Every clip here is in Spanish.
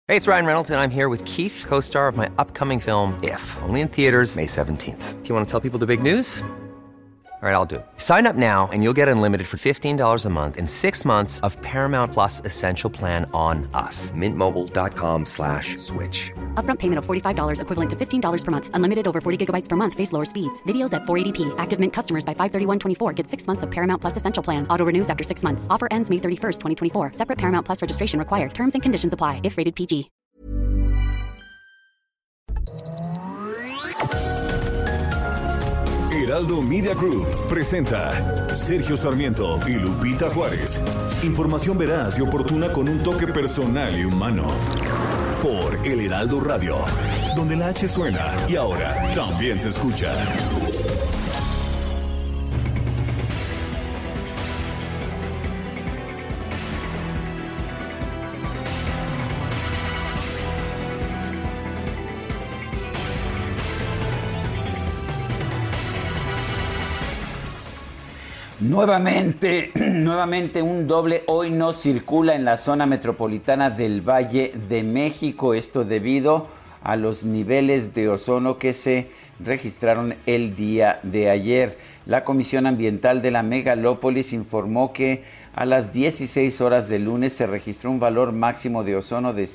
Hey, it's Ryan Reynolds, and I'm here with Keith, co-star of my upcoming film, If, only in theaters May 17th. Do you want to tell people the big news? All right, I'll do it. Sign up now and you'll get unlimited for $15 a month and 6 months of Paramount Plus Essential Plan on us. MintMobile.com/switch. Upfront payment of $45 equivalent to $15 per month. Unlimited over 40 gigabytes per month. Face lower speeds. Videos at 480p. Active Mint customers by 531.24 get 6 months of Paramount Plus Essential Plan. Auto renews after 6 months. Offer ends May 31st, 2024. Separate Paramount Plus registration required. Terms and conditions apply if rated PG. Heraldo Media Group presenta Sergio Sarmiento y Lupita Juárez. Información veraz y oportuna con un toque personal y humano. Por El Heraldo Radio, donde la H suena y ahora también se escucha. Nuevamente un doble hoy no circula en la zona metropolitana del Valle de México, esto debido a los niveles de ozono que se registraron el día de ayer. La Comisión Ambiental de la Megalópolis informó que a las 16 horas del lunes se registró un valor máximo de ozono de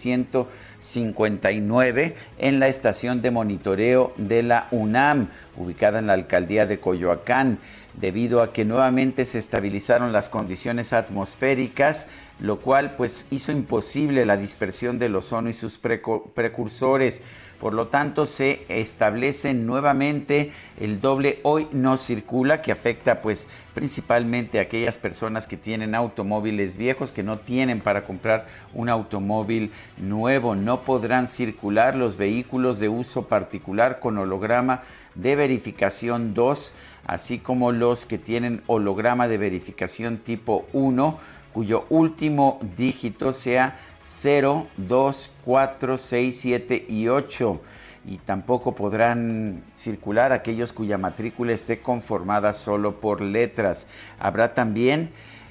159 en la estación de monitoreo de la UNAM, ubicada en la alcaldía de Coyoacán, debido a que nuevamente se estabilizaron las condiciones atmosféricas, lo cual pues hizo imposible la dispersión del ozono y sus precursores. Por lo tanto, se establece nuevamente el doble hoy no circula, que afecta pues principalmente a aquellas personas que tienen automóviles viejos, que no tienen para comprar un automóvil nuevo. No podrán circular los vehículos de uso particular con holograma de verificación 2, así como los que tienen holograma de verificación tipo 1, cuyo último dígito sea 0, 2, 4, 6, 7 y 8. Y tampoco podrán circular aquellos cuya matrícula esté conformada solo por letras. Habrá también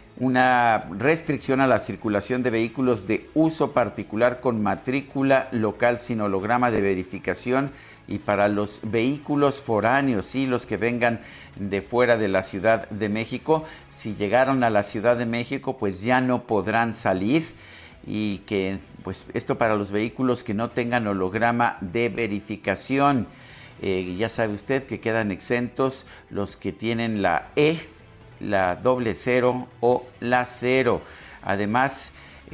una restricción a la circulación de vehículos de uso particular con matrícula local sin holograma de verificación, y para los vehículos foráneos y los que vengan de fuera de la Ciudad de México, si llegaron a la Ciudad de México, pues ya no podrán salir, y que pues esto para los vehículos que no tengan holograma de verificación. Ya sabe usted que quedan exentos los que tienen la E, la 00 o la 0. Además,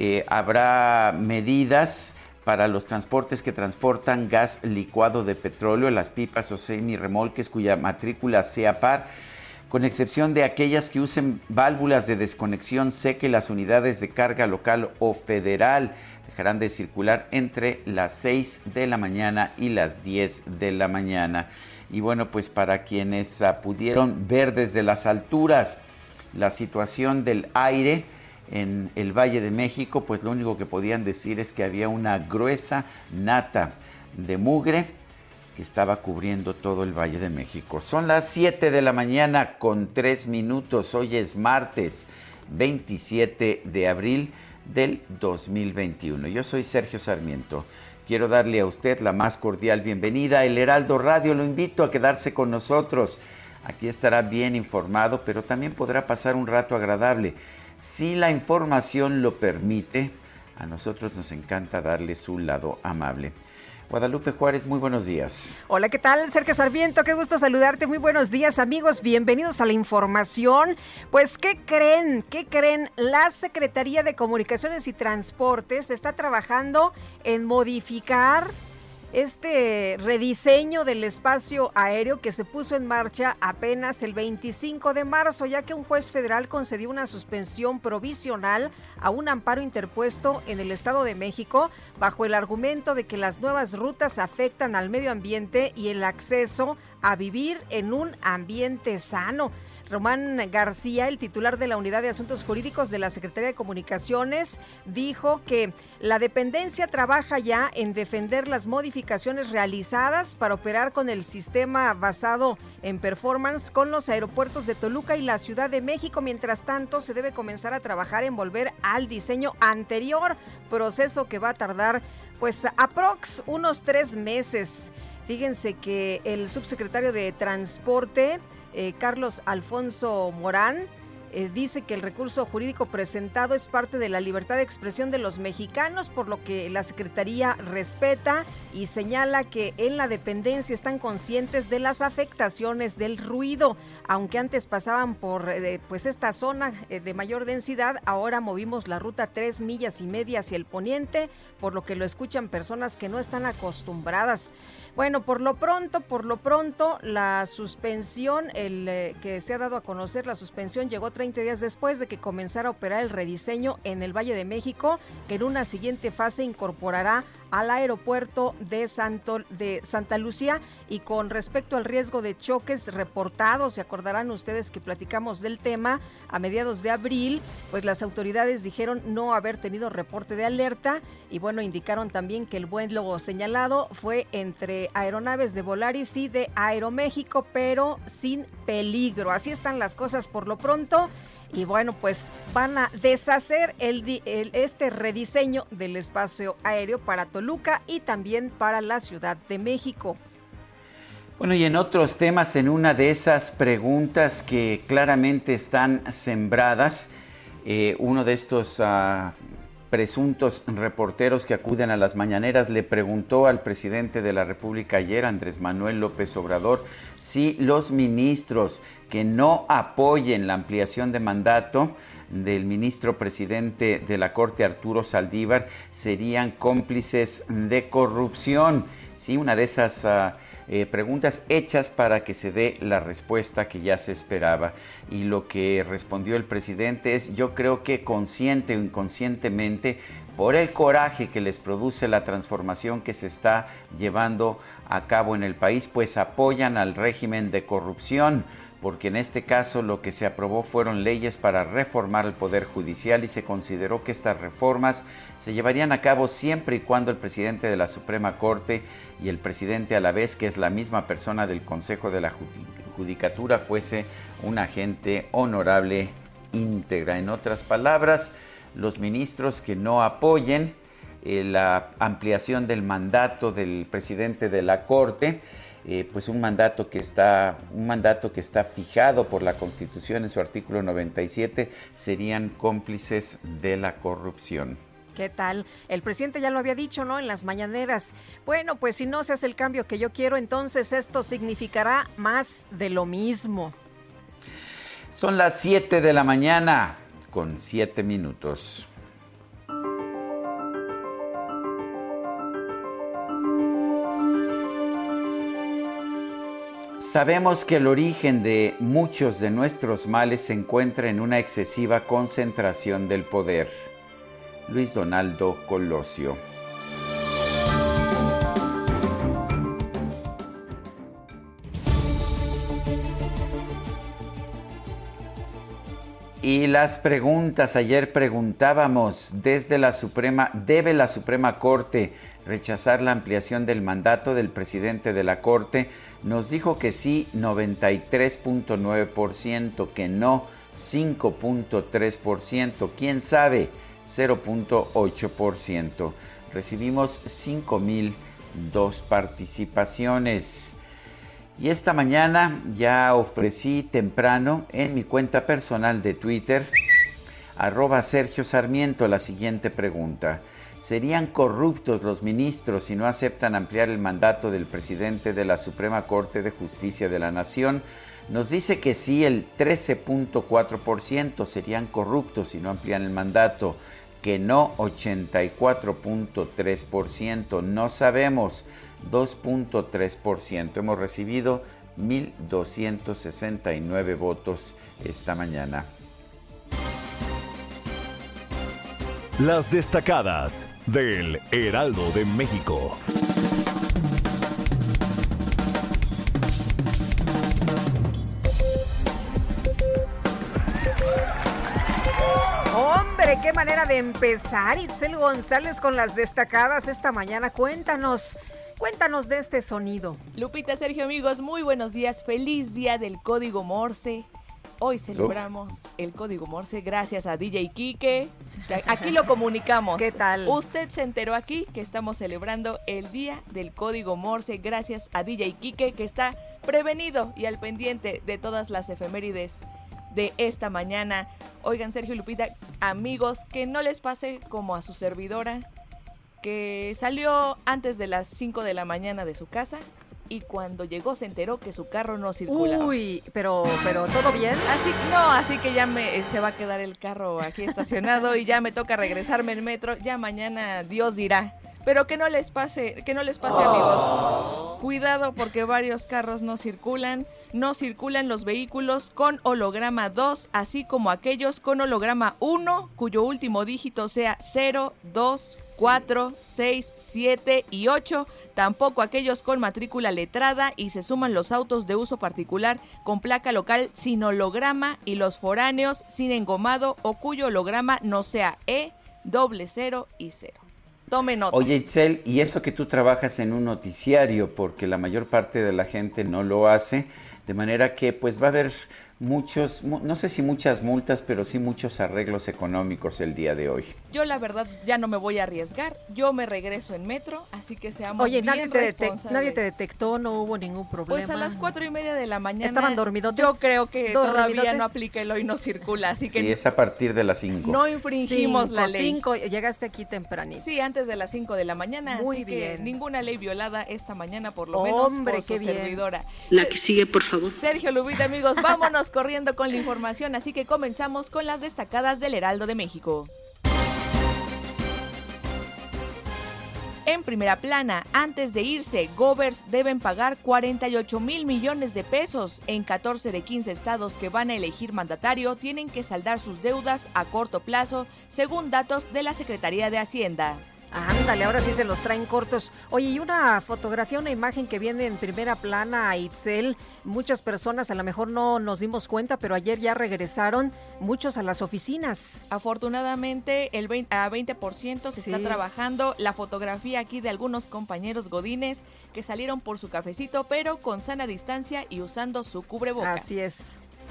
habrá medidas para los transportes que transportan gas licuado de petróleo, las pipas o semirremolques cuya matrícula sea par, con excepción de aquellas que usen válvulas de desconexión seca, y las unidades de carga local o federal dejarán de circular entre las 6 de la mañana y las 10 de la mañana. Y bueno, pues para quienes pudieron ver desde las alturas la situación del aire en el Valle de México, pues lo único que podían decir es que había una gruesa nata de mugre que estaba cubriendo todo el Valle de México. Son las 7 de la mañana con 3 minutos. Hoy es martes 27 de abril del 2021. Yo soy Sergio Sarmiento. Quiero darle a usted la más cordial bienvenida a El Heraldo Radio. Lo invito a quedarse con nosotros. Aquí estará bien informado, pero también podrá pasar un rato agradable. Si la información lo permite, a nosotros nos encanta darle su lado amable. Guadalupe Juárez, muy buenos días. Hola, ¿qué tal? Sergio Sarmiento, qué gusto saludarte. Muy buenos días, amigos. Bienvenidos a la información. Pues, ¿qué creen? La Secretaría de Comunicaciones y Transportes está trabajando en modificar este rediseño del espacio aéreo que se puso en marcha apenas el 25 de marzo, ya que un juez federal concedió una suspensión provisional a un amparo interpuesto en el Estado de México bajo el argumento de que las nuevas rutas afectan al medio ambiente y el acceso a vivir en un ambiente sano. Román García, el titular de la Unidad de Asuntos Jurídicos de la Secretaría de Comunicaciones, dijo que la dependencia trabaja ya en defender las modificaciones realizadas para operar con el sistema basado en performance con los aeropuertos de Toluca y la Ciudad de México. Mientras tanto, se debe comenzar a trabajar en volver al diseño anterior, proceso que va a tardar pues aprox unos 3 meses. Fíjense que el subsecretario de Transporte, Carlos Alfonso Morán, dice que el recurso jurídico presentado es parte de la libertad de expresión de los mexicanos, por lo que la Secretaría respeta y señala que en la dependencia están conscientes de las afectaciones del ruido. Aunque antes pasaban por pues esta zona de mayor densidad, ahora movimos la ruta 3 millas y media hacia el poniente, por lo que lo escuchan personas que no están acostumbradas. Bueno, por lo pronto, la suspensión, que se ha dado a conocer, la suspensión llegó 30 días después de que comenzara a operar el rediseño en el Valle de México, que en una siguiente fase incorporará al aeropuerto de Santa Lucía. Y con respecto al riesgo de choques reportados, se acordarán ustedes que platicamos del tema a mediados de abril, pues las autoridades dijeron no haber tenido reporte de alerta y bueno, indicaron también que el vuelo señalado fue entre aeronaves de Volaris y de Aeroméxico, pero sin peligro. Así están las cosas por lo pronto. Y bueno, pues van a deshacer este rediseño del espacio aéreo para Toluca y también para la Ciudad de México. Bueno, y en otros temas, en una de esas preguntas que claramente están sembradas, uno de estos presuntos reporteros que acuden a las mañaneras le preguntó al presidente de la República ayer, Andrés Manuel López Obrador, si los ministros que no apoyen la ampliación de mandato del ministro presidente de la Corte, Arturo Saldívar, serían cómplices de corrupción. Sí, una de esas preguntas hechas para que se dé la respuesta que ya se esperaba. Y lo que respondió el presidente es: yo creo que consciente o inconscientemente, por el coraje que les produce la transformación que se está llevando a cabo en el país, pues apoyan al régimen de corrupción, porque en este caso lo que se aprobó fueron leyes para reformar el Poder Judicial y se consideró que estas reformas se llevarían a cabo siempre y cuando el presidente de la Suprema Corte y el presidente a la vez, que es la misma persona del Consejo de la Judicatura, fuese un agente honorable íntegra. En otras palabras, los ministros que no apoyen la ampliación del mandato del presidente de la Corte, pues un mandato que está fijado por la Constitución en su artículo 97, serían cómplices de la corrupción. ¿Qué tal? El presidente ya lo había dicho, ¿no?, en las mañaneras. Bueno, pues si no se hace el cambio que yo quiero, entonces esto significará más de lo mismo. Son las 7 de la mañana con 7 minutos. Sabemos que el origen de muchos de nuestros males se encuentra en una excesiva concentración del poder. Luis Donaldo Colosio. Y las preguntas, ayer preguntábamos, ¿debe la Suprema Corte rechazar la ampliación del mandato del presidente de la Corte? Nos dijo que sí, 93.9%, que no, 5.3%, quién sabe, 0.8%. Recibimos 5,002 participaciones. Y esta mañana ya ofrecí temprano en mi cuenta personal de Twitter, @Sergio Sarmiento, la siguiente pregunta. ¿Serían corruptos los ministros si no aceptan ampliar el mandato del presidente de la Suprema Corte de Justicia de la Nación? Nos dice que sí, el 13.4% serían corruptos si no amplían el mandato, que no, 84.3%, no sabemos, 2.3%. Hemos recibido 1,269 votos esta mañana. Las destacadas del Heraldo de México. manera de empezar, Itzel González, con las destacadas esta mañana. Cuéntanos de este sonido. Lupita, Sergio, amigos, muy buenos días. Feliz día del Código Morse. Hoy celebramos el Código Morse gracias a DJ Quique. Aquí lo comunicamos. ¿Qué tal? Usted se enteró aquí que estamos celebrando el Día del Código Morse gracias a DJ Quique, que está prevenido y al pendiente de todas las efemérides de esta mañana. Oigan, Sergio y Lupita, amigos, que no les pase como a su servidora, que salió antes de las 5 de la mañana de su casa y cuando llegó se enteró que su carro no circulaba. Uy, pero ¿todo bien? Así que ya se va a quedar el carro aquí estacionado y ya me toca regresarme el metro. Ya mañana Dios dirá. Pero que no les pase, amigos. Cuidado porque varios carros no circulan los vehículos con holograma 2, así como aquellos con holograma 1, cuyo último dígito sea 0, 2, 4, 6, 7 y 8. Tampoco aquellos con matrícula letrada, y se suman los autos de uso particular con placa local sin holograma y los foráneos sin engomado o cuyo holograma no sea E, 00 y 0. Tome nota. Oye, Itzel, y eso que tú trabajas en un noticiario, porque la mayor parte de la gente no lo hace, de manera que pues va a haber muchos, no sé si muchas multas, pero sí muchos arreglos económicos el día de hoy. Yo la verdad ya no me voy a arriesgar, yo me regreso en metro, así que seamos bien responsables. Nadie te detectó, no hubo ningún problema. Pues a las 4:30 de la mañana. ¿Estaban dormidotes? Yo creo que todavía no aplica el hoy no circula, así que... Sí, es a partir de las 5. No infringimos la ley. 5, llegaste aquí tempranito. Sí, antes de las 5 de la mañana, Muy así bien. Que ninguna ley violada esta mañana, por lo menos por su servidora. La que sigue, por favor. Sergio, Lupita, amigos, vámonos corriendo con la información, así que comenzamos con las destacadas del Heraldo de México. En primera plana, antes de irse, Govers deben pagar 48,000 millones de pesos. En 14 de 15 estados que van a elegir mandatario tienen que saldar sus deudas a corto plazo, según datos de la Secretaría de Hacienda. Ándale, ahora sí se los traen cortos. Oye, y una fotografía, una imagen que viene en primera plana, Itzel. Muchas personas a lo mejor no nos dimos cuenta, pero ayer ya regresaron muchos a las oficinas. Afortunadamente, a 20% se está trabajando. La fotografía aquí de algunos compañeros godines que salieron por su cafecito, pero con sana distancia y usando su cubrebocas. Así es.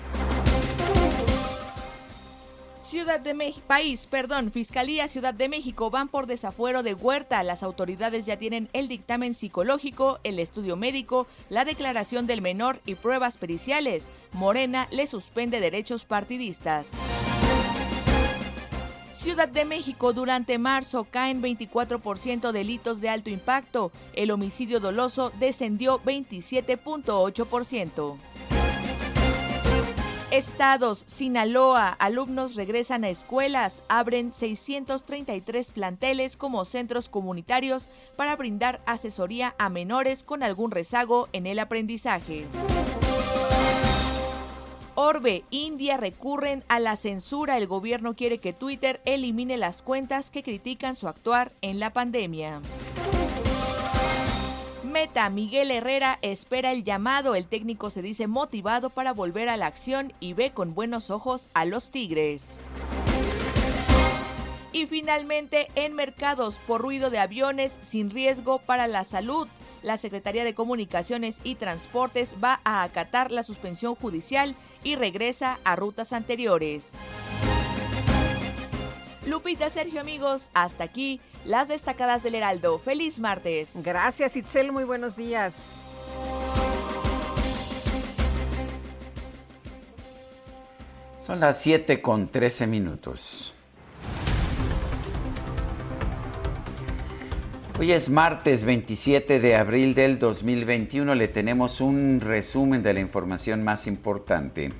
Fiscalía Ciudad de México van por desafuero de Huerta. Las autoridades ya tienen el dictamen psicológico, el estudio médico, la declaración del menor y pruebas periciales. Morena le suspende derechos partidistas. Ciudad de México, durante marzo caen 24% delitos de alto impacto. El homicidio doloso descendió 27.8%. Estados, Sinaloa, alumnos regresan a escuelas, abren 633 planteles como centros comunitarios para brindar asesoría a menores con algún rezago en el aprendizaje. Orbe, India recurren a la censura. El gobierno quiere que Twitter elimine las cuentas que critican su actuar en la pandemia. Meta, Miguel Herrera espera el llamado. El técnico se dice motivado para volver a la acción y ve con buenos ojos a los Tigres. Y finalmente, en mercados, por ruido de aviones sin riesgo para la salud, la Secretaría de Comunicaciones y Transportes va a acatar la suspensión judicial y regresa a rutas anteriores. Lupita, Sergio, amigos, hasta aquí las destacadas del Heraldo. ¡Feliz martes! Gracias, Itzel, muy buenos días. Son las 7:13. Hoy es martes 27 de abril del 2021. Le tenemos un resumen de la información más importante.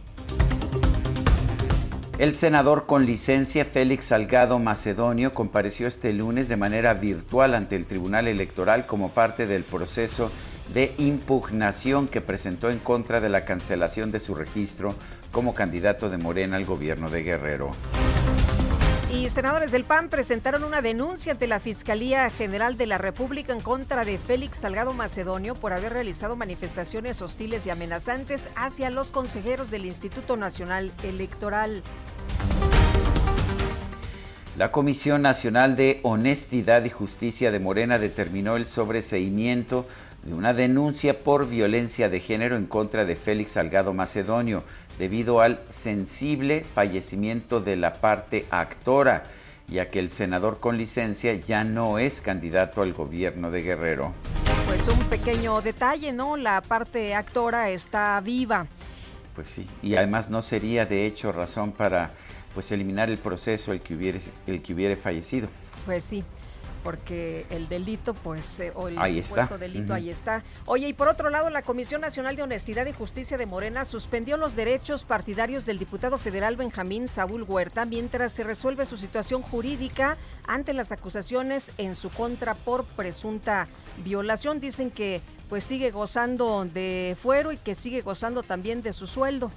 El senador con licencia Félix Salgado Macedonio compareció este lunes de manera virtual ante el Tribunal Electoral como parte del proceso de impugnación que presentó en contra de la cancelación de su registro como candidato de Morena al gobierno de Guerrero. Y senadores del PAN presentaron una denuncia ante la Fiscalía General de la República en contra de Félix Salgado Macedonio por haber realizado manifestaciones hostiles y amenazantes hacia los consejeros del Instituto Nacional Electoral. La Comisión Nacional de Honestidad y Justicia de Morena determinó el sobreseimiento de una denuncia por violencia de género en contra de Félix Salgado Macedonio, debido al sensible fallecimiento de la parte actora, ya que el senador con licencia ya no es candidato al gobierno de Guerrero. Pues un pequeño detalle, ¿no? La parte actora está viva. Pues sí, y además no sería de hecho razón para eliminar el proceso el que hubiere fallecido. Pues sí, porque el delito, o el ahí supuesto está. Delito, ahí está. Oye, y por otro lado, la Comisión Nacional de Honestidad y Justicia de Morena suspendió los derechos partidarios del diputado federal Benjamín Saúl Huerta mientras se resuelve su situación jurídica ante las acusaciones en su contra por presunta violación. Dicen que sigue gozando de fuero y que sigue gozando también de su sueldo.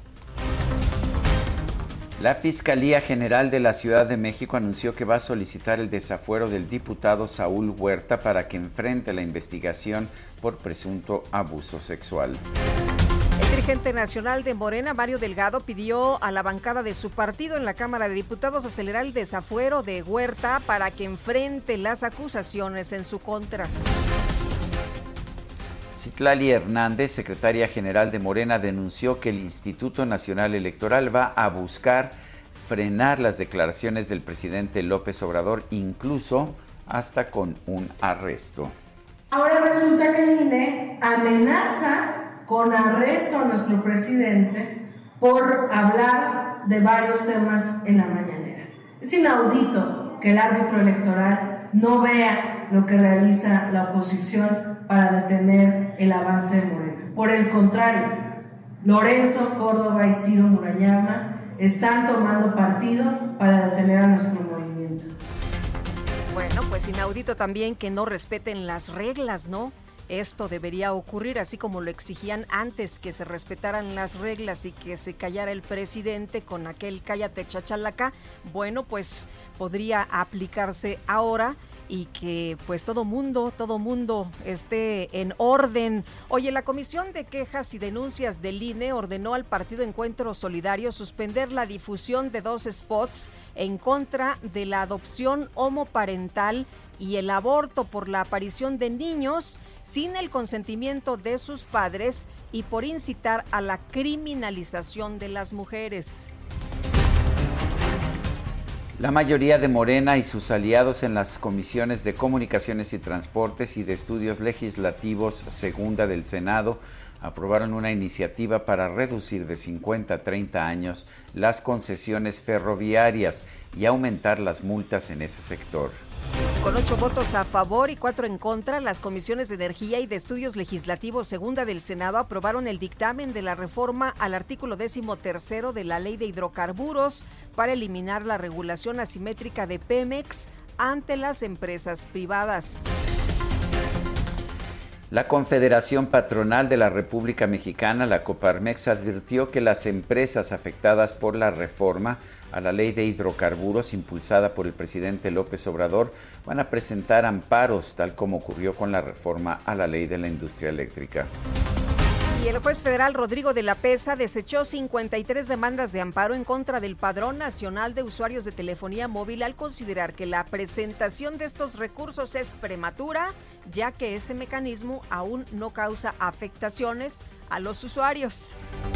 La Fiscalía General de la Ciudad de México anunció que va a solicitar el desafuero del diputado Saúl Huerta para que enfrente la investigación por presunto abuso sexual. El dirigente nacional de Morena, Mario Delgado, pidió a la bancada de su partido en la Cámara de Diputados acelerar el desafuero de Huerta para que enfrente las acusaciones en su contra. Citlali Hernández, secretaria general de Morena, denunció que el Instituto Nacional Electoral va a buscar frenar las declaraciones del presidente López Obrador, incluso hasta con un arresto. Ahora resulta que el INE amenaza con arresto a nuestro presidente por hablar de varios temas en la mañanera. Es inaudito que el árbitro electoral no vea lo que realiza la oposición para detener el avance de Morena. Por el contrario, Lorenzo Córdoba y Ciro Murayama están tomando partido para detener a nuestro movimiento. Bueno, pues inaudito también que no respeten las reglas, ¿no? Esto debería ocurrir así como lo exigían antes, que se respetaran las reglas y que se callara el presidente con aquel cállate chachalaca. Bueno, pues podría aplicarse ahora y que todo mundo esté en orden. Oye, la Comisión de Quejas y Denuncias del INE ordenó al Partido Encuentro Solidario suspender la difusión de 2 spots en contra de la adopción homoparental y el aborto por la aparición de niños sin el consentimiento de sus padres y por incitar a la criminalización de las mujeres. La mayoría de Morena y sus aliados en las comisiones de Comunicaciones y Transportes y de Estudios Legislativos Segunda del Senado aprobaron una iniciativa para reducir de 50 a 30 años las concesiones ferroviarias y aumentar las multas en ese sector. Con 8 votos a favor y 4 en contra, las comisiones de Energía y de Estudios Legislativos Segunda del Senado aprobaron el dictamen de la reforma al artículo 13º de la Ley de Hidrocarburos para eliminar la regulación asimétrica de Pemex ante las empresas privadas. La Confederación Patronal de la República Mexicana, la Coparmex, advirtió que las empresas afectadas por la reforma a la Ley de Hidrocarburos impulsada por el presidente López Obrador van a presentar amparos, tal como ocurrió con la reforma a la Ley de la Industria Eléctrica. Y el juez federal Rodrigo de la Pesa desechó 53 demandas de amparo en contra del Padrón Nacional de Usuarios de Telefonía Móvil al considerar que la presentación de estos recursos es prematura, ya que ese mecanismo aún no causa afectaciones a los usuarios.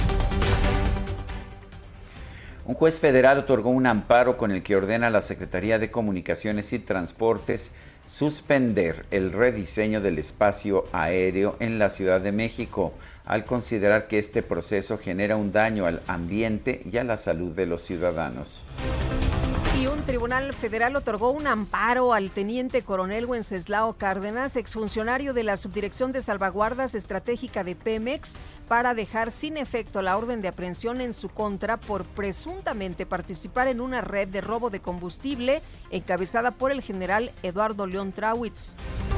Un juez federal otorgó un amparo con el que ordena a la Secretaría de Comunicaciones y Transportes suspender el rediseño del espacio aéreo en la Ciudad de México, al considerar que este proceso genera un daño al ambiente y a la salud de los ciudadanos. Y un tribunal federal otorgó un amparo al teniente coronel Wenceslao Cárdenas, exfuncionario de la Subdirección de Salvaguardas Estratégica de Pemex, para dejar sin efecto la orden de aprehensión en su contra por presuntamente participar en una red de robo de combustible encabezada por el general Eduardo León Trawitz.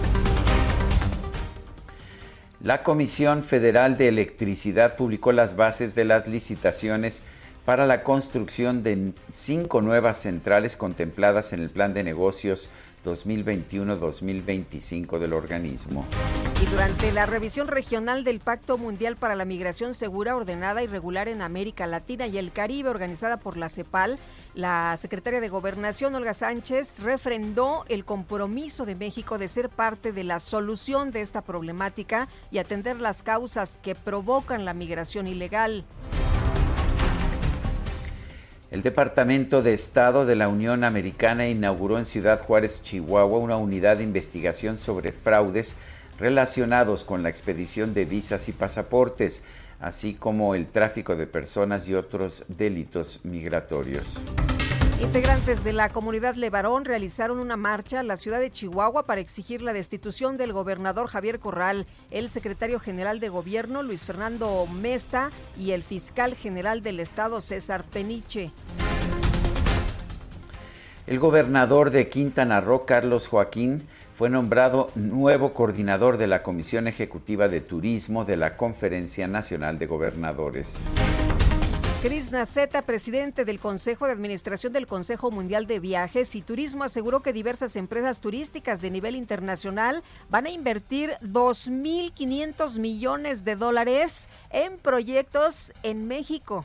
La Comisión Federal de Electricidad publicó las bases de las licitaciones para la construcción de 5 nuevas centrales contempladas en el Plan de Negocios 2021-2025 del organismo. Y durante la revisión regional del Pacto Mundial para la Migración Segura, Ordenada y Regular en América Latina y el Caribe, organizada por la CEPAL, La secretaria de Gobernación, Olga Sánchez, refrendó el compromiso de México de ser parte de la solución de esta problemática y atender las causas que provocan la migración ilegal. El Departamento de Estado de la Unión Americana inauguró en Ciudad Juárez, Chihuahua, una unidad de investigación sobre fraudes relacionados con la expedición de visas y pasaportes, así como el tráfico de personas y otros delitos migratorios. Integrantes de la comunidad Levarón realizaron una marcha a la ciudad de Chihuahua para exigir la destitución del gobernador Javier Corral, el secretario general de gobierno Luis Fernando Mesta y el fiscal general del estado César Peniche. El gobernador de Quintana Roo, Carlos Joaquín, fue nombrado nuevo coordinador de la Comisión Ejecutiva de Turismo de la Conferencia Nacional de Gobernadores. Cris Naceta, presidente del Consejo de Administración del Consejo Mundial de Viajes y Turismo, aseguró que diversas empresas turísticas de nivel internacional van a invertir $2.500 millones en proyectos en México.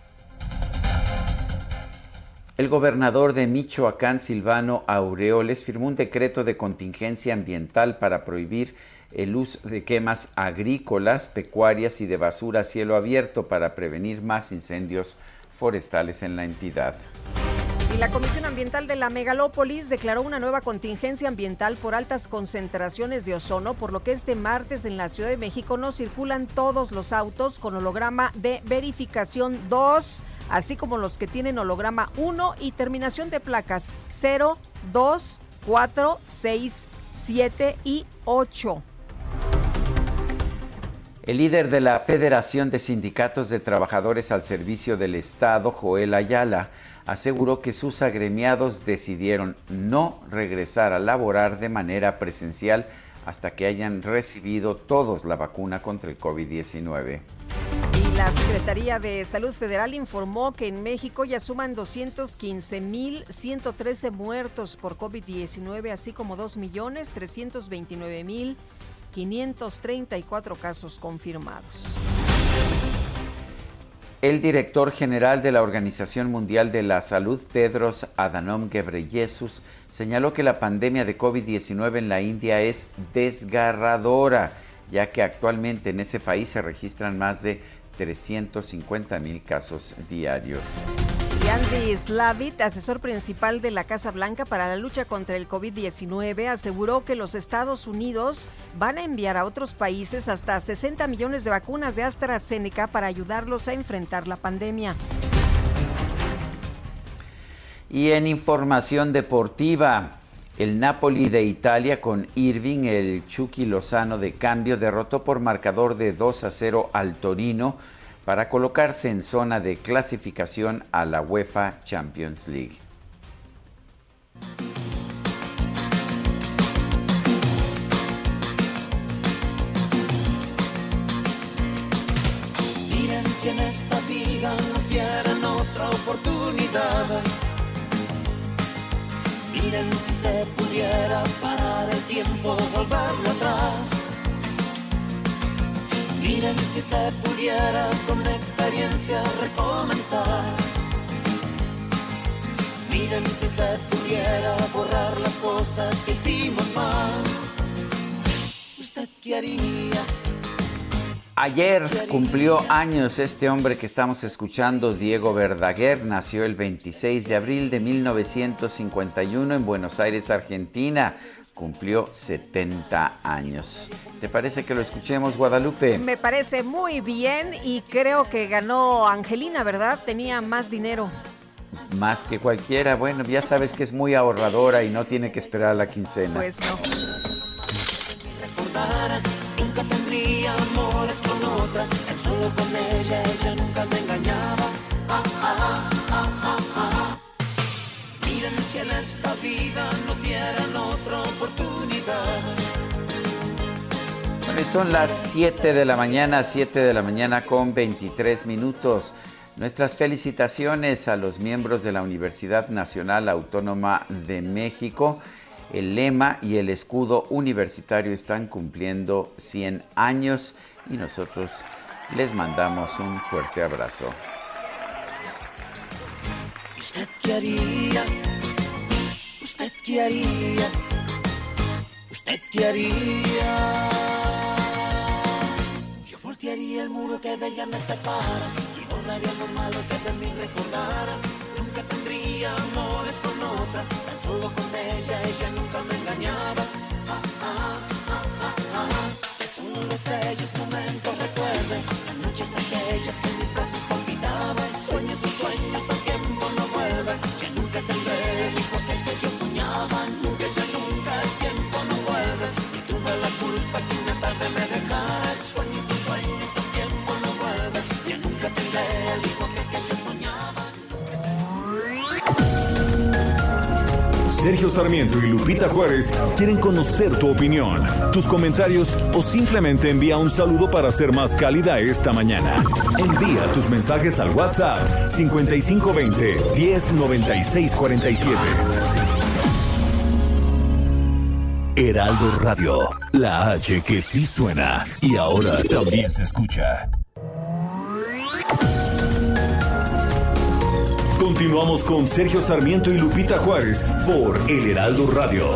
El gobernador de Michoacán, Silvano Aureoles, firmó un decreto de contingencia ambiental para prohibir el uso de quemas agrícolas, pecuarias y de basura a cielo abierto para prevenir más incendios forestales en la entidad. Y la Comisión Ambiental de la Megalópolis declaró una nueva contingencia ambiental por altas concentraciones de ozono, por lo que este martes en la Ciudad de México no circulan todos los autos con holograma de verificación 2, así como los que tienen holograma 1 y terminación de placas 0, 2, 4, 6, 7 y 8. El líder de la Federación de Sindicatos de Trabajadores al Servicio del Estado, Joel Ayala, aseguró que sus agremiados decidieron no regresar a laborar de manera presencial hasta que hayan recibido todos la vacuna contra el COVID-19. Y la Secretaría de Salud Federal informó que en México ya suman 215,113 muertos por COVID-19, así como 2,329,534 casos confirmados. El director general de la Organización Mundial de la Salud, Tedros Adhanom Ghebreyesus, señaló que la pandemia de COVID-19 en la India es desgarradora, ya que actualmente en ese país se registran más de 350,000 casos diarios. Y Andy Slavitt, asesor principal de la Casa Blanca para la lucha contra el COVID-19, aseguró que los Estados Unidos van a enviar a otros países hasta 60 millones de vacunas de AstraZeneca para ayudarlos a enfrentar la pandemia. Y en información deportiva, el Napoli de Italia con Irving, el Chucky Lozano de cambio, derrotó por marcador de 2-0 al Torino para colocarse en zona de clasificación a la UEFA Champions League. Miren si en esta vida nos dieran otra oportunidad. Miren si se pudiera parar el tiempo, volverlo atrás. Miren si se pudiera con experiencia recomenzar. Miren si se pudiera borrar las cosas que hicimos mal. ¿Usted qué haría? Ayer cumplió años este hombre que estamos escuchando, Diego Verdaguer. Nació el 26 de abril de 1951 en Buenos Aires, Argentina. Cumplió 70 años. ¿Te parece que lo escuchemos, Guadalupe? Me parece muy bien y creo que ganó Angelina, ¿verdad? Tenía más dinero. Más que cualquiera. Bueno, ya sabes que es muy ahorradora y no tiene que esperar a la quincena. Pues no. Nunca tendría amores con otra, tan solo con ella, ella nunca me engañaba. Miren si en esta vida nos dieran otra oportunidad. Bueno, son las 7 de la mañana con 23 minutos. Nuestras felicitaciones a los miembros de la Universidad Nacional Autónoma de México. El lema y el escudo universitario están cumpliendo 100 años y nosotros les mandamos un fuerte abrazo. ¿Usted qué haría? ¿Usted qué haría? ¿Usted qué haría? Yo voltearía el muro que de ella me separa y borraría lo malo que de mí recordara. Nunca tendría amores con otra, tan solo con ella nunca me engañaba. Que solo los bellos momentos recuerde, las noches aquellas que en mis brazos palpitaban. Sueños y sueños, el tiempo no vuelve. Ya nunca tendré el hijo aquel que yo soñaba. Nunca, ya nunca, el tiempo no vuelve. Y tuve la culpa que una tarde me dejara. Sueños y sueños, el tiempo no vuelve. Ya nunca tendré el hijo aquel que yo soñaba. Sergio Sarmiento y Lupita Juárez quieren conocer tu opinión, tus comentarios o simplemente envía un saludo para ser más cálida esta mañana. Envía tus mensajes al WhatsApp 5520 109647. Heraldo Radio, la H que sí suena y ahora también se escucha. Continuamos con Sergio Sarmiento y Lupita Juárez por El Heraldo Radio.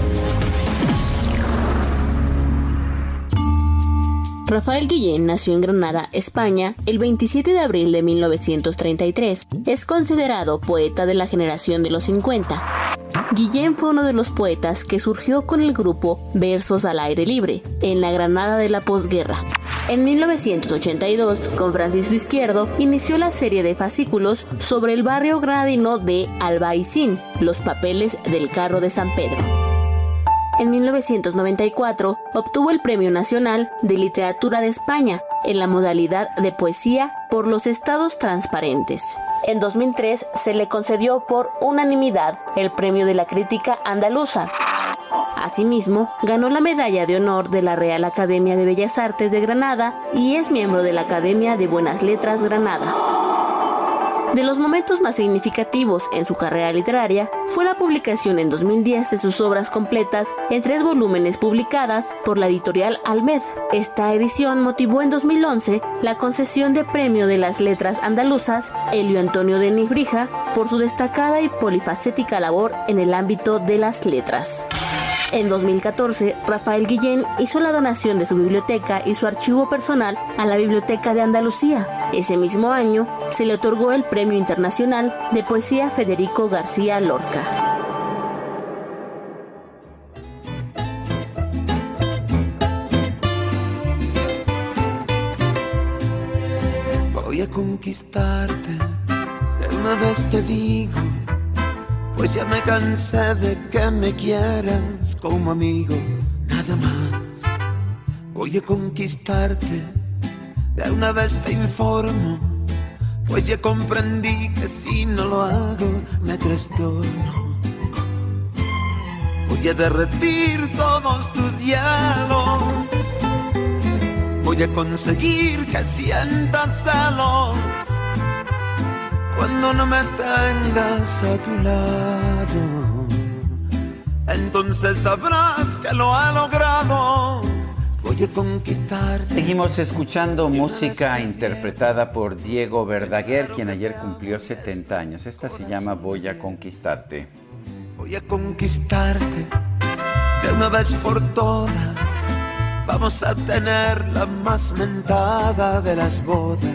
Rafael Guillén nació en Granada, España, el 27 de abril de 1933. Es considerado poeta de la generación de los 50. Guillén fue uno de los poetas que surgió con el grupo Versos al Aire Libre, en la Granada de la posguerra. En 1982, con Francisco Izquierdo, inició la serie de fascículos sobre el barrio granadino de Albaicín, Los papeles del carro de San Pedro. En 1994, obtuvo el Premio Nacional de Literatura de España en la modalidad de poesía por Los estados transparentes. En 2003 se le concedió por unanimidad el Premio de la Crítica Andaluza. Asimismo, ganó la Medalla de Honor de la Real Academia de Bellas Artes de Granada y es miembro de la Academia de Buenas Letras Granada. De los momentos más significativos en su carrera literaria fue la publicación en 2010 de sus obras completas en 3 volúmenes publicadas por la editorial Almed. Esta edición motivó en 2011 la concesión de Premio de las Letras Andaluzas Elio Antonio de Nibrija por su destacada y polifacética labor en el ámbito de las letras. En 2014, Rafael Guillén hizo la donación de su biblioteca y su archivo personal a la Biblioteca de Andalucía. Ese mismo año, se le otorgó el Premio Internacional de Poesía Federico García Lorca. Voy a conquistarte, de una vez te digo, pues ya me cansé de que me quieras como amigo, nada más. Voy a conquistarte, de una vez te informo, pues ya comprendí que si no lo hago me trastorno. Voy a derretir todos tus hielos, voy a conseguir que sientas celos cuando no me tengas a tu lado. Entonces sabrás que lo he logrado. Voy a conquistarte. Seguimos escuchando música interpretada por Diego Verdaguer, quien ayer cumplió 70 años. Esta se llama Voy a conquistarte. Voy a conquistarte de una vez por todas. Vamos a tener la más mentada de las bodas.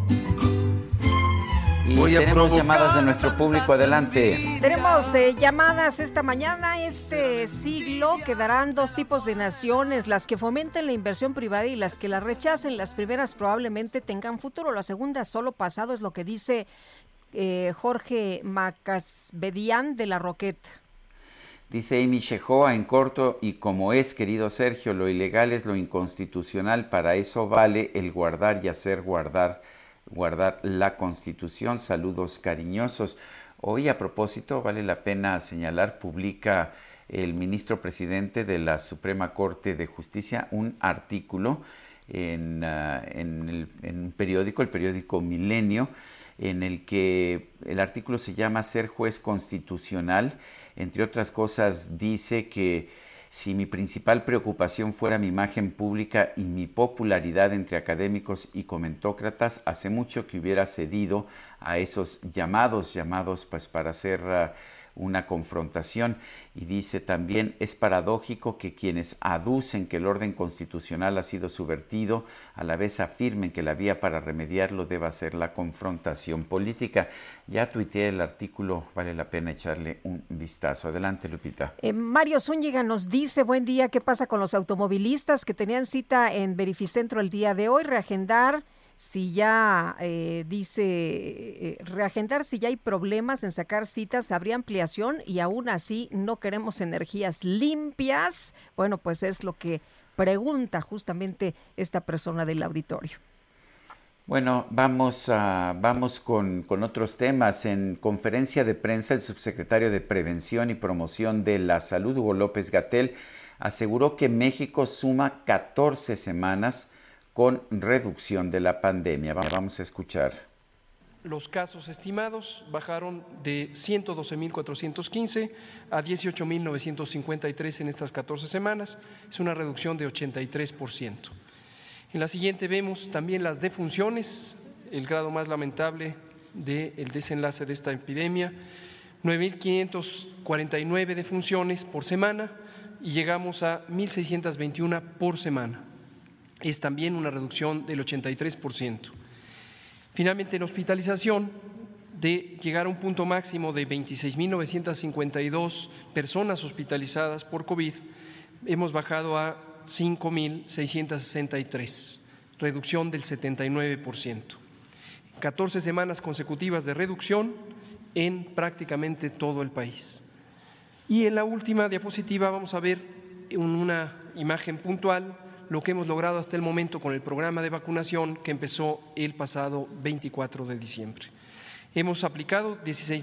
Y tenemos llamadas de nuestro público, adelante. Tenemos llamadas esta mañana. Este siglo quedarán 2 tipos de naciones, las que fomenten la inversión privada y las que la rechacen. Las primeras probablemente tengan futuro, la segunda solo pasado, es lo que dice Jorge Macasbedian de la Roquette. Dice Amy Shehoa en corto, y como es, querido Sergio, lo ilegal es lo inconstitucional, para eso vale el guardar y hacer guardar la Constitución. Saludos cariñosos. Hoy, a propósito, vale la pena señalar, publica el ministro presidente de la Suprema Corte de Justicia un artículo en un periódico, el periódico Milenio, en el que el artículo se llama Ser juez constitucional. Entre otras cosas, dice que Si mi principal preocupación fuera mi imagen pública y mi popularidad entre académicos y comentócratas, hace mucho que hubiera cedido a esos llamados pues para hacer una confrontación. Y dice también, es paradójico que quienes aducen que el orden constitucional ha sido subvertido, a la vez afirmen que la vía para remediarlo deba ser la confrontación política. Ya tuiteé el artículo, vale la pena echarle un vistazo. Adelante, Lupita. Mario Zúñiga nos dice, buen día, ¿qué pasa con los automovilistas que tenían cita en Verificentro el día de hoy? Reagendar. Si ya reagendar si ya hay problemas en sacar citas, habría ampliación y aún así no queremos energías limpias. Bueno, pues es lo que pregunta justamente esta persona del auditorio. Bueno, vamos con otros temas. En conferencia de prensa, el subsecretario de Prevención y Promoción de la Salud, Hugo López-Gatell, aseguró que México suma 14 semanas con reducción de la pandemia. Vamos a escuchar. Los casos estimados bajaron de 112.415 a 18.953 en estas 14 semanas. Es una reducción de 83%. En la siguiente vemos también las defunciones, el grado más lamentable del desenlace de esta epidemia. 9.549 defunciones por semana y llegamos a 1.621 por semana. Es también una reducción del 83%. Finalmente, en hospitalización, de llegar a un punto máximo de 26.952 personas hospitalizadas por COVID, hemos bajado a 5.663, reducción del 79%. 14 semanas consecutivas de reducción en prácticamente todo el país. Y en la última diapositiva vamos a ver una imagen puntual lo que hemos logrado hasta el momento con el programa de vacunación que empezó el pasado 24 de diciembre. Hemos aplicado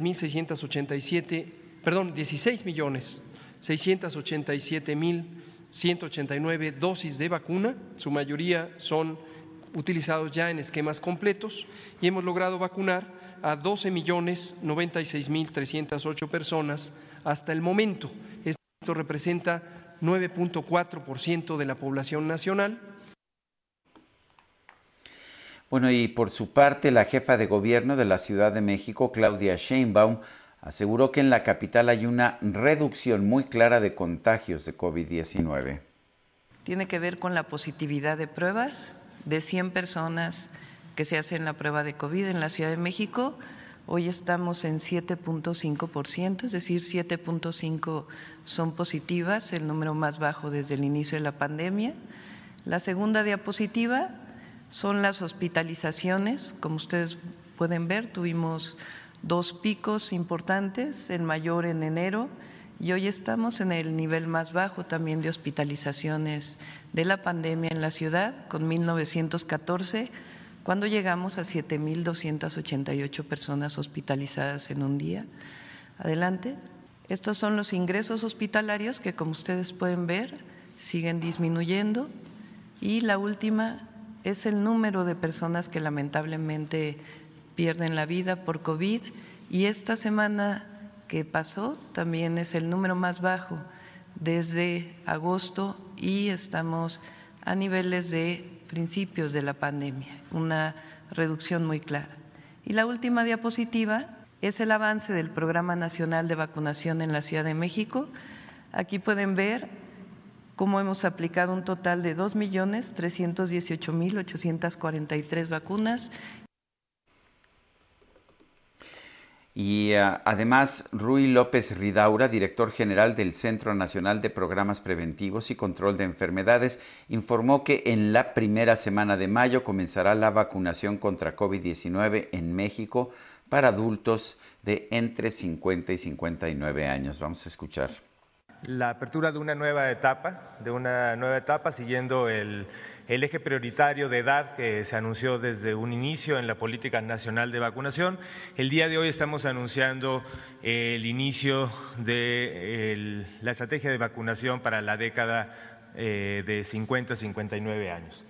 16.687.189 dosis de vacuna, su mayoría son utilizados ya en esquemas completos, y hemos logrado vacunar a 12.096.308 personas hasta el momento. Esto representa 9.4% de la población nacional. Bueno, y por su parte, la jefa de gobierno de la Ciudad de México, Claudia Sheinbaum, aseguró que en la capital hay una reducción muy clara de contagios de COVID-19. Tiene que ver con la positividad de pruebas. De 100 personas que se hacen la prueba de COVID en la Ciudad de México, hoy estamos en 7.5%, es decir, 7.5 son positivas, el número más bajo desde el inicio de la pandemia. La segunda diapositiva son las hospitalizaciones. Como ustedes pueden ver, tuvimos 2 picos importantes, el mayor en enero, y hoy estamos en el nivel más bajo también de hospitalizaciones de la pandemia en la ciudad, con 1.914, cuando llegamos a 7.288 personas hospitalizadas en un día. Adelante. Estos son los ingresos hospitalarios que, como ustedes pueden ver, siguen disminuyendo. Y la última es el número de personas que lamentablemente pierden la vida por COVID, y esta semana que pasó también es el número más bajo desde agosto y estamos a niveles de principios de la pandemia, una reducción muy clara. Y la última diapositiva es el avance del Programa Nacional de Vacunación en la Ciudad de México. Aquí pueden ver cómo hemos aplicado un total de 2.318.843 vacunas. Y además, Rui López Ridaura, director general del Centro Nacional de Programas Preventivos y Control de Enfermedades, informó que en la primera semana de mayo comenzará la vacunación contra COVID-19 en México para adultos de entre 50 y 59 años. Vamos a escuchar. La apertura de una nueva etapa siguiendo el eje prioritario de edad que se anunció desde un inicio en la Política Nacional de Vacunación. El día de hoy estamos anunciando el inicio de la estrategia de vacunación para la década de 50 a 59 años.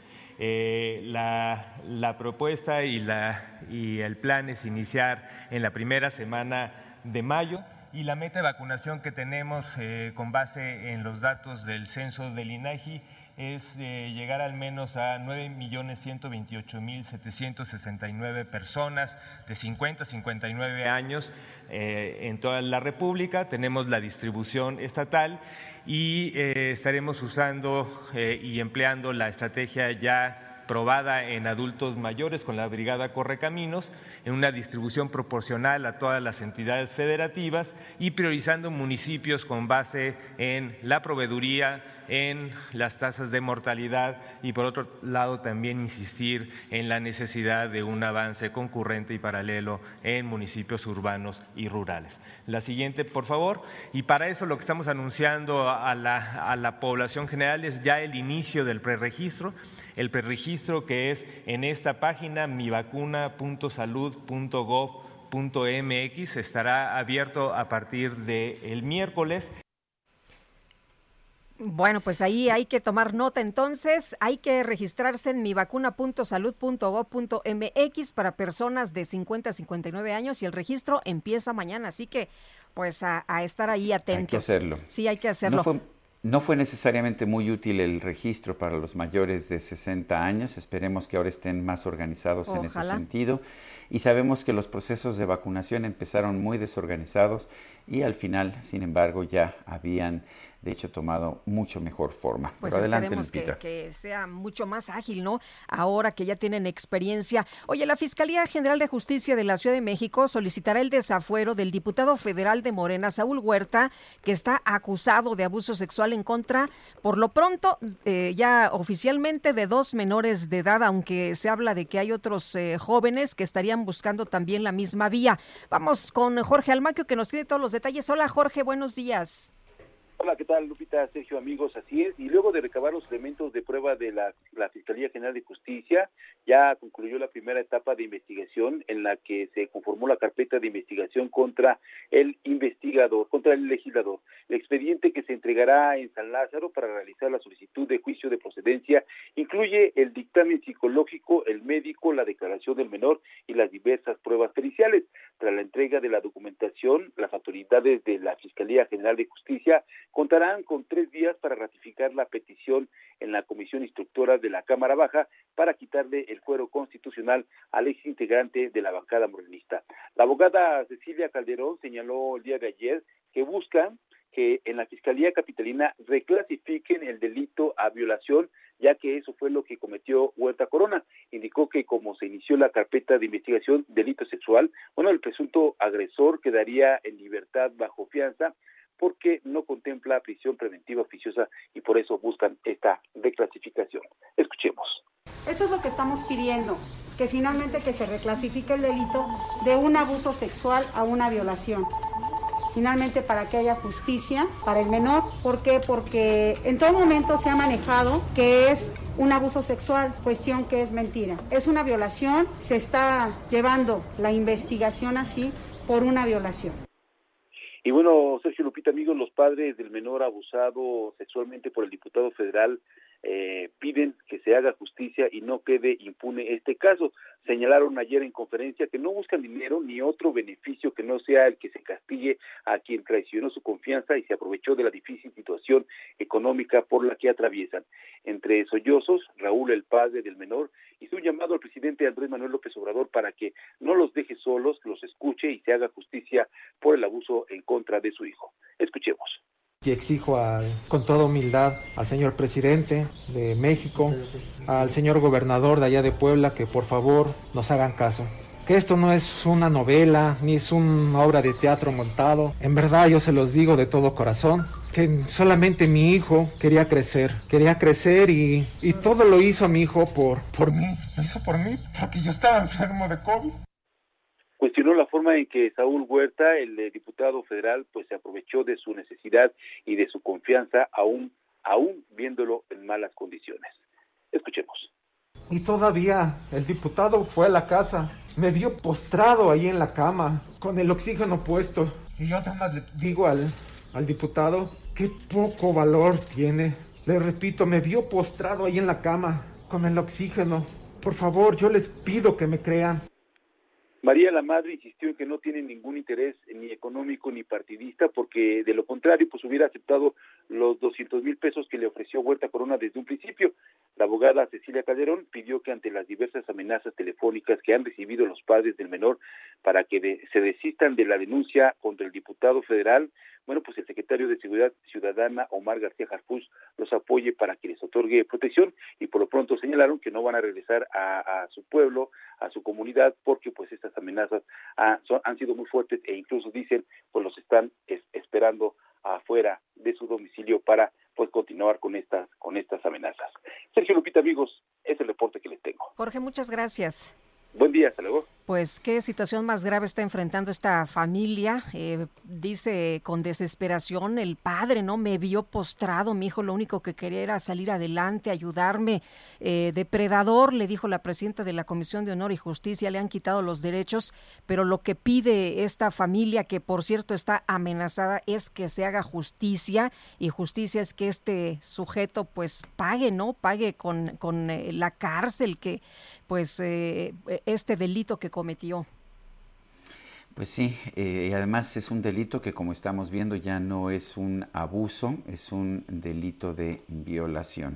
La propuesta y el plan es iniciar en la primera semana de mayo y la meta de vacunación que tenemos con base en los datos del censo del INEGI es llegar al menos a 9.128.769 personas de 50 a 59 años en toda la República. Tenemos la distribución estatal y estaremos usando y empleando la estrategia ya probada en adultos mayores con la Brigada Correcaminos, en una distribución proporcional a todas las entidades federativas y priorizando municipios con base en la proveeduría, en las tasas de mortalidad y por otro lado también insistir en la necesidad de un avance concurrente y paralelo en municipios urbanos y rurales. La siguiente, por favor. Y para eso lo que estamos anunciando a la población general es ya el inicio del preregistro. El preregistro que es en esta página mivacuna.salud.gov.mx estará abierto a partir del miércoles. Bueno, pues ahí hay que tomar nota entonces, hay que registrarse en mivacuna.salud.gov.mx para personas de 50 a 59 años y el registro empieza mañana, así que pues a estar ahí atentos. Hay que hacerlo. Sí, hay que hacerlo. No fue necesariamente muy útil el registro para los mayores de 60 años. Esperemos que ahora estén más organizados. Ojalá. En ese sentido. Y sabemos que los procesos de vacunación empezaron muy desorganizados y al final, sin embargo, ya habían, de hecho, tomado mucho mejor forma. Pues pero adelante, Lupita. Que sea mucho más ágil, ¿no? Ahora que ya tienen experiencia. Oye, la Fiscalía General de Justicia de la Ciudad de México solicitará el desafuero del diputado federal de Morena, Saúl Huerta, que está acusado de abuso sexual en contra, por lo pronto, ya oficialmente de 2 menores de edad, aunque se habla de que hay otros jóvenes que estarían buscando también la misma vía. Vamos con Jorge Almaquio, que nos tiene todos los detalles. Hola, Jorge, buenos días. Hola, ¿qué tal, Lupita, Sergio, amigos? Así es, y luego de recabar los elementos de prueba de la Fiscalía General de Justicia, ya concluyó la primera etapa de investigación en la que se conformó la carpeta de investigación contra el legislador. El expediente que se entregará en San Lázaro para realizar la solicitud de juicio de procedencia incluye el dictamen psicológico, el médico, la declaración del menor y las diversas pruebas periciales. Tras la entrega de la documentación, las autoridades de la Fiscalía General de Justicia contarán con 3 días para ratificar la petición en la Comisión Instructora de la Cámara Baja para quitarle el fuero constitucional al exintegrante de la bancada morenista. La abogada Cecilia Calderón señaló el día de ayer que buscan que en la Fiscalía Capitalina reclasifiquen el delito a violación, ya que eso fue lo que cometió Huerta Corona. Indicó que como se inició la carpeta de investigación delito sexual, el presunto agresor quedaría en libertad bajo fianza, porque no contempla prisión preventiva oficiosa y por eso buscan esta reclasificación. Escuchemos. Eso es lo que estamos pidiendo, que finalmente que se reclasifique el delito de un abuso sexual a una violación. Finalmente para que haya justicia para el menor. ¿Por qué? Porque en todo momento se ha manejado que es un abuso sexual, cuestión que es mentira. Es una violación, se está llevando la investigación así por una violación. Y bueno, Sergio, Lupita, amigos, los padres del menor abusado sexualmente por el diputado federal piden que se haga justicia y no quede impune este caso. Señalaron ayer en conferencia que no buscan dinero ni otro beneficio que no sea el que se castigue a quien traicionó su confianza y se aprovechó de la difícil situación económica por la que atraviesan. Entre sollozos, Raúl, el padre del menor, hizo un llamado al presidente Andrés Manuel López Obrador para que no los deje solos, los escuche y se haga justicia por el abuso en contra de su hijo. Escuchemos. Y exijo con toda humildad al señor presidente de México, al señor gobernador de allá de Puebla, que por favor nos hagan caso. Que esto no es una novela, ni es una obra de teatro montado. En verdad yo se los digo de todo corazón, que solamente mi hijo quería crecer y todo lo hizo mi hijo por mí. Lo hizo por mí porque yo estaba enfermo de COVID. Cuestionó la forma en que Saúl Huerta, el diputado federal, pues se aprovechó de su necesidad y de su confianza, aún viéndolo en malas condiciones. Escuchemos. Y todavía el diputado fue a la casa, me vio postrado ahí en la cama, con el oxígeno puesto. Y yo nada más le digo al diputado, qué poco valor tiene. Le repito, me vio postrado ahí en la cama, con el oxígeno. Por favor, yo les pido que me crean. María la Madre insistió en que no tiene ningún interés ni económico ni partidista, porque de lo contrario pues hubiera aceptado los 200,000 pesos que le ofreció Huerta Corona desde un principio. La abogada Cecilia Calderón pidió que ante las diversas amenazas telefónicas que han recibido los padres del menor para que se desistan de la denuncia contra el diputado federal, bueno, pues el secretario de Seguridad Ciudadana, Omar García Harfuch, los apoye para que les otorgue protección, y por lo pronto señalaron que no van a regresar a su pueblo, a su comunidad, porque pues estas amenazas han sido muy fuertes, e incluso dicen pues los están esperando afuera de su domicilio para pues continuar con estas amenazas. Sergio, Lupita, amigos, es el reporte que les tengo. Jorge, muchas gracias. Buen día, hasta luego. Pues qué situación más grave está enfrentando esta familia. Dice con desesperación el padre, ¿no? Me vio postrado, mi hijo lo único que quería era salir adelante, ayudarme. Depredador, le dijo la presidenta de la Comisión de Honor y Justicia, le han quitado los derechos, pero lo que pide esta familia, que por cierto está amenazada, es que se haga justicia, y justicia es que este sujeto pues pague, ¿no? Pague con la cárcel que pues este delito que cometió. Pues sí, y además es un delito que, como estamos viendo, ya no es un abuso, es un delito de violación.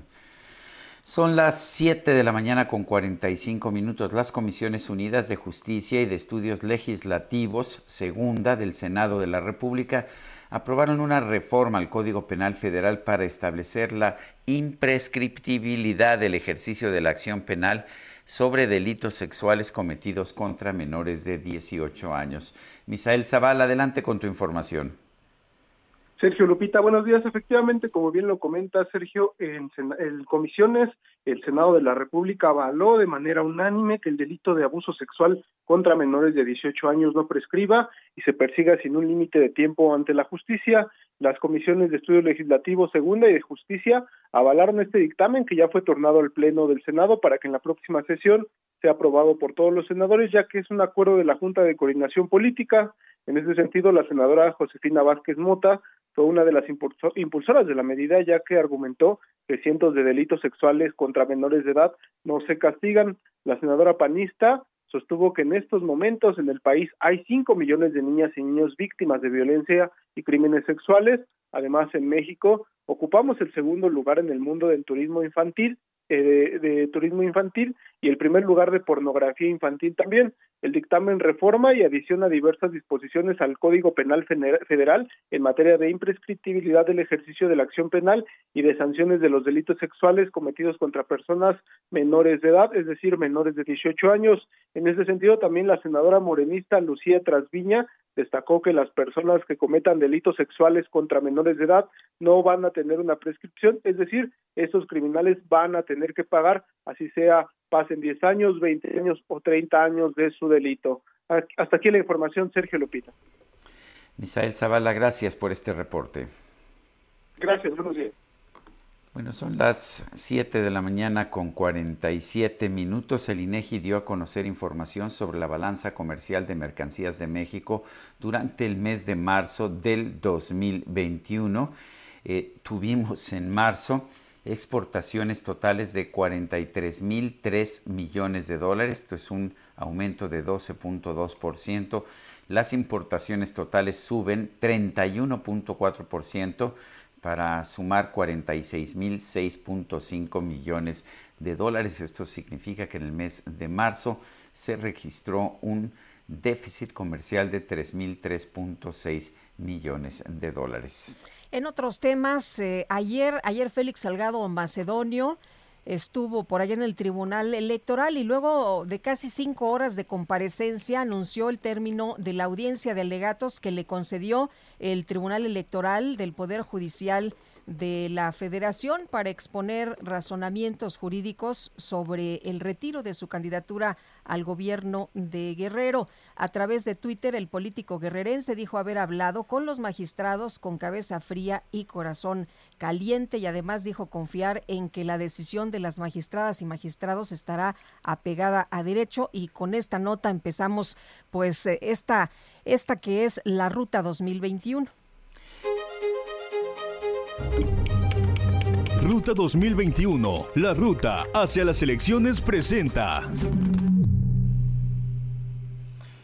Son las 7 de la mañana con 45 minutos. Las Comisiones Unidas de Justicia y de Estudios Legislativos, segunda del Senado de la República, aprobaron una reforma al Código Penal Federal para establecer la imprescriptibilidad del ejercicio de la acción penal sobre delitos sexuales cometidos contra menores de 18 años. Misael Zavala, adelante con tu información. Sergio, Lupita, buenos días. Efectivamente, como bien lo comenta Sergio, en comisiones, el Senado de la República avaló de manera unánime que el delito de abuso sexual contra menores de 18 años no prescriba y se persiga sin un límite de tiempo ante la justicia. Las comisiones de Estudios Legislativos Segunda y de Justicia avalaron este dictamen, que ya fue tornado al Pleno del Senado para que en la próxima sesión sea aprobado por todos los senadores, ya que es un acuerdo de la Junta de Coordinación Política. En ese sentido, la senadora Josefina Vázquez Mota fue una de las impulsoras de la medida, ya que argumentó que cientos de delitos sexuales contra menores de edad no se castigan. La senadora panista sostuvo que en estos momentos en el país hay 5 millones de niñas y niños víctimas de violencia y crímenes sexuales. Además, en México ocupamos el segundo lugar en el mundo del turismo infantil, y el primer lugar de pornografía infantil también. El dictamen reforma y adiciona diversas disposiciones al Código Penal Federal en materia de imprescriptibilidad del ejercicio de la acción penal y de sanciones de los delitos sexuales cometidos contra personas menores de edad, es decir, menores de 18 años. En ese sentido, también la senadora morenista Lucía Trasviña destacó que las personas que cometan delitos sexuales contra menores de edad no van a tener una prescripción, es decir, estos criminales van a tener que pagar, así sea, pasen 10 años, 20 años o 30 años de su delito. Hasta aquí la información, Sergio, Lupita. Misael Zavala, gracias por este reporte. Gracias, buenos días. Bueno, son las 7 de la mañana con 47 minutos. El INEGI dio a conocer información sobre la balanza comercial de mercancías de México durante el mes de marzo del 2021. Tuvimos en marzo exportaciones totales de 43,003 millones de dólares. Esto es un aumento de 12.2%. Las importaciones totales suben 31.4%. para sumar 46,006.5 millones de dólares. Esto significa que en el mes de marzo se registró un déficit comercial de 3,003.6 millones de dólares. En otros temas, ayer Félix Salgado Macedonio estuvo por allá en el Tribunal Electoral y luego de casi 5 horas de comparecencia anunció el término de la audiencia de alegatos que le concedió el Tribunal Electoral del Poder Judicial de la Federación para exponer razonamientos jurídicos sobre el retiro de su candidatura al gobierno de Guerrero. A través de Twitter, el político guerrerense dijo haber hablado con los magistrados con cabeza fría y corazón caliente, y además dijo confiar en que la decisión de las magistradas y magistrados estará apegada a derecho. Y con esta nota empezamos pues esta que es la Ruta 2021. Ruta 2021, la ruta hacia las elecciones presenta.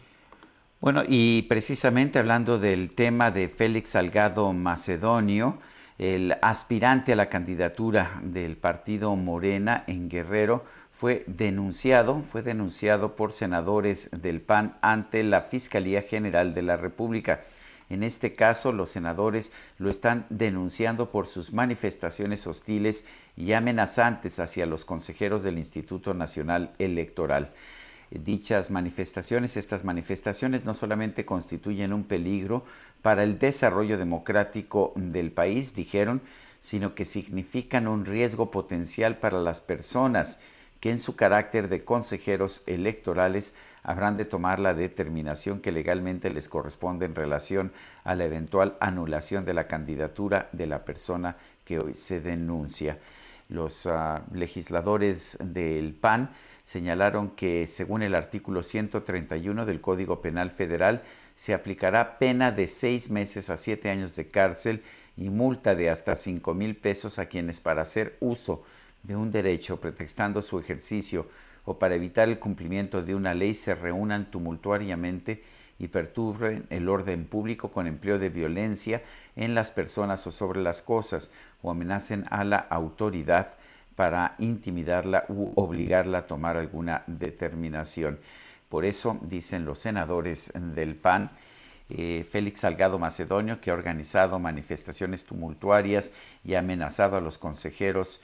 Bueno, y precisamente hablando del tema de Félix Salgado Macedonio, el aspirante a la candidatura del partido Morena en Guerrero, fue denunciado por senadores del PAN ante la Fiscalía General de la República. En este caso, los senadores lo están denunciando por sus manifestaciones hostiles y amenazantes hacia los consejeros del Instituto Nacional Electoral. Estas manifestaciones no solamente constituyen un peligro para el desarrollo democrático del país, dijeron, sino que significan un riesgo potencial para las personas que en su carácter de consejeros electorales habrán de tomar la determinación que legalmente les corresponde en relación a la eventual anulación de la candidatura de la persona que hoy se denuncia. Los legisladores del PAN señalaron que, según el artículo 131 del Código Penal Federal, se aplicará pena de 6 meses a 7 años de cárcel y multa de hasta 5,000 pesos a quienes, para hacer uso de un derecho pretextando su ejercicio o para evitar el cumplimiento de una ley, se reúnan tumultuariamente y perturben el orden público con empleo de violencia en las personas o sobre las cosas, o amenacen a la autoridad para intimidarla u obligarla a tomar alguna determinación. Por eso, dicen los senadores del PAN, Félix Salgado Macedonio, que ha organizado manifestaciones tumultuarias y ha amenazado a los consejeros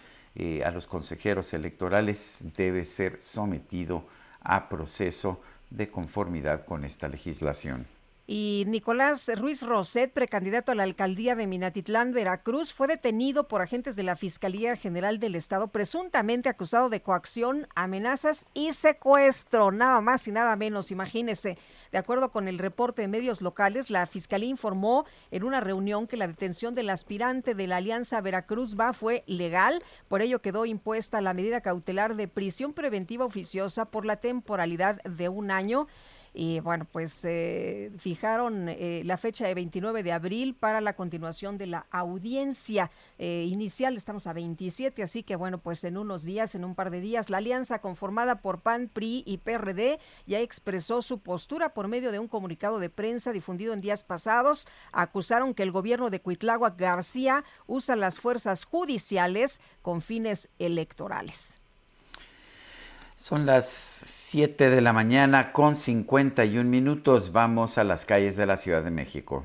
electorales, debe ser sometido a proceso de conformidad con esta legislación. Y Nicolás Ruiz Roset, precandidato a la alcaldía de Minatitlán, Veracruz, fue detenido por agentes de la Fiscalía General del Estado, presuntamente acusado de coacción, amenazas y secuestro, nada más y nada menos, imagínese. De acuerdo con el reporte de medios locales, la Fiscalía informó en una reunión que la detención del aspirante de la Alianza Veracruz Va fue legal, por ello quedó impuesta la medida cautelar de prisión preventiva oficiosa por la temporalidad de 1 año. Y bueno, pues fijaron la fecha de 29 de abril para la continuación de la audiencia inicial. Estamos a 27, así que bueno, pues en unos días, en un par de días, la alianza conformada por PAN, PRI y PRD ya expresó su postura por medio de un comunicado de prensa difundido en días pasados. Acusaron que el gobierno de Cuitláhuac García usa las fuerzas judiciales con fines electorales. Son las 7 de la mañana con 51 minutos. Vamos a las calles de la Ciudad de México.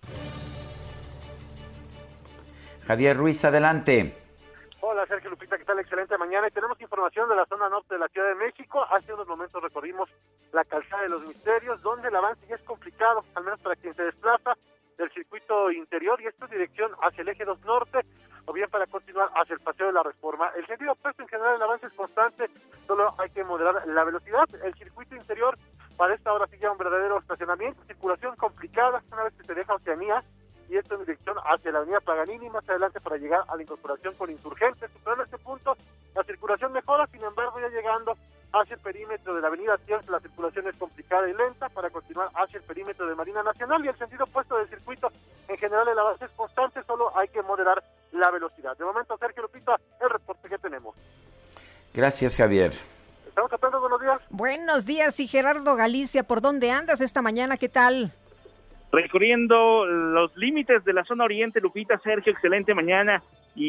Javier Ruiz, adelante. Hola Sergio, Lupita, ¿qué tal? Excelente mañana. Y tenemos información de la zona norte de la Ciudad de México. Hace unos momentos recorrimos la calzada de los Misterios, donde el avance ya es complicado, al menos para quien se desplaza del circuito interior, y esto es dirección hacia el eje 2 norte, o bien para continuar hacia el Paseo de la Reforma. El sentido opuesto, en general, el avance es constante, solo hay que moderar la velocidad. El circuito interior, para esta hora, sigue un verdadero estacionamiento, circulación complicada una vez que se deja Oceanía, y esto en dirección hacia la avenida Paganini, más adelante para llegar a la incorporación con Insurgentes. Pero en este punto la circulación mejora, sin embargo, ya llegando hacia el perímetro de la avenida Tiers, la circulación es complicada y lenta para continuar hacia el perímetro de Marina Nacional, y el sentido opuesto del circuito, en general el avance es constante, solo hay que moderar la velocidad. De momento, Sergio, Lupita, el reporte que tenemos. Gracias, Javier. Estamos atentos, buenos días. Buenos días, y Gerardo Galicia, ¿por dónde andas esta mañana? ¿Qué tal? Recorriendo los límites de la zona oriente, Lupita, Sergio, excelente mañana,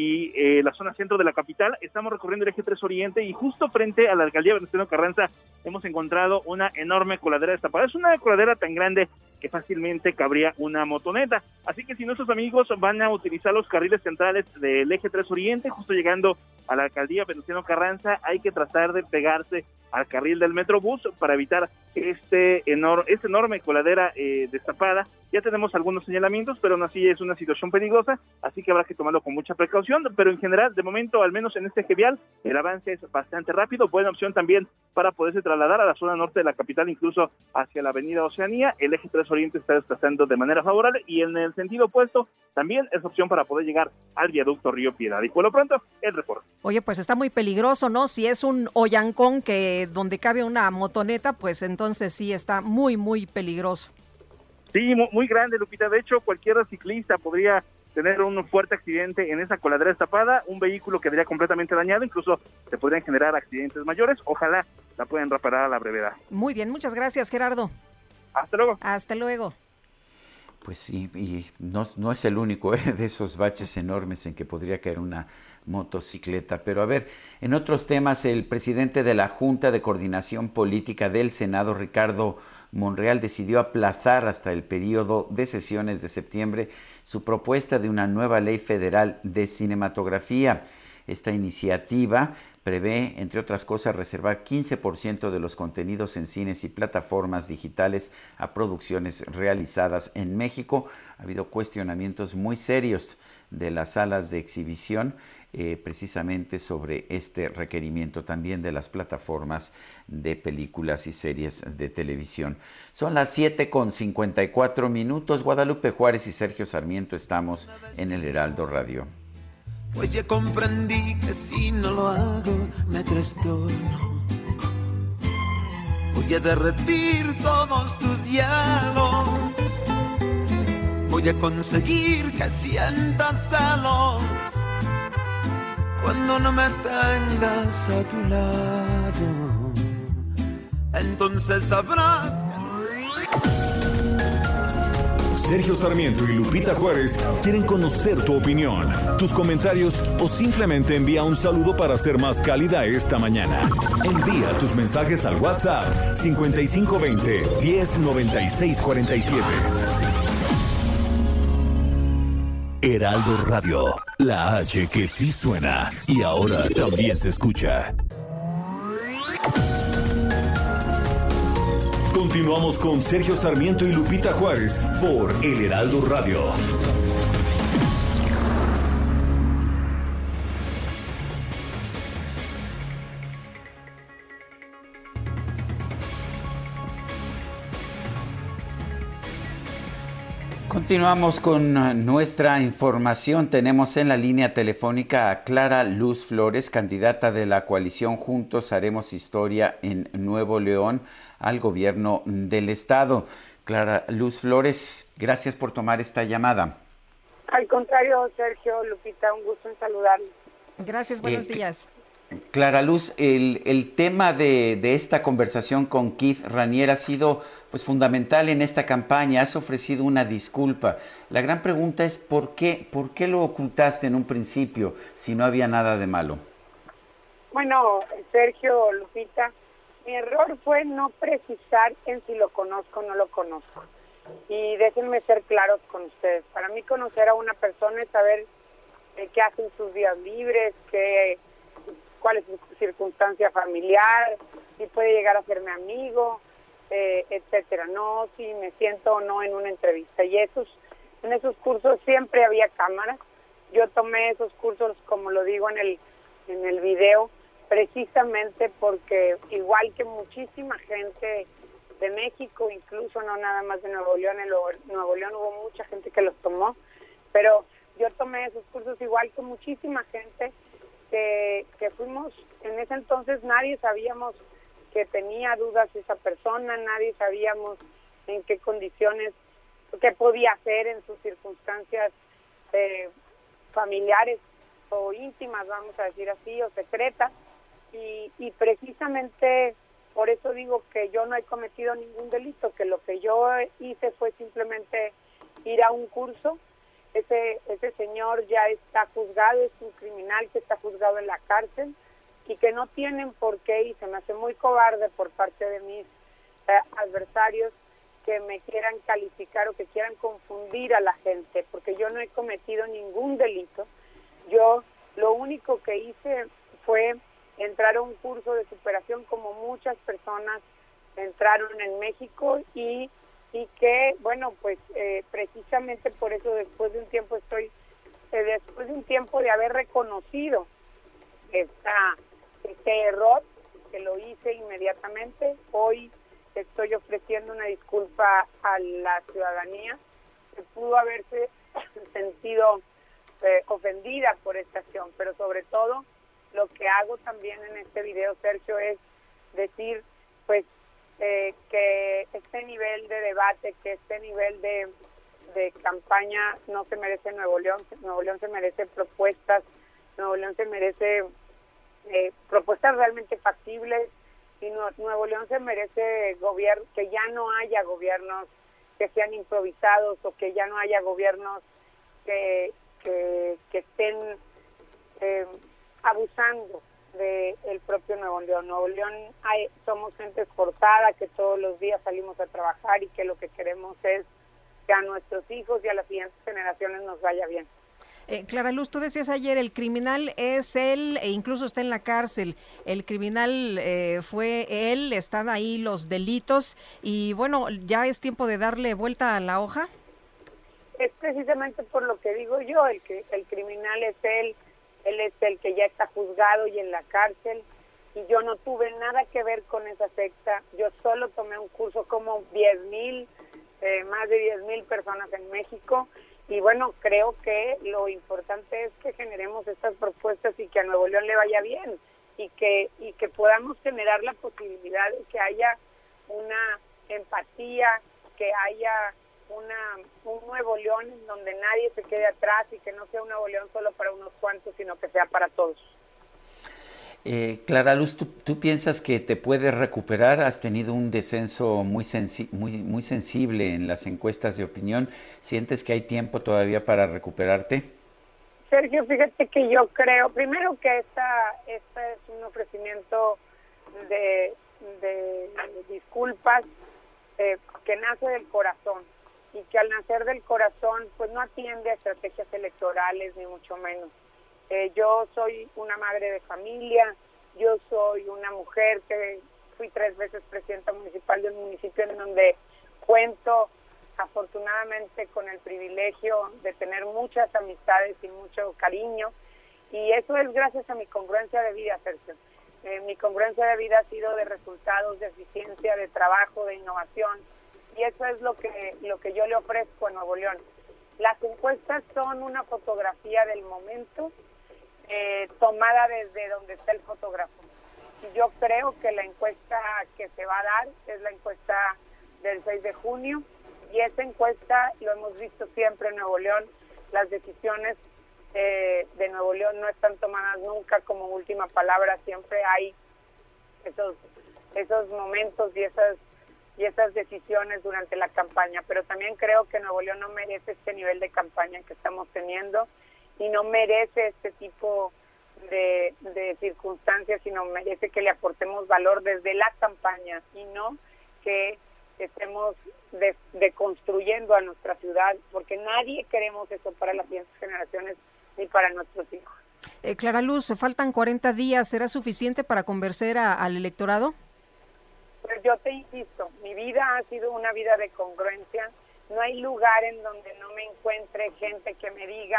y la zona centro de la capital. Estamos recorriendo el eje 3 oriente y justo frente a la alcaldía Venustiano Carranza hemos encontrado una enorme coladera destapada. Es una coladera tan grande que fácilmente cabría una motoneta. Así que si nuestros amigos van a utilizar los carriles centrales del eje 3 oriente, justo llegando a la alcaldía Venustiano Carranza, hay que tratar de pegarse al carril del Metrobús para evitar esta enorme coladera destapada. Ya tenemos algunos señalamientos, pero aún así es una situación peligrosa, así que habrá que tomarlo con mucha precaución, pero en general, de momento, al menos en este eje vial, el avance es bastante rápido. Buena opción también para poderse trasladar a la zona norte de la capital, incluso hacia la avenida Oceanía. El eje 3 Oriente está desplazando de manera favorable, y en el sentido opuesto también es opción para poder llegar al viaducto Río Piedad. Y por lo pronto, el reporte. Oye, pues está muy peligroso, ¿no? Si es un hoyancón donde cabe una motoneta, pues entonces sí está muy, muy peligroso. Sí, muy grande, Lupita. De hecho, cualquier ciclista podría tener un fuerte accidente en esa coladera destapada. Un vehículo quedaría completamente dañado, incluso se podrían generar accidentes mayores. Ojalá la puedan reparar a la brevedad. Muy bien, muchas gracias, Gerardo. Hasta luego. Hasta luego. Pues sí, y no es el único de esos baches enormes en que podría caer una motocicleta. Pero a ver, en otros temas, el presidente de la Junta de Coordinación Política del Senado, Ricardo Monreal, decidió aplazar hasta el periodo de sesiones de septiembre su propuesta de una nueva ley federal de cinematografía. Esta iniciativa prevé, entre otras cosas, reservar 15% de los contenidos en cines y plataformas digitales a producciones realizadas en México. Ha habido cuestionamientos muy serios de las salas de exhibición precisamente sobre este requerimiento, también de las plataformas de películas y series de televisión. Son las 7:54. Guadalupe Juárez y Sergio Sarmiento estamos en el Heraldo Radio. Pues ya comprendí que si no lo hago me trastorno. Voy a derretir todos tus hielos. Voy a conseguir que sientas celos cuando no me tengas a tu lado. Entonces sabrás que... Sergio Sarmiento y Lupita Juárez quieren conocer tu opinión, tus comentarios o simplemente envía un saludo para ser más cálida esta mañana. Envía tus mensajes al WhatsApp 5520 109647. Heraldo Radio, la H que sí suena y ahora también se escucha. Continuamos con Sergio Sarmiento y Lupita Juárez por El Heraldo Radio. Continuamos con nuestra información. Tenemos en la línea telefónica a Clara Luz Flores, candidata de la coalición Juntos Haremos Historia en Nuevo León al gobierno del estado. Clara Luz Flores, gracias por tomar esta llamada. Al contrario, Sergio, Lupita, un gusto en saludarles. Gracias, buenos días. Clara Luz, el tema de esta conversación con Keith Raniere ha sido pues fundamental en esta campaña. Has ofrecido una disculpa. La gran pregunta es ¿por qué lo ocultaste en un principio si no había nada de malo? Bueno, Sergio, Lupita, mi error fue no precisar en si lo conozco o no lo conozco. Y déjenme ser claros con ustedes. Para mí conocer a una persona es saber qué hace en sus días libres, cuál es su circunstancia familiar, si puede llegar a ser mi amigo, etcétera. No si me siento o no en una entrevista. Y en esos cursos siempre había cámaras. Yo tomé esos cursos, como lo digo en el video, precisamente porque igual que muchísima gente de México, incluso no nada más de Nuevo León, en Nuevo León hubo mucha gente que los tomó, pero yo tomé esos cursos igual que muchísima gente que fuimos, en ese entonces nadie sabíamos que tenía dudas esa persona, nadie sabíamos en qué condiciones, qué podía hacer en sus circunstancias familiares o íntimas, vamos a decir así, o secretas, y precisamente por eso digo que yo no he cometido ningún delito, que lo que yo hice fue simplemente ir a un curso. Ese señor ya está juzgado, es un criminal que está juzgado en la cárcel y que no tienen por qué, y se me hace muy cobarde por parte de mis adversarios que me quieran calificar o que quieran confundir a la gente, porque yo no he cometido ningún delito. Yo lo único que hice fue entrar a un curso de superación como muchas personas entraron en México y que, bueno, pues precisamente por eso después de un tiempo de haber reconocido este error, que lo hice inmediatamente, hoy estoy ofreciendo una disculpa a la ciudadanía que pudo haberse sentido ofendida por esta acción, pero sobre todo lo que hago también en este video, Sergio, es decir, pues, que este nivel de debate, que este nivel de campaña no se merece Nuevo León. Nuevo León se merece propuestas, Nuevo León se merece propuestas realmente factibles, y Nuevo León se merece que ya no haya gobiernos que sean improvisados o que ya no haya gobiernos que estén abusando del propio Nuevo León. Nuevo León somos gente esforzada que todos los días salimos a trabajar y que lo que queremos es que a nuestros hijos y a las siguientes generaciones nos vaya bien. Clara Luz, tú decías ayer, el criminal es él e incluso está en la cárcel. El criminal fue él, están ahí los delitos y bueno, ¿ya es tiempo de darle vuelta a la hoja? Es precisamente por lo que digo yo, el criminal es él es el que ya está juzgado y en la cárcel y yo no tuve nada que ver con esa secta. Yo solo tomé un curso como 10,000, más de 10,000 personas en México. Y bueno, creo que lo importante es que generemos estas propuestas y que a Nuevo León le vaya bien y que podamos generar la posibilidad de que haya una empatía, que haya un Nuevo León en donde nadie se quede atrás y que no sea un Nuevo León solo para unos cuantos, sino que sea para todos. Clara Luz, ¿tú piensas que te puedes recuperar? Has tenido un descenso muy sensible en las encuestas de opinión. ¿Sientes que hay tiempo todavía para recuperarte? Sergio, fíjate que yo creo, primero que esta es un ofrecimiento de disculpas que nace del corazón y que al nacer del corazón pues no atiende a estrategias electorales ni mucho menos. Yo soy una madre de familia, yo soy una mujer que fui 3 veces presidenta municipal de un municipio en donde cuento afortunadamente con el privilegio de tener muchas amistades y mucho cariño y eso es gracias a mi congruencia de vida, Sergio. Mi congruencia de vida ha sido de resultados, de eficiencia, de trabajo, de innovación y eso es lo que yo le ofrezco a Nuevo León. Las encuestas son una fotografía del momento tomada desde donde está el fotógrafo. Y yo creo que la encuesta que se va a dar es la encuesta del 6 de junio y esa encuesta lo hemos visto siempre en Nuevo León. Las decisiones de Nuevo León no están tomadas nunca como última palabra, siempre hay esos momentos y esas decisiones durante la campaña, pero también creo que Nuevo León no merece este nivel de campaña que estamos teniendo y no merece este tipo de circunstancias, sino merece que le aportemos valor desde la campaña y no que estemos deconstruyendo a nuestra ciudad, porque nadie queremos eso para las siguientes generaciones ni para nuestros hijos. Clara Luz, faltan 40 días, ¿será suficiente para convencer al electorado? Pues yo te insisto, mi vida ha sido una vida de congruencia, no hay lugar en donde no me encuentre gente que me diga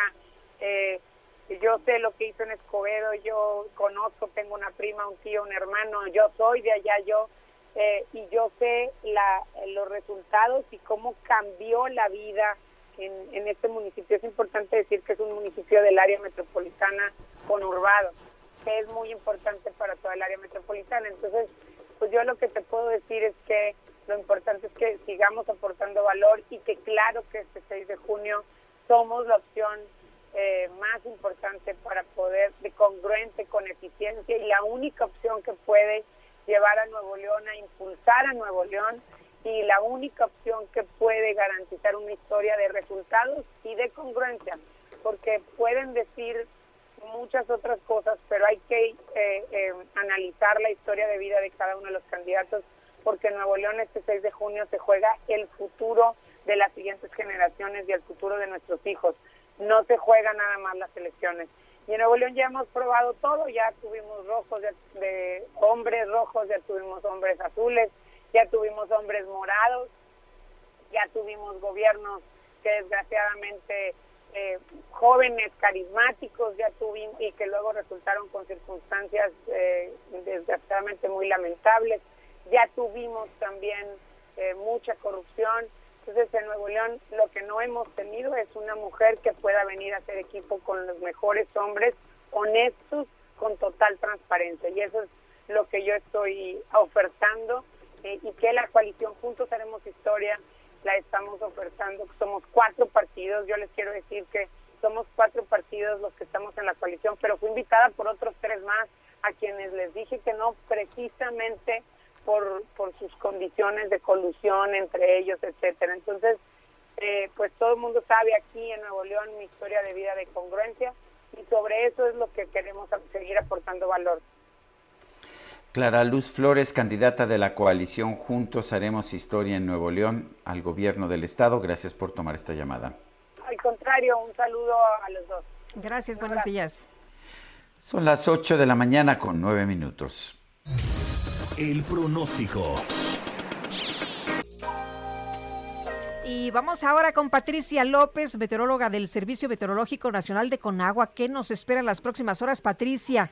yo sé lo que hizo en Escobedo, yo conozco, tengo una prima, un tío, un hermano, yo soy de allá, y yo sé los resultados y cómo cambió la vida en este municipio. Es importante decir que es un municipio del área metropolitana conurbado, que es muy importante para toda el área metropolitana. Entonces, pues yo lo que te puedo decir es que lo importante es que sigamos aportando valor y que claro que este 6 de junio somos la opción más importante para poder, de congruente, con eficiencia y la única opción que puede llevar a Nuevo León, a impulsar a Nuevo León y la única opción que puede garantizar una historia de resultados y de congruencia, porque pueden decir muchas otras cosas, pero hay que analizar la historia de vida de cada uno de los candidatos, porque en Nuevo León este 6 de junio se juega el futuro de las siguientes generaciones y el futuro de nuestros hijos. No se juega nada más las elecciones. Y en Nuevo León ya hemos probado todo, ya tuvimos rojos, de hombres rojos, ya tuvimos hombres azules, ya tuvimos hombres morados, ya tuvimos gobiernos que desgraciadamente jóvenes, carismáticos, ya tuvimos y que luego resultaron con circunstancias desgraciadamente muy lamentables, ya tuvimos también mucha corrupción. Entonces en Nuevo León lo que no hemos tenido es una mujer que pueda venir a hacer equipo con los mejores hombres honestos, con total transparencia, y eso es lo que yo estoy ofertando y que la coalición Juntos Haremos Historia la estamos ofertando. Somos 4 partidos, yo les quiero decir que somos 4 partidos los que estamos en la coalición, pero fui invitada por otros 3 más a quienes les dije que no, precisamente por sus condiciones de colusión entre ellos, etcétera. Entonces, pues todo el mundo sabe aquí en Nuevo León mi historia de vida de congruencia, y sobre eso es lo que queremos seguir aportando valor. Clara Luz Flores, candidata de la coalición Juntos Haremos Historia en Nuevo León al gobierno del estado. Gracias por tomar esta llamada. Al contrario, un saludo a los dos. Gracias, buenos días. Son las 8 de la mañana con 9 minutos. El pronóstico. Y vamos ahora con Patricia López, meteoróloga del Servicio Meteorológico Nacional de Conagua. ¿Qué nos espera en las próximas horas, Patricia?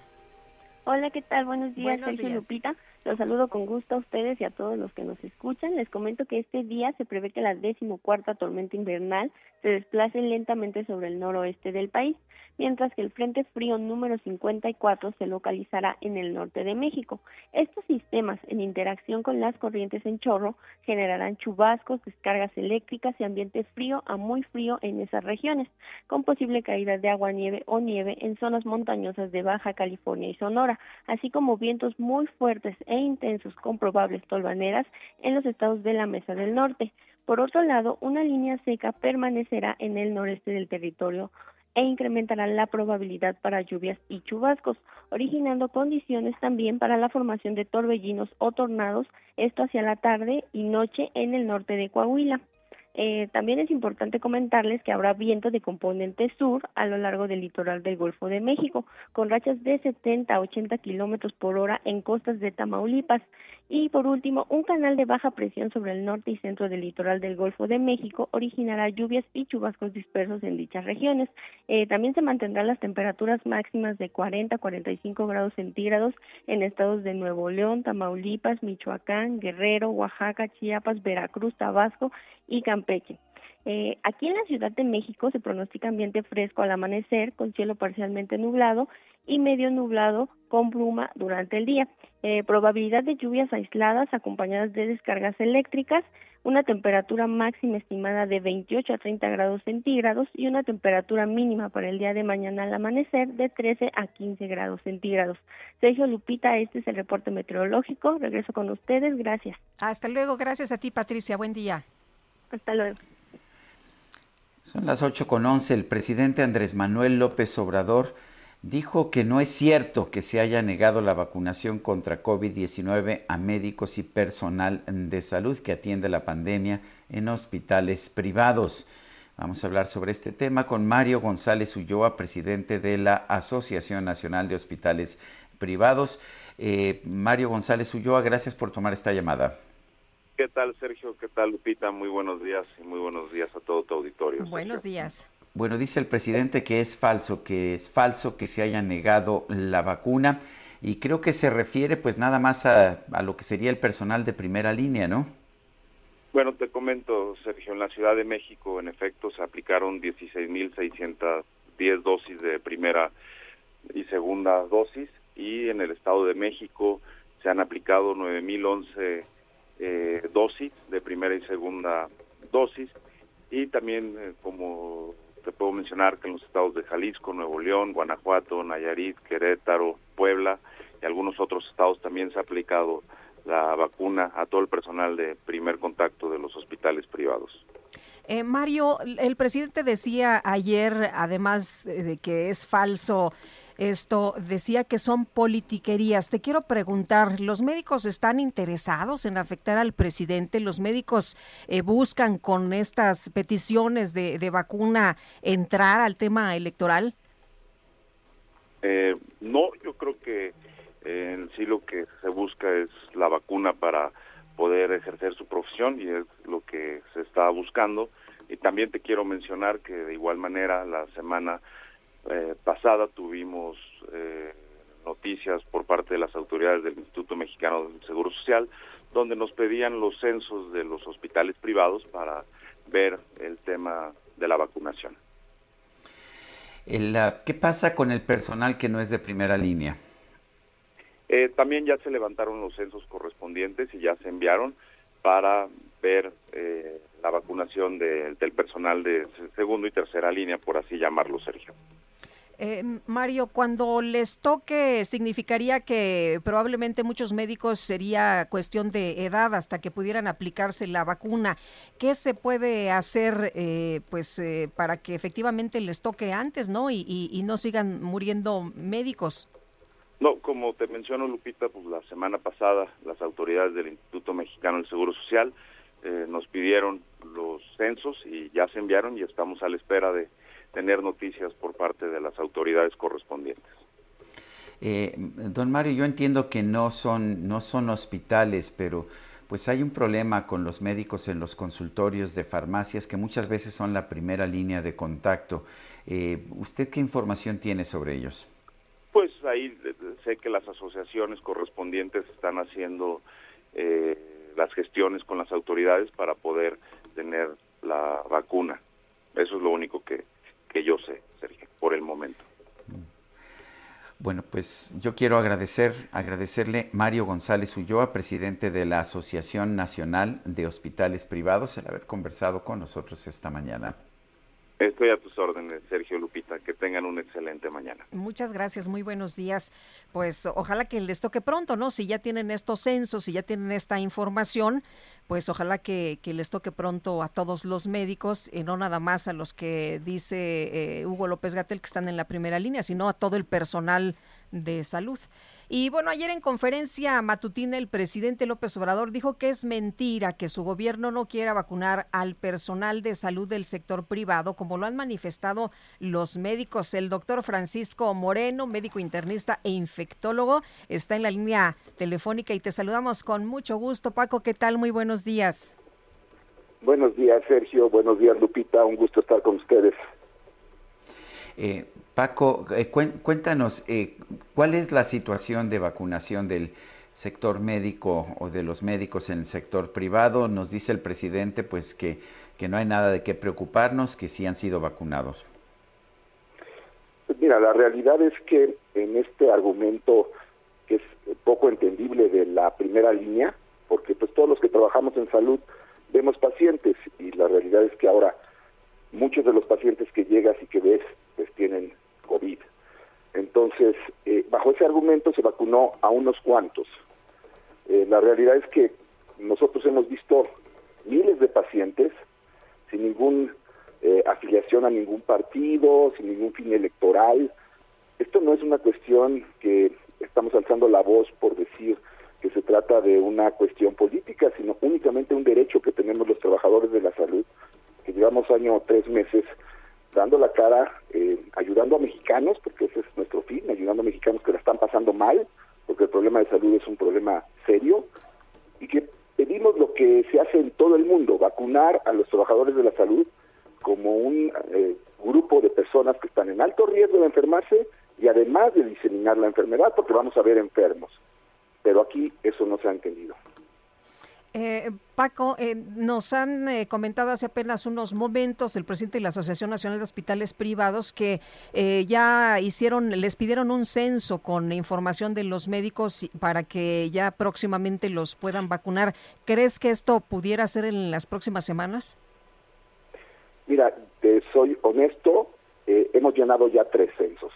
Hola, ¿qué tal? Buenos días, Buenos Sergio, días. Lupita. Los saludo con gusto a ustedes y a todos los que nos escuchan. Les comento que este día se prevé que la 14ª tormenta invernal se desplace lentamente sobre el noroeste del país, mientras que el Frente Frío número 54 se localizará en el norte de México. Estos sistemas, en interacción con las corrientes en chorro, generarán chubascos, descargas eléctricas y ambiente frío a muy frío en esas regiones, con posible caída de agua-nieve o nieve en zonas montañosas de Baja California y Sonora, así como vientos muy fuertes e intensos con probables tolvaneras en los estados de la Mesa del Norte. Por otro lado, una línea seca permanecerá en el noreste del territorio e incrementará la probabilidad para lluvias y chubascos, originando condiciones también para la formación de torbellinos o tornados, esto hacia la tarde y noche en el norte de Coahuila. También es importante comentarles que habrá viento de componente sur a lo largo del litoral del Golfo de México, con rachas de 70 a 80 kilómetros por hora en costas de Tamaulipas. Y por último, un canal de baja presión sobre el norte y centro del litoral del Golfo de México originará lluvias y chubascos dispersos en dichas regiones. También se mantendrán las temperaturas máximas de 40 a 45 grados centígrados en estados de Nuevo León, Tamaulipas, Michoacán, Guerrero, Oaxaca, Chiapas, Veracruz, Tabasco y Campeche. Aquí en la Ciudad de México se pronostica ambiente fresco al amanecer, con cielo parcialmente nublado y medio nublado con bruma durante el día. Probabilidad de lluvias aisladas acompañadas de descargas eléctricas, una temperatura máxima estimada de 28 a 30 grados centígrados y una temperatura mínima para el día de mañana al amanecer de 13 a 15 grados centígrados. Sergio, Lupita, este es el reporte meteorológico. Regreso con ustedes. Gracias. Hasta luego. Gracias a ti, Patricia. Buen día. Hasta luego. Son las 8:11. El presidente Andrés Manuel López Obrador dijo que no es cierto que se haya negado la vacunación contra COVID-19 a médicos y personal de salud que atiende la pandemia en hospitales privados. Vamos a hablar sobre este tema con Mario González Ulloa, presidente de la Asociación Nacional de Hospitales Privados. Mario González Ulloa, gracias por tomar esta llamada. ¿Qué tal, Sergio? ¿Qué tal, Lupita? Muy buenos días y muy buenos días a todo tu auditorio. Buenos días. Bueno, dice el presidente que es falso que se haya negado la vacuna, y creo que se refiere pues nada más a lo que sería el personal de primera línea, ¿no? Bueno, te comento, Sergio, en la Ciudad de México, en efecto, se aplicaron 16,610 dosis de primera y segunda dosis, y en el Estado de México se han aplicado 9,011 dosis de primera y segunda dosis, y también como te puedo mencionar que en los estados de Jalisco, Nuevo León, Guanajuato, Nayarit, Querétaro, Puebla y algunos otros estados también se ha aplicado la vacuna a todo el personal de primer contacto de los hospitales privados. Mario, el presidente decía ayer, además de que es falso esto, decía que son politiquerías. Te quiero preguntar, ¿los médicos están interesados en afectar al presidente? ¿Los médicos buscan con estas peticiones de vacuna entrar al tema electoral? No, yo creo que en sí lo que se busca es la vacuna para poder ejercer su profesión, y es lo que se está buscando. Y también te quiero mencionar que de igual manera la semana pasada tuvimos noticias por parte de las autoridades del Instituto Mexicano del Seguro Social, donde nos pedían los censos de los hospitales privados para ver el tema de la vacunación. ¿Qué pasa con el personal que no es de primera línea? También ya se levantaron los censos correspondientes y ya se enviaron para ver la vacunación del personal de segunda y tercera línea, por así llamarlo, Sergio. Mario, cuando les toque, significaría que probablemente muchos médicos sería cuestión de edad hasta que pudieran aplicarse la vacuna. ¿Qué se puede hacer para que efectivamente les toque antes, ¿no? Y no sigan muriendo médicos. No, como te menciono, Lupita, pues la semana pasada las autoridades del Instituto Mexicano del Seguro Social nos pidieron los censos y ya se enviaron y estamos a la espera de tener noticias por parte de las autoridades correspondientes. Don Mario, yo entiendo que no son hospitales, pero pues hay un problema con los médicos en los consultorios de farmacias que muchas veces son la primera línea de contacto. ¿Usted qué información tiene sobre ellos? Pues ahí sé que las asociaciones correspondientes están haciendo las gestiones con las autoridades para poder tener la vacuna. Eso es lo único que yo sé, Sergio, por el momento. Bueno, pues yo quiero agradecerle Mario González Ulloa, presidente de la Asociación Nacional de Hospitales Privados, el haber conversado con nosotros esta mañana. Estoy a tus órdenes, Sergio, Lupita. Que tengan una excelente mañana. Muchas gracias, muy buenos días. Pues ojalá que les toque pronto, ¿no? Si ya tienen estos censos, si ya tienen esta información, pues ojalá que les toque pronto a todos los médicos, y no nada más a los que dice Hugo López-Gatell que están en la primera línea, sino a todo el personal de salud. Y bueno, ayer en conferencia matutina el presidente López Obrador dijo que es mentira que su gobierno no quiera vacunar al personal de salud del sector privado, como lo han manifestado los médicos. El doctor Francisco Moreno, médico internista e infectólogo, está en la línea telefónica y te saludamos con mucho gusto. Paco, ¿qué tal? Muy buenos días. Buenos días, Sergio. Buenos días, Lupita. Un gusto estar con ustedes. Paco, cuéntanos, ¿cuál es la situación de vacunación del sector médico o de los médicos en el sector privado? Nos dice el presidente pues que no hay nada de qué preocuparnos, que sí han sido vacunados. Pues mira, la realidad es que en este argumento que es poco entendible de la primera línea, porque pues todos los que trabajamos en salud vemos pacientes y la realidad es que ahora muchos de los pacientes que llegas y que ves pues tienen COVID. Entonces, bajo ese argumento se vacunó a unos cuantos. La realidad es que nosotros hemos visto miles de pacientes sin ninguna afiliación a ningún partido, sin ningún fin electoral. Esto no es una cuestión que estamos alzando la voz por decir que se trata de una cuestión política, sino únicamente un derecho que tenemos los trabajadores de la salud, que llevamos año o 3 meses dando la cara, ayudando a mexicanos, porque ese es nuestro fin, ayudando a mexicanos que la están pasando mal, porque el problema de salud es un problema serio, y que pedimos lo que se hace en todo el mundo, vacunar a los trabajadores de la salud como un grupo de personas que están en alto riesgo de enfermarse y además de diseminar la enfermedad, porque vamos a ver enfermos. Pero aquí eso no se ha entendido. Paco, nos han comentado hace apenas unos momentos el presidente de la Asociación Nacional de Hospitales Privados que ya les pidieron un censo con información de los médicos para que ya próximamente los puedan vacunar. ¿Crees que esto pudiera ser en las próximas semanas? Mira, soy honesto, hemos llenado ya 3 censos.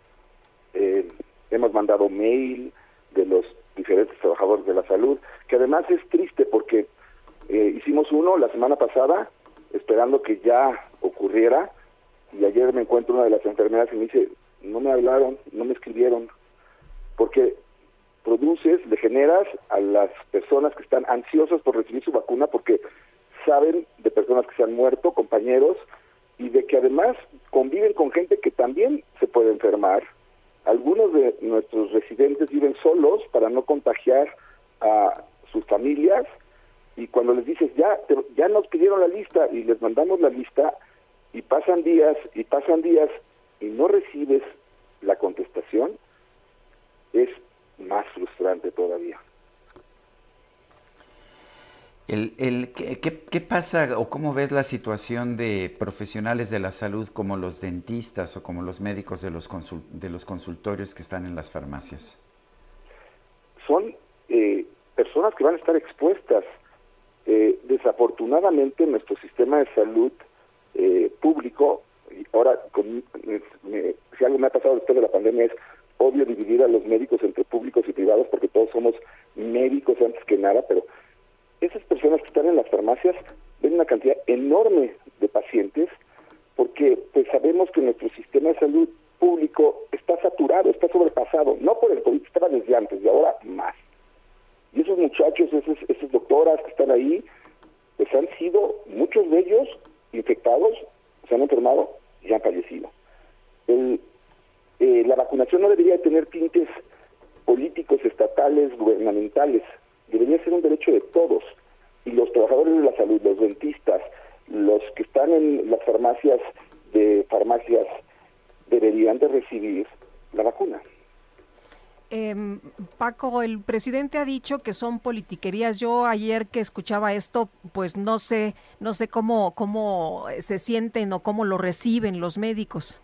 Hemos mandado mail de los diferentes trabajadores de la salud, que además es triste porque hicimos uno la semana pasada esperando que ya ocurriera y ayer me encuentro una de las enfermeras y me dice, no me hablaron, no me escribieron, porque le generas a las personas que están ansiosas por recibir su vacuna porque saben de personas que se han muerto, compañeros, y de que además conviven con gente que también se puede enfermar. Algunos de nuestros residentes viven solos para no contagiar a sus familias y cuando les dices ya nos pidieron la lista y les mandamos la lista y pasan días y no recibes la contestación, es más frustrante todavía. ¿Qué pasa o cómo ves la situación de profesionales de la salud como los dentistas o como los médicos de los consultorios que están en las farmacias? Son personas que van a estar expuestas. Desafortunadamente nuestro sistema de salud público ahora, si algo me ha pasado después de la pandemia es odio dividir a los médicos entre públicos y privados porque todos somos médicos antes que nada, pero esas personas que están en las farmacias ven una cantidad enorme de pacientes porque pues sabemos que nuestro sistema de salud público está saturado, está sobrepasado, no por el COVID, estaba desde antes y ahora más. Y esos muchachos, esas doctoras que están ahí, pues han sido, muchos de ellos, infectados, se han enfermado y han fallecido. La vacunación no debería tener tintes políticos, estatales, gubernamentales. Debería ser un derecho de todos. Y los trabajadores de la salud, los dentistas, los que están en las farmacias deberían de recibir la vacuna. Paco, el presidente ha dicho que son politiquerías. Yo ayer que escuchaba esto, pues no sé cómo se sienten o cómo lo reciben los médicos.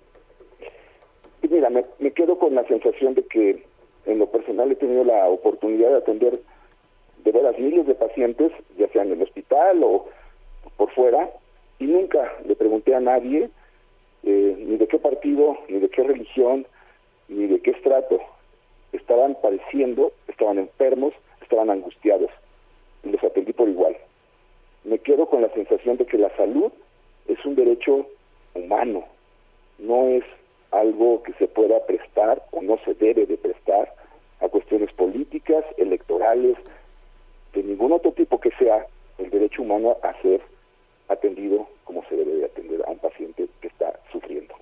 Y mira, me quedo con la sensación de que en lo personal he tenido la oportunidad de atender de veras miles de pacientes, ya sea en el hospital o por fuera, y nunca le pregunté a nadie ni de qué partido, ni de qué religión, ni de qué estrato estaban padeciendo, estaban enfermos, estaban angustiados, y los atendí por igual. Me quedo con la sensación de que la salud es un derecho humano, no es algo que se pueda prestar o no se debe de prestar a cuestiones políticas, electorales, de ningún otro tipo que sea el derecho humano a ser atendido como se debe de atender a un paciente que está sufriendo.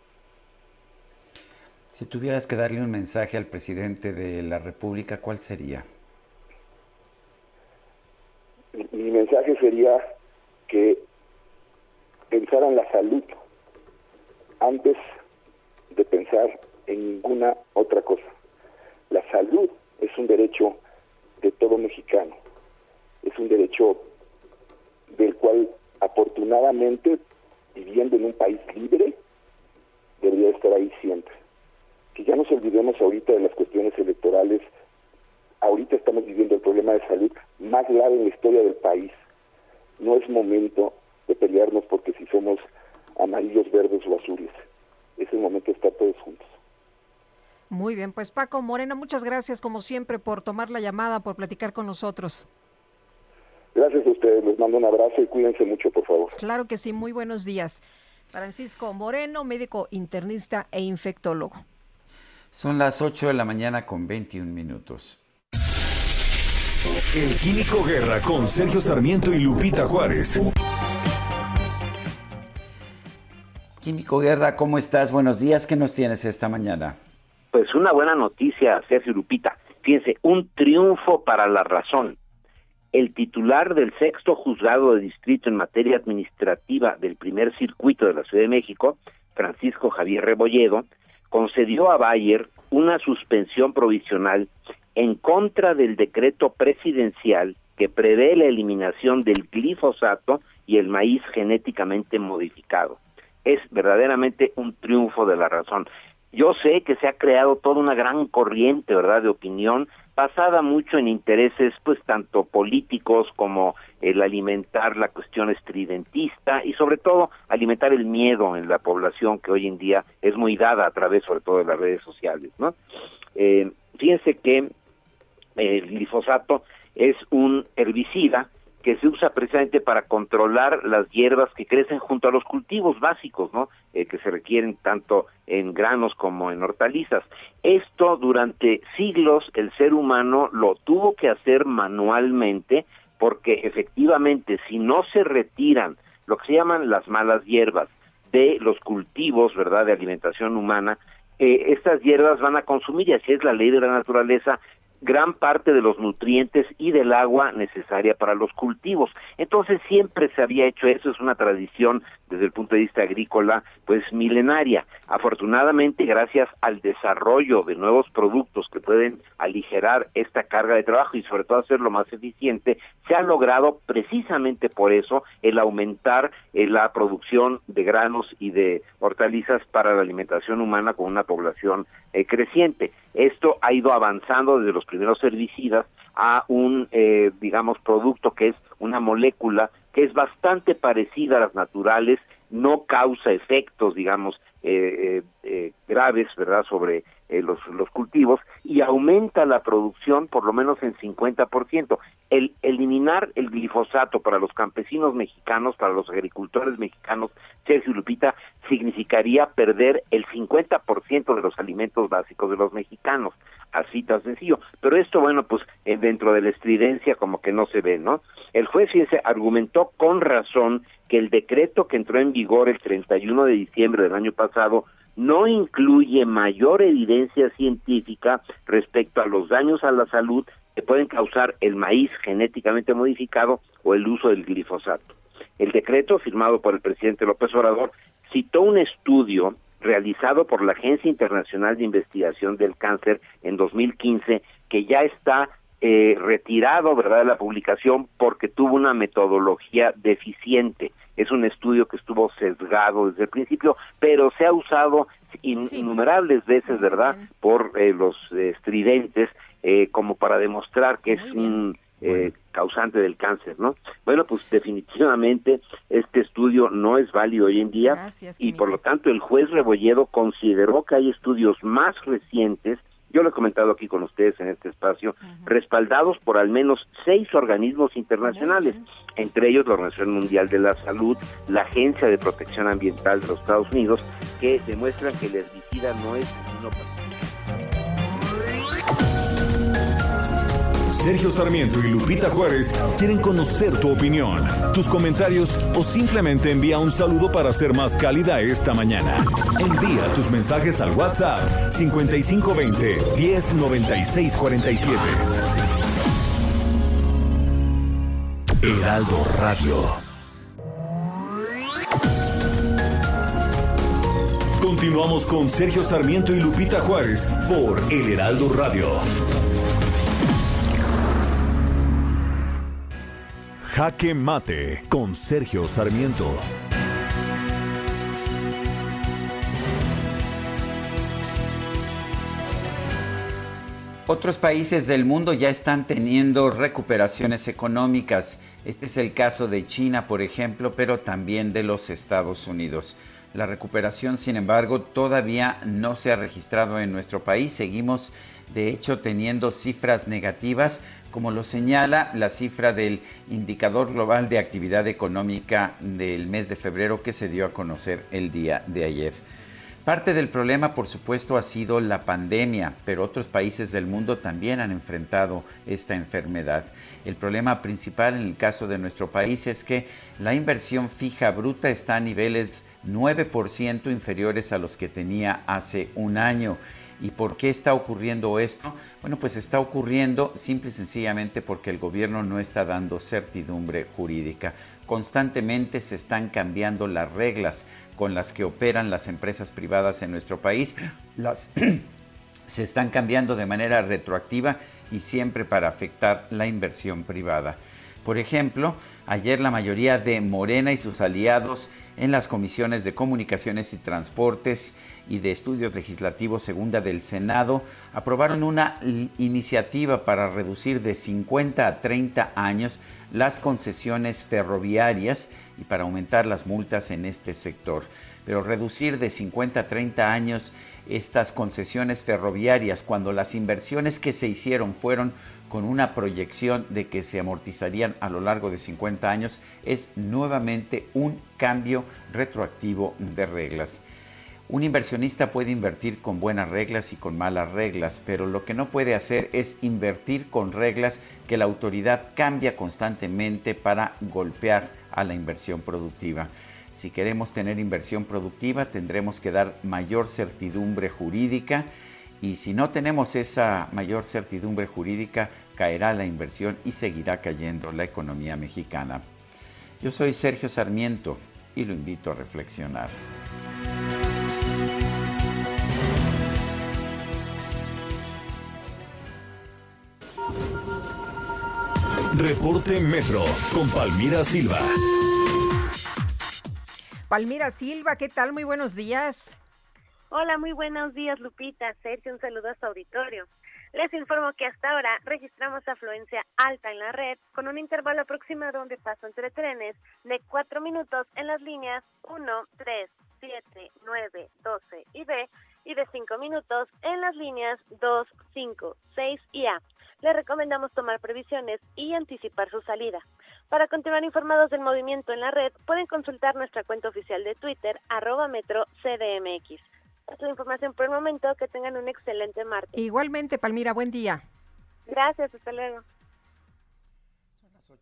Si tuvieras que darle un mensaje al presidente de la República, ¿cuál sería? Mi mensaje sería que pensara en la salud antes de pensar en ninguna otra cosa. La salud es un derecho de todo mexicano, es un derecho del cual afortunadamente, viviendo en un país libre, debería estar ahí siempre. Que ya nos olvidemos ahorita de las cuestiones electorales. Ahorita estamos viviendo el problema de salud más grave en la historia del país. No es momento de pelearnos porque si somos amarillos, verdes o azules. Es el momento de estar todos juntos. Muy bien, pues Paco Moreno, muchas gracias como siempre por tomar la llamada, por platicar con nosotros. Gracias a ustedes, les mando un abrazo y cuídense mucho, por favor. Claro que sí, muy buenos días. Francisco Moreno, médico internista e infectólogo. Son las 8 de la mañana con 21 minutos. El Químico Guerra con Sergio Sarmiento y Lupita Juárez. Químico Guerra, ¿cómo estás? Buenos días, ¿qué nos tienes esta mañana? Pues una buena noticia, Sergio y Lupita. Fíjense, un triunfo para la razón. El titular del 6º Juzgado de Distrito en materia administrativa del primer circuito de la Ciudad de México, Francisco Javier Rebolledo, concedió a Bayer una suspensión provisional en contra del decreto presidencial que prevé la eliminación del glifosato y el maíz genéticamente modificado. Es verdaderamente un triunfo de la razón. Yo sé que se ha creado toda una gran corriente, ¿verdad?, de opinión, basada mucho en intereses, pues, tanto políticos como el alimentar la cuestión estridentista y, sobre todo, alimentar el miedo en la población que hoy en día es muy dada a través, sobre todo, de las redes sociales, ¿no? Fíjense que el glifosato es un herbicida que se usa precisamente para controlar las hierbas que crecen junto a los cultivos básicos, ¿no? Que se requieren tanto en granos como en hortalizas. Esto durante siglos el ser humano lo tuvo que hacer manualmente porque efectivamente si no se retiran lo que se llaman las malas hierbas de los cultivos, ¿verdad?, de alimentación humana, estas hierbas van a consumir, y así es la ley de la naturaleza, gran parte de los nutrientes y del agua necesaria para los cultivos. Entonces siempre se había hecho eso, es una tradición desde el punto de vista agrícola, pues milenaria. Afortunadamente, gracias al desarrollo de nuevos productos que pueden aligerar esta carga de trabajo y sobre todo hacerlo más eficiente, se ha logrado precisamente por eso el aumentar la producción de granos y de hortalizas para la alimentación humana con una población creciente. Esto ha ido avanzando desde los primeros herbicidas a un, digamos, producto que es una molécula que es bastante parecida a las naturales, no causa efectos, digamos, graves, ¿verdad?, sobre los cultivos, y aumenta la producción por lo menos en 50%. El eliminar el glifosato para los campesinos mexicanos, para los agricultores mexicanos, Sergio y Lupita, significaría perder el 50% de los alimentos básicos de los mexicanos, así tan sencillo. Pero esto, bueno, pues dentro de la estridencia como que no se ve, ¿no? El juez, fíjense, argumentó con razón que el decreto que entró en vigor el 31 de diciembre del año pasado no incluye mayor evidencia científica respecto a los daños a la salud que pueden causar el maíz genéticamente modificado o el uso del glifosato. El decreto, firmado por el presidente López Obrador, citó un estudio realizado por la Agencia Internacional de Investigación del Cáncer en 2015, que ya está retirado, ¿verdad?, de la publicación porque tuvo una metodología deficiente. Es un estudio que estuvo sesgado desde el principio, pero se ha usado innumerables veces, ¿verdad?, por los estridentes, como para demostrar que es un causante del cáncer, ¿no? Bueno, pues definitivamente este estudio no es válido hoy en día. Gracias, y por lo tanto el juez Rebolledo consideró que hay estudios más recientes, yo lo he comentado aquí con ustedes en este espacio, respaldados por al menos 6 organismos internacionales, entre ellos la Organización Mundial de la Salud, la Agencia de Protección Ambiental de los Estados Unidos, que demuestran que el herbicida no es inoperante. Sergio Sarmiento y Lupita Juárez quieren conocer tu opinión, tus comentarios o simplemente envía un saludo para ser más cálida esta mañana. Envía tus mensajes al WhatsApp 5520 109647. Heraldo Radio. Continuamos con Sergio Sarmiento y Lupita Juárez por El Heraldo Radio. Jaque Mate con Sergio Sarmiento. Otros países del mundo ya están teniendo recuperaciones económicas. Este es el caso de China, por ejemplo, pero también de los Estados Unidos. La recuperación, sin embargo, todavía no se ha registrado en nuestro país. Seguimos, de hecho, teniendo cifras negativas, como lo señala la cifra del Indicador Global de Actividad Económica del mes de febrero que se dio a conocer el día de ayer. Parte del problema, por supuesto, ha sido la pandemia, pero otros países del mundo también han enfrentado esta enfermedad. El problema principal en el caso de nuestro país es que la inversión fija bruta está a niveles 9% inferiores a los que tenía hace un año. ¿Y por qué está ocurriendo esto? Bueno, pues está ocurriendo simple y sencillamente porque el gobierno no está dando certidumbre jurídica. Constantemente se están cambiando las reglas con las que operan las empresas privadas en nuestro país. Se están cambiando de manera retroactiva y siempre para afectar la inversión privada. Por ejemplo, ayer la mayoría de Morena y sus aliados en las comisiones de Comunicaciones y Transportes y de Estudios Legislativos Segunda del Senado aprobaron una iniciativa para reducir de 50 a 30 años las concesiones ferroviarias y para aumentar las multas en este sector. Pero reducir de 50 a 30 años estas concesiones ferroviarias cuando las inversiones que se hicieron fueron con una proyección de que se amortizarían a lo largo de 50 años, es nuevamente un cambio retroactivo de reglas. Un inversionista puede invertir con buenas reglas y con malas reglas, pero lo que no puede hacer es invertir con reglas que la autoridad cambia constantemente para golpear a la inversión productiva. Si queremos tener inversión productiva, tendremos que dar mayor certidumbre jurídica. Y si no tenemos esa mayor certidumbre jurídica, caerá la inversión y seguirá cayendo la economía mexicana. Yo soy Sergio Sarmiento y lo invito a reflexionar. Reporte Metro con Palmira Silva. Palmira Silva, ¿qué tal? Muy buenos días. Hola, muy buenos días, Lupita. Sergio, un saludo a su auditorio. Les informo que hasta ahora registramos afluencia alta en la red con un intervalo aproximado de paso entre trenes de 4 minutos en las líneas 1, 3, 7, 9, 12 y B y de 5 minutos en las líneas 2, 5, 6 y A. Les recomendamos tomar previsiones y anticipar su salida. Para continuar informados del movimiento en la red, pueden consultar nuestra cuenta oficial de Twitter, @MetroCDMX. Es la información por el momento. Que tengan un excelente martes. Igualmente, Palmira, buen día. Gracias, hasta luego. Son las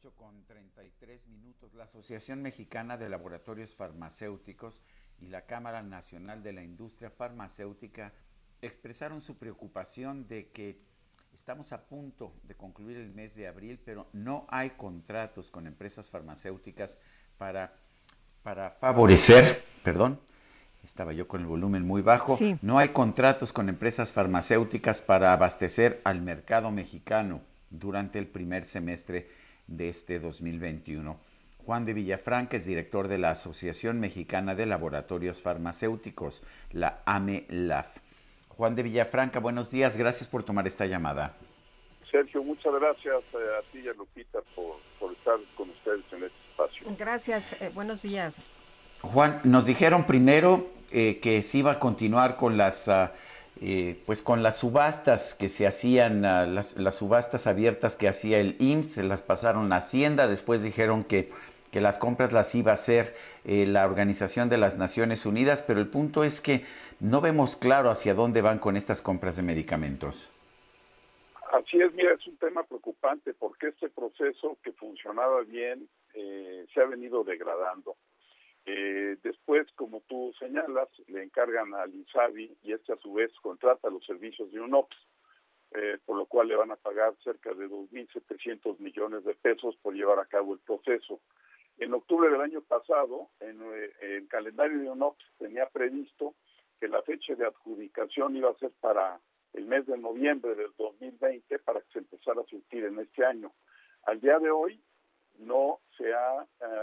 8:33. La Asociación Mexicana de Laboratorios Farmacéuticos y la Cámara Nacional de la Industria Farmacéutica expresaron su preocupación de que estamos a punto de concluir el mes de abril, pero no hay contratos con empresas farmacéuticas para favorecer, estaba yo con el volumen muy bajo. Sí. No hay contratos con empresas farmacéuticas para abastecer al mercado mexicano durante el primer semestre de este 2021. Juan de Villafranca es director de la Asociación Mexicana de Laboratorios Farmacéuticos, la AMELAF. Juan de Villafranca, buenos días, gracias por tomar esta llamada. Sergio, muchas gracias a ti y a Lupita por estar con ustedes en este espacio. Gracias, buenos días. Juan, nos dijeron primero que se iba a continuar con las subastas que se hacían, las subastas abiertas que hacía el IMSS, se las pasaron a Hacienda, después dijeron que las compras las iba a hacer la Organización de las Naciones Unidas, pero el punto es que no vemos claro hacia dónde van con estas compras de medicamentos. Así es, mira, es un tema preocupante porque este proceso que funcionaba bien se ha venido degradando. Después, como tú señalas, le encargan al INSABI y a su vez contrata los servicios de UNOPS, por lo cual le van a pagar cerca de 2.700 millones de pesos por llevar a cabo el proceso. En octubre del año pasado, en el calendario de UNOPS tenía previsto que la fecha de adjudicación iba a ser para el mes de noviembre del 2020 para que se empezara a surtir en este año. Al día de hoy no se ha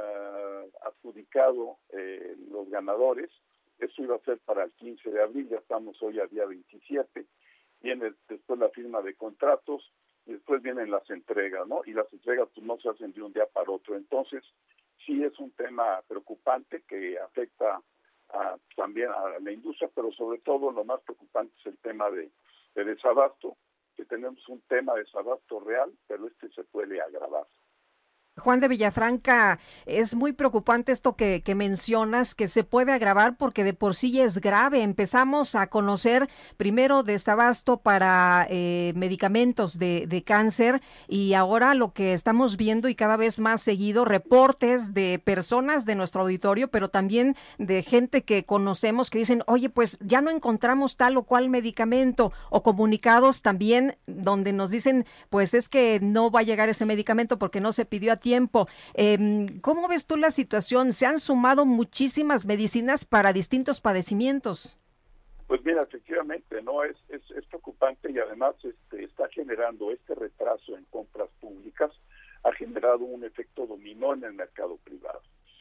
adjudicado los ganadores. Eso iba a ser para el 15 de abril, ya estamos hoy a día 27. Viene después la firma de contratos y después vienen las entregas, ¿no? Y las entregas pues, no se hacen de un día para otro. Entonces, sí es un tema preocupante que afecta también a la industria, pero sobre todo lo más preocupante es el tema de desabasto, que tenemos un tema de desabasto real, pero se puede agravar. Juan de Villafranca, es muy preocupante esto que mencionas, que se puede agravar porque de por sí es grave. Empezamos a conocer primero desabasto para medicamentos de cáncer y ahora lo que estamos viendo y cada vez más seguido, reportes de personas de nuestro auditorio, pero también de gente que conocemos que dicen, oye, pues ya no encontramos tal o cual medicamento, o comunicados también donde nos dicen, pues es que no va a llegar ese medicamento porque no se pidió a tiempo. ¿Cómo ves tú la situación? Se han sumado muchísimas medicinas para distintos padecimientos. Pues mira, efectivamente, no es preocupante y además está generando este retraso en compras públicas, ha generado un efecto dominó en el mercado privado.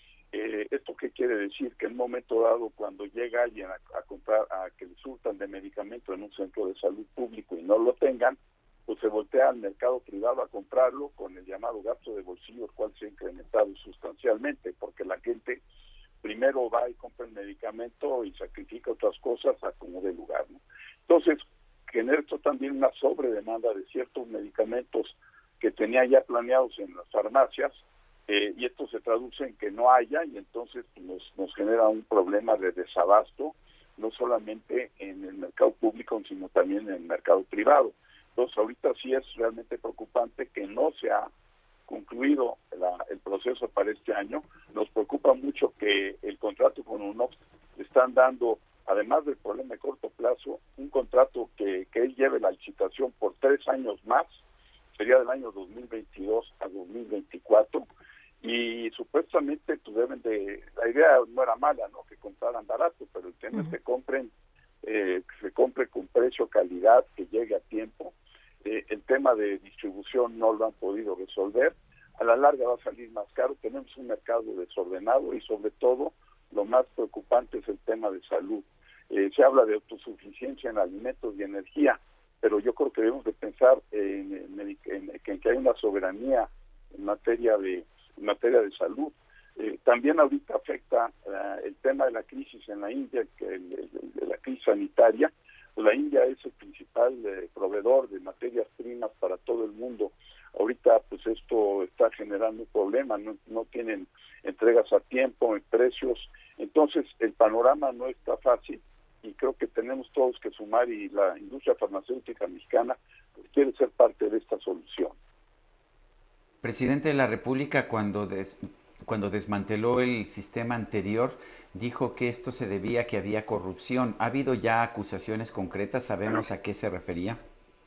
¿Esto qué quiere decir? Que en un momento dado, cuando llega alguien a comprar, a que le surtan de medicamento en un centro de salud público y no lo tengan, pues se voltea al mercado privado a comprarlo con el llamado gasto de bolsillo, el cual se ha incrementado sustancialmente, porque la gente primero va y compra el medicamento y sacrifica otras cosas a como de lugar, ¿no? Entonces, genera esto también una sobredemanda de ciertos medicamentos que tenía ya planeados en las farmacias, y esto se traduce en que no haya, y entonces nos genera un problema de desabasto, no solamente en el mercado público, sino también en el mercado privado. Entonces, ahorita sí es realmente preocupante que no se ha concluido el proceso para este año. Nos preocupa mucho que el contrato con UNOPS le están dando, además del problema de corto plazo, un contrato que él lleve la licitación por 3 años más, sería del año 2022 a 2024, y supuestamente pues la idea no era mala, ¿no?, que compraran barato, pero el tema es que se compre con precio, calidad, que llegue a tiempo. El tema de distribución no lo han podido resolver, a la larga va a salir más caro, tenemos un mercado desordenado y sobre todo lo más preocupante es el tema de salud. Se habla de autosuficiencia en alimentos y energía, pero yo creo que debemos de pensar en que hay una soberanía en materia de salud. También ahorita afecta el tema de la crisis en la India, de la crisis sanitaria. Pues la India es el principal proveedor de materias primas para todo el mundo. Ahorita pues esto está generando un problema, no tienen entregas a tiempo, en precios, entonces el panorama no está fácil y creo que tenemos todos que sumar, y la industria farmacéutica mexicana pues quiere ser parte de esta solución. Presidente de la República, cuando desmanteló el sistema anterior, dijo que esto se debía a que había corrupción. ¿Ha habido ya acusaciones concretas? ¿Sabemos a qué se refería?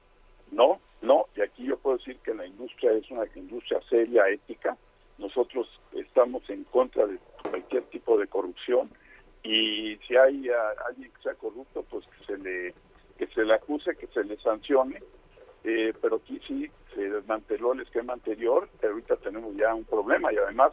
No, y aquí yo puedo decir que la industria es una industria seria, ética. Nosotros estamos en contra de cualquier tipo de corrupción, y si hay alguien que sea corrupto, pues que se le acuse, que se le sancione. Pero aquí sí se desmanteló el esquema anterior, pero ahorita tenemos ya un problema, y además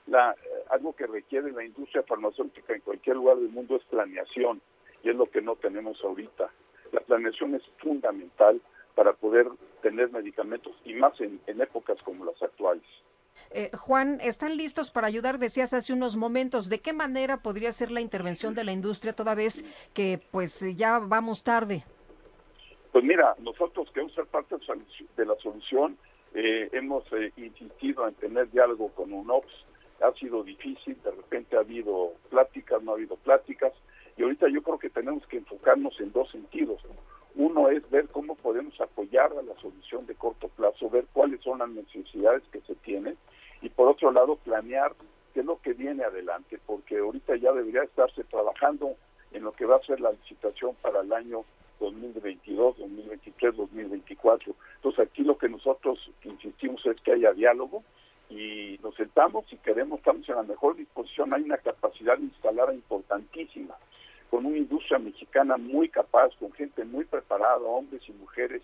algo que requiere la industria farmacéutica en cualquier lugar del mundo es planeación, y es lo que no tenemos ahorita. La planeación es fundamental para poder tener medicamentos, y más en épocas como las actuales. Juan, ¿están listos para ayudar? Decías hace unos momentos, ¿de qué manera podría ser la intervención de la industria toda vez que pues ya vamos tarde? Pues mira, nosotros queremos ser parte de la solución. Hemos insistido en tener diálogo con UNOPS. Ha sido difícil, de repente ha habido pláticas, no ha habido pláticas, y ahorita yo creo que tenemos que enfocarnos en dos sentidos, ¿no? Uno es ver cómo podemos apoyar a la solución de corto plazo, ver cuáles son las necesidades que se tienen, y por otro lado planear qué es lo que viene adelante, porque ahorita ya debería estarse trabajando en lo que va a ser la licitación para el año 2022, 2023, 2024. Entonces aquí lo que nosotros insistimos es que haya diálogo, y nos sentamos y estamos en la mejor disposición. Hay una capacidad instalada importantísima, con una industria mexicana muy capaz, con gente muy preparada, hombres y mujeres,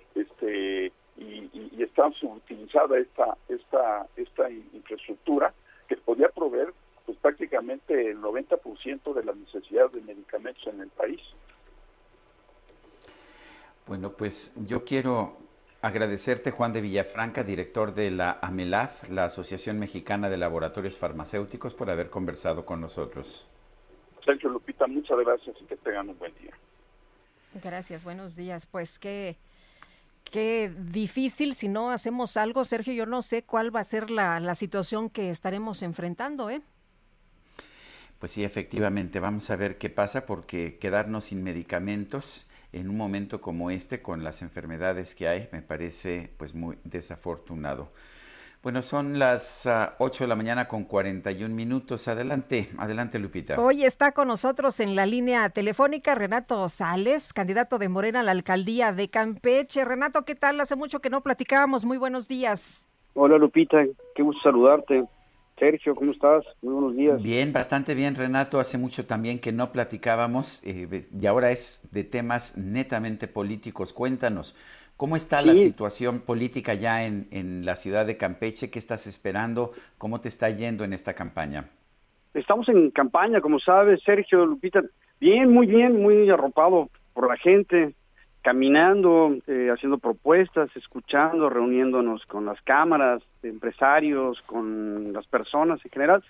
y está subutilizada esta infraestructura que podría proveer pues prácticamente el 90% de las necesidades de medicamentos en el país. Bueno, pues yo quiero agradecerte, Juan de Villafranca, director de la AMELAF, la Asociación Mexicana de Laboratorios Farmacéuticos, por haber conversado con nosotros. Sergio, Lupita, muchas gracias y que tengan un buen día. Gracias, buenos días. Pues qué difícil si no hacemos algo, Sergio. Yo no sé cuál va a ser la situación que estaremos enfrentando, ¿eh? Pues sí, efectivamente, vamos a ver qué pasa, porque quedarnos sin medicamentos en un momento como este, con las enfermedades que hay, me parece pues muy desafortunado. Bueno, son las 8 de la mañana con 41 minutos. Adelante, Lupita. Hoy está con nosotros en la línea telefónica Renato Sales, candidato de Morena a la alcaldía de Campeche. Renato, ¿qué tal? Hace mucho que no platicábamos. Muy buenos días. Hola, Lupita, qué gusto saludarte. Sergio, ¿cómo estás? Muy buenos días. Bien, bastante bien, Renato. Hace mucho también que no platicábamos y ahora es de temas netamente políticos. Cuéntanos, ¿cómo está la situación política ya en la ciudad de Campeche? ¿Qué estás esperando? ¿Cómo te está yendo en esta campaña? Estamos en campaña, como sabes, Sergio, Lupita. Bien, muy arropado por la gente, caminando, haciendo propuestas, escuchando, reuniéndonos con las cámaras de empresarios, con las personas en general,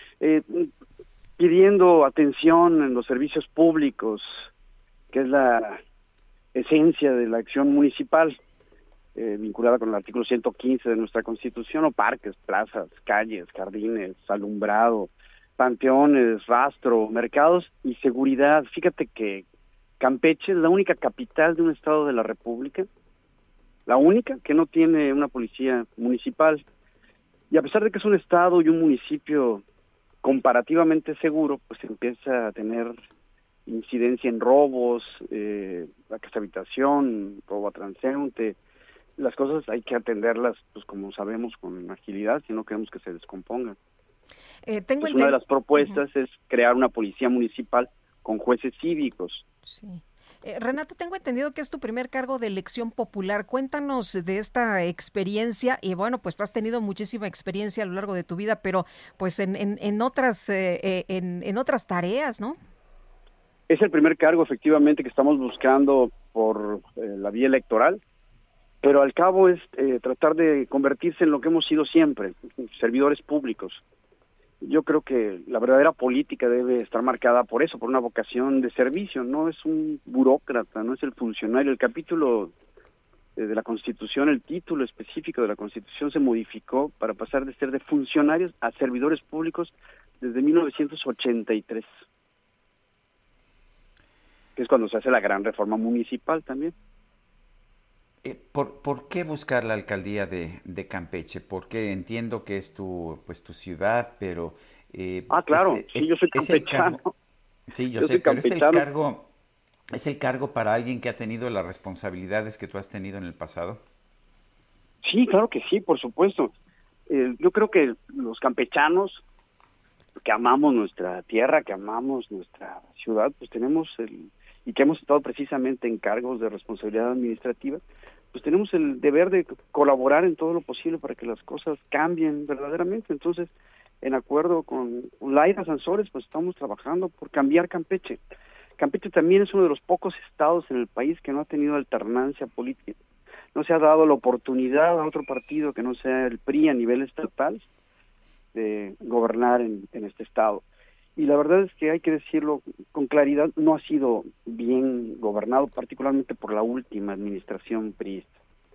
pidiendo atención en los servicios públicos, que es la esencia de la acción municipal, vinculada con el artículo 115 de nuestra Constitución, o parques, plazas, calles, jardines, alumbrado, panteones, rastro, mercados y seguridad. Fíjate que Campeche es la única capital de un estado de la República, la única que no tiene una policía municipal. Y a pesar de que es un estado y un municipio comparativamente seguro, pues empieza a tener incidencia en robos, la casa habitación, robo a transeúnte. Las cosas hay que atenderlas, pues como sabemos, con agilidad, si no queremos que se descompongan. Una de las propuestas es crear una policía municipal con jueces cívicos. Sí. Renato, tengo entendido que es tu primer cargo de elección popular. Cuéntanos de esta experiencia. Y bueno, pues tú has tenido muchísima experiencia a lo largo de tu vida, pero pues en otras tareas, ¿no? Es el primer cargo, efectivamente, que estamos buscando por la vía electoral, pero al cabo es tratar de convertirse en lo que hemos sido siempre, servidores públicos. Yo creo que la verdadera política debe estar marcada por eso, por una vocación de servicio. No es un burócrata, no es el funcionario. El capítulo de la Constitución, el título específico de la Constitución se modificó para pasar de ser de funcionarios a servidores públicos desde 1983, que es cuando se hace la gran reforma municipal también. ¿Por qué buscar la alcaldía de Campeche? Porque entiendo que es tu ciudad, pero... claro, sí, yo soy campechano. Sí, yo sé, pero ¿es el cargo para alguien que ha tenido las responsabilidades que tú has tenido en el pasado? Sí, claro que sí, por supuesto. Yo creo que los campechanos que amamos nuestra tierra, que amamos nuestra ciudad, pues tenemos y que hemos estado precisamente en cargos de responsabilidad administrativa, pues tenemos el deber de colaborar en todo lo posible para que las cosas cambien verdaderamente. Entonces, en acuerdo con Laida Sansores, pues estamos trabajando por cambiar Campeche. Campeche también es uno de los pocos estados en el país que no ha tenido alternancia política. No se ha dado la oportunidad a otro partido que no sea el PRI a nivel estatal de gobernar en este estado. Y la verdad es que hay que decirlo con claridad, no ha sido bien gobernado, particularmente por la última administración priista.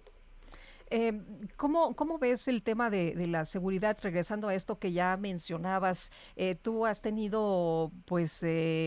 ¿Cómo ves el tema de la seguridad? Regresando a esto que ya mencionabas, tú has tenido pues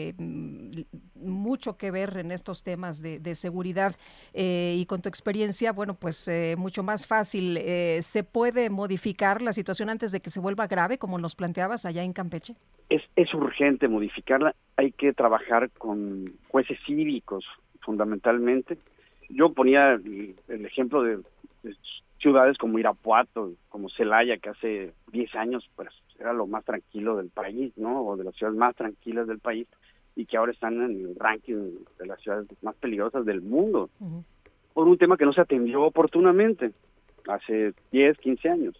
mucho que ver en estos temas de seguridad y con tu experiencia, bueno, pues mucho más fácil. ¿Se puede modificar la situación antes de que se vuelva grave, como nos planteabas allá en Campeche? Es urgente modificarla. Hay que trabajar con jueces cívicos, fundamentalmente. Yo ponía el ejemplo de ciudades como Irapuato, como Celaya, que hace 10 años pues era lo más tranquilo del país, ¿no? O de las ciudades más tranquilas del país, y que ahora están en el ranking de las ciudades más peligrosas del mundo, por un tema que no se atendió oportunamente hace 10, 15 años.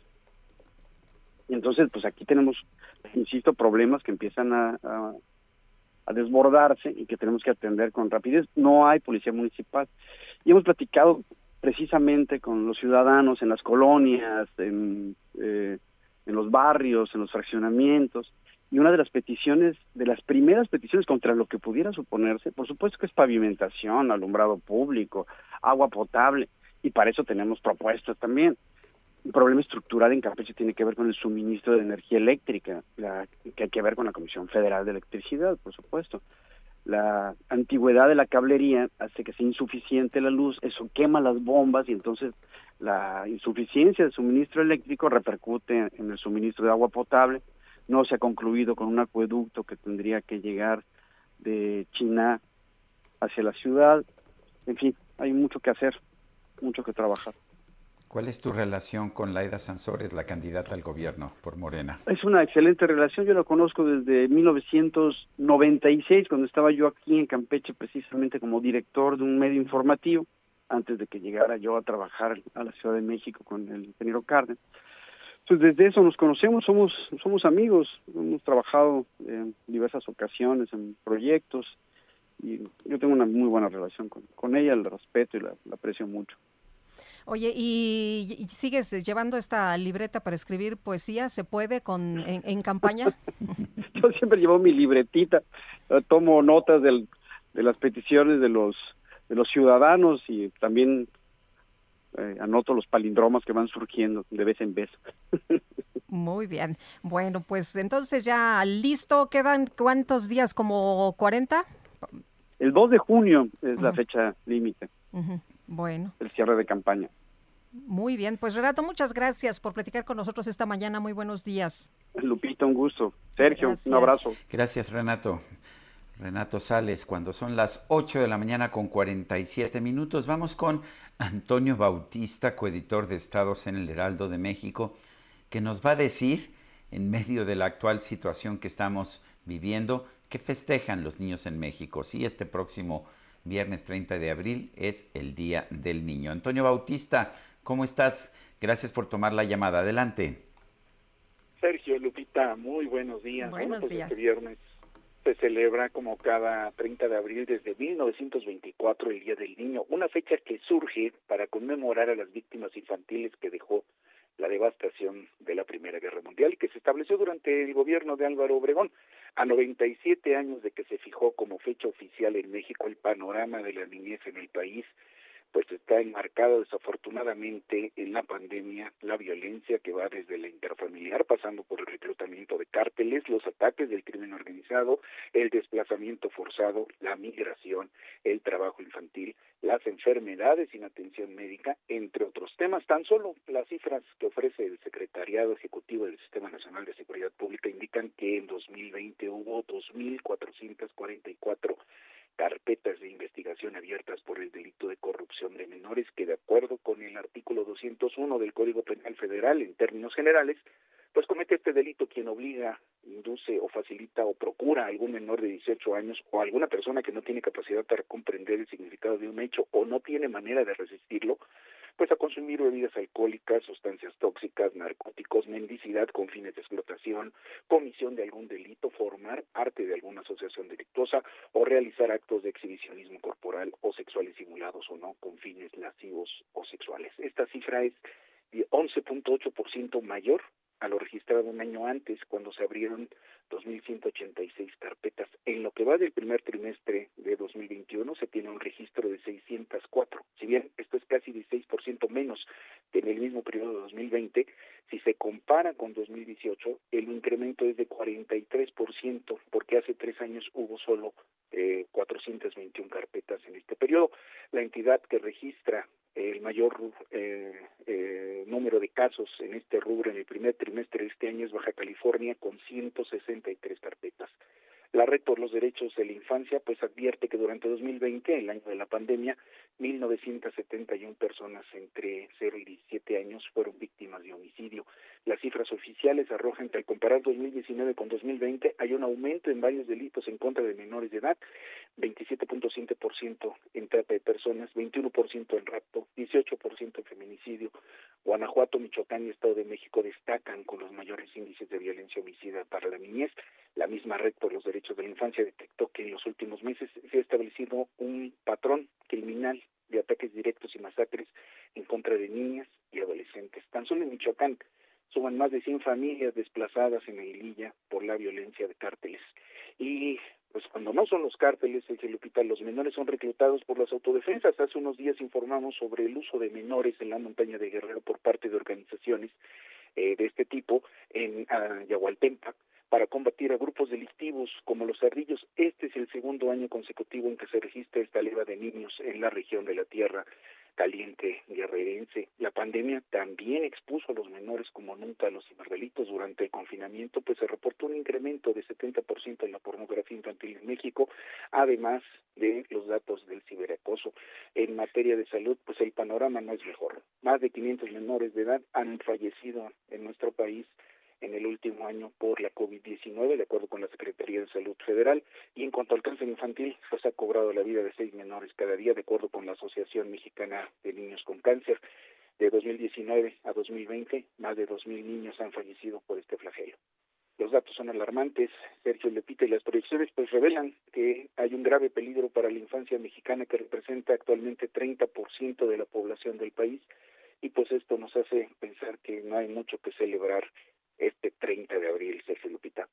Y entonces, pues aquí tenemos, insisto, problemas que empiezan a desbordarse y que tenemos que atender con rapidez. No hay policía municipal. Y hemos platicado precisamente con los ciudadanos en las colonias, en los barrios, en los fraccionamientos, y una de las peticiones, de las primeras peticiones contra lo que pudiera suponerse, por supuesto que es pavimentación, alumbrado público, agua potable, y para eso tenemos propuestas también. Un problema estructural en Campeche tiene que ver con el suministro de energía eléctrica, que hay que ver con la Comisión Federal de Electricidad, por supuesto. La antigüedad de la cablería hace que sea insuficiente la luz, eso quema las bombas y entonces la insuficiencia del suministro eléctrico repercute en el suministro de agua potable. No se ha concluido con un acueducto que tendría que llegar de China hacia la ciudad. En fin, hay mucho que hacer, mucho que trabajar. ¿Cuál es tu relación con Laida Sansores, la candidata al gobierno por Morena? Es una excelente relación, yo la conozco desde 1996, cuando estaba yo aquí en Campeche, precisamente como director de un medio informativo, antes de que llegara yo a trabajar a la Ciudad de México con el ingeniero Cárdenas. Entonces, desde eso nos conocemos, somos amigos, hemos trabajado en diversas ocasiones en proyectos, y yo tengo una muy buena relación con ella, la respeto y la aprecio mucho. Oye, ¿y sigues llevando esta libreta para escribir poesía? ¿Se puede en campaña? Yo siempre llevo mi libretita, tomo notas de las peticiones de los ciudadanos y también anoto los palindromas que van surgiendo de vez en vez. Muy bien. Bueno, pues entonces ya listo. ¿Quedan cuántos días? ¿Como 40? El 2 de junio es la fecha límite. Bueno. El cierre de campaña. Muy bien, pues Renato, muchas gracias por platicar con nosotros esta mañana. Muy buenos días. Lupita, un gusto. Sergio, gracias. Un abrazo. Gracias, Renato. Renato Sales, cuando son las 8 de la mañana con 47 minutos. Vamos con Antonio Bautista, coeditor de Estados en el Heraldo de México, que nos va a decir, en medio de la actual situación que estamos viviendo, que festejan los niños en México. Sí, este próximo viernes 30 de abril es el Día del Niño. Antonio Bautista, ¿cómo estás? Gracias por tomar la llamada. Adelante. Sergio, Lupita, muy buenos días. Buenos días. Este viernes se celebra como cada 30 de abril desde 1924 el Día del Niño, una fecha que surge para conmemorar a las víctimas infantiles que dejó la devastación de la Primera Guerra Mundial y que se estableció durante el gobierno de Álvaro Obregón. A 97 años de que se fijó como fecha oficial en México, el panorama de la niñez en el país pues está enmarcado desafortunadamente en la pandemia, la violencia que va desde la interfamiliar, pasando por el reclutamiento de cárteles, los ataques del crimen organizado, el desplazamiento forzado, la migración, el trabajo infantil, las enfermedades sin atención médica, entre otros temas. Tan solo las cifras que ofrece el Secretariado Ejecutivo del Sistema Nacional de Seguridad Pública indican que en 2020 hubo 2.444 carpetas de investigación abiertas por el delito de corrupción de menores, que de acuerdo con el artículo 201 del Código Penal Federal, en términos generales, pues comete este delito quien obliga, induce o facilita o procura a algún menor de 18 años o a alguna persona que no tiene capacidad para comprender el significado de un hecho o no tiene manera de resistirlo, pues a consumir bebidas alcohólicas, sustancias tóxicas, narcóticos, mendicidad con fines de explotación, comisión de algún delito, formar parte de alguna asociación delictuosa o realizar actos de exhibicionismo corporal o sexuales simulados o no con fines lascivos o sexuales. Esta cifra es de 11.8% mayor a lo registrado un año antes, cuando se abrieron 2.186 carpetas. En lo que va del primer trimestre de 2021 se tiene un registro de 604. Si bien esto es casi 16% menos que en el mismo periodo de 2020, si se compara con 2018, el incremento es de 43%, porque hace 3 años hubo solo 421 carpetas en este periodo. La entidad que registra el mayor número de casos en este rubro en el primer trimestre de este año es Baja California, con 163 carpetas. La Red por los Derechos de la Infancia pues advierte que durante 2020, el año de la pandemia, 1.971 personas entre 0 y 17 años fueron víctimas de homicidio. Las cifras oficiales arrojan que al comparar 2019 con 2020 hay un aumento en varios delitos en contra de menores de edad, 27.7% en trata de personas, 21% en rapto, 18% en feminicidio. Guanajuato, Michoacán y Estado de México destacan con los mayores índices de violencia homicida para la niñez. La misma Red por los Derechos de la Infancia detectó que en los últimos meses se ha establecido un patrón criminal de ataques directos y masacres en contra de niñas y adolescentes. Tan solo en Michoacán suman más de 100 familias desplazadas en Aguililla por la violencia de cárteles. Y pues cuando no son los cárteles, Lupita, los menores son reclutados por las autodefensas. Hace unos días informamos sobre el uso de menores en la montaña de Guerrero por parte de organizaciones de este tipo en Yahualtempa para combatir a grupos delictivos como los Ardillos. Este es el segundo año consecutivo en que se registra esta leva de niños en la región de la Tierra Caliente guerrerense. La pandemia también expuso a los menores como nunca a los ciberdelitos. Durante el confinamiento pues se reportó un incremento de 70% en la pornografía infantil en México, además de los datos del ciberacoso. En materia de salud pues el panorama no es mejor. Más de 500 menores de edad han fallecido en nuestro país en el último año por la COVID-19, de acuerdo con la Secretaría de Salud Federal. Y en cuanto al cáncer infantil, pues ha cobrado la vida de 6 menores cada día, de acuerdo con la Asociación Mexicana de Niños con Cáncer. De 2019 a 2020, más de 2,000 niños han fallecido por este flagelo. Los datos son alarmantes, Sergio Lupita, y las proyecciones pues revelan que hay un grave peligro para la infancia mexicana, que representa actualmente 30% de la población del país, y pues esto nos hace pensar que no hay mucho que celebrar este 30 de abril, Sergio Lupita.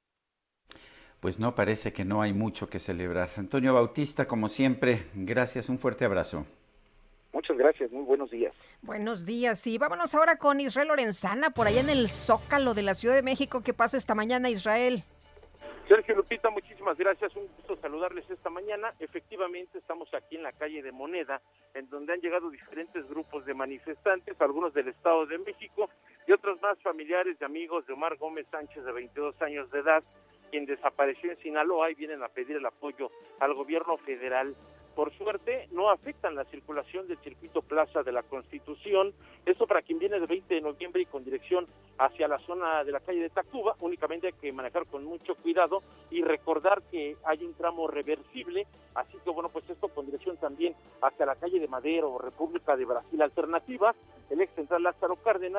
Pues no, parece que no hay mucho que celebrar. Antonio Bautista, como siempre, gracias, un fuerte abrazo. Muchas gracias, muy buenos días. Buenos días, y vámonos ahora con Israel Lorenzana, por allá en el Zócalo de la Ciudad de México. ¿Qué pasa esta mañana, Israel? Sergio Lupita, muchísimas gracias, un gusto saludarles esta mañana. Efectivamente, estamos aquí en la calle de Moneda, en donde han llegado diferentes grupos de manifestantes, algunos del Estado de México y otros más familiares y amigos de Omar Gómez Sánchez, de 22 años de edad, quien desapareció en Sinaloa, y vienen a pedir el apoyo al gobierno federal. Por suerte, no afectan la circulación del circuito Plaza de la Constitución. Esto para quien viene del 20 de noviembre y con dirección hacia la zona de la calle de Tacuba. Únicamente hay que manejar con mucho cuidado y recordar que hay un tramo reversible. Así que, bueno, pues esto con dirección también hacia la calle de Madero o República de Brasil Alternativa, el ex central Lázaro Cárdenas y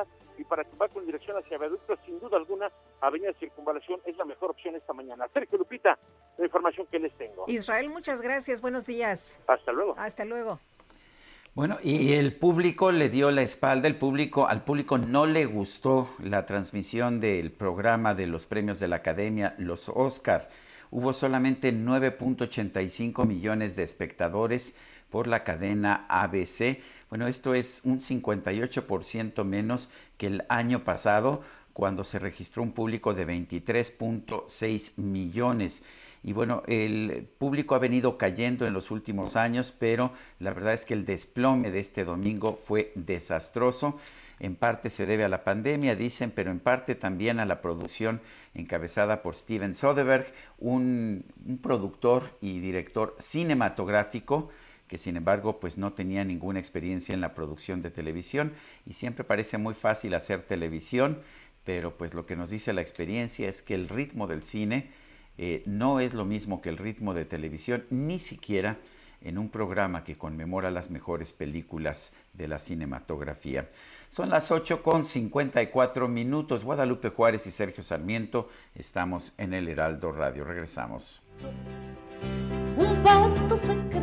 para que va con dirección hacia Viaducto, sin duda alguna, Avenida Circunvalación es la mejor opción esta mañana. Sergio, Lupita, la información que les tengo. Israel, muchas gracias, buenos días. Hasta luego. Hasta luego. Bueno, y el público le dio la espalda, al público no le gustó la transmisión del programa de los premios de la Academia, los Oscar. Hubo solamente 9.85 millones de espectadores por la cadena ABC. Bueno, esto es un 58% menos que el año pasado, cuando se registró un público de 23.6 millones. Y bueno, el público ha venido cayendo en los últimos años, pero la verdad es que el desplome de este domingo fue desastroso. En parte se debe a la pandemia, dicen, pero en parte también a la producción encabezada por Steven Soderbergh, un productor y director cinematográfico que sin embargo pues no tenía ninguna experiencia en la producción de televisión, y siempre parece muy fácil hacer televisión, pero pues lo que nos dice la experiencia es que el ritmo del cine no es lo mismo que el ritmo de televisión, ni siquiera en un programa que conmemora las mejores películas de la cinematografía. Son las 8:54. Guadalupe Juárez y Sergio Sarmiento estamos en el Heraldo Radio. Regresamos. Un pacto secreto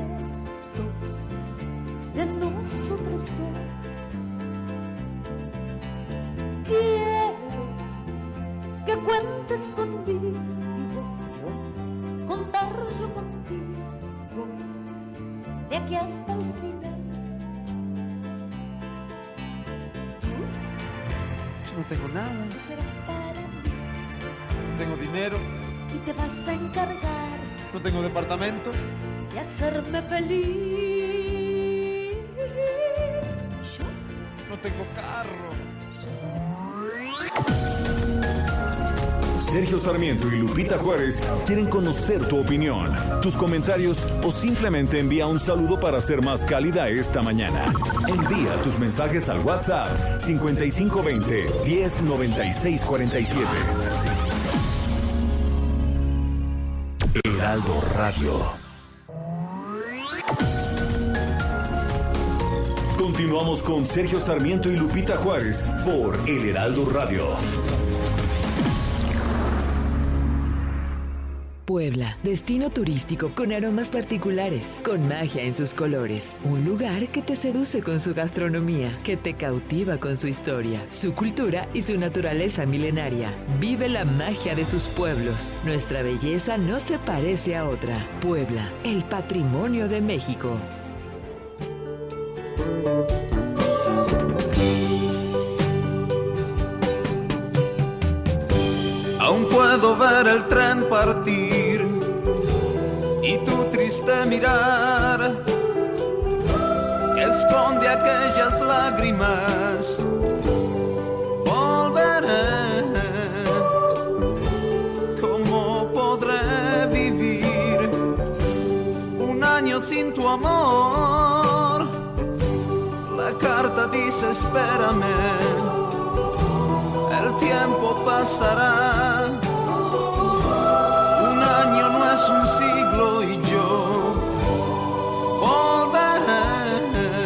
de nosotros dos. Quiero que cuentes conmigo, contar yo contigo de aquí hasta el final. Yo no tengo nada. Tú serás para mí. No tengo dinero. Y te vas a encargar. No tengo departamento. De hacerme feliz. Yo no tengo carro. Sergio Sarmiento y Lupita Juárez quieren conocer tu opinión, tus comentarios o simplemente envía un saludo para ser más cálida esta mañana. Envía tus mensajes al WhatsApp 5520 109647. Heraldo Radio. Continuamos con Sergio Sarmiento y Lupita Juárez por El Heraldo Radio. Puebla, destino turístico con aromas particulares, con magia en sus colores. Un lugar que te seduce con su gastronomía, que te cautiva con su historia, su cultura y su naturaleza milenaria. Vive la magia de sus pueblos. Nuestra belleza no se parece a otra. Puebla, el patrimonio de México. Aún puedo ver el tren partir y tu triste mirar que esconde aquellas lágrimas. Volveré, ¿cómo podré vivir un año sin tu amor? La carta dice espérame, el tiempo pasará. Un año no es un siglo y yo volveré.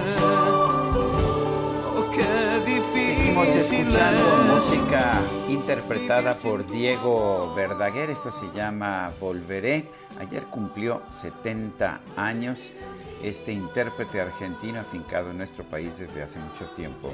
Oh, qué difícil. Seguimos escuchando música interpretada por Diego Verdaguer. Esto se llama Volveré. Ayer cumplió 70 años este intérprete argentino afincado en nuestro país desde hace mucho tiempo.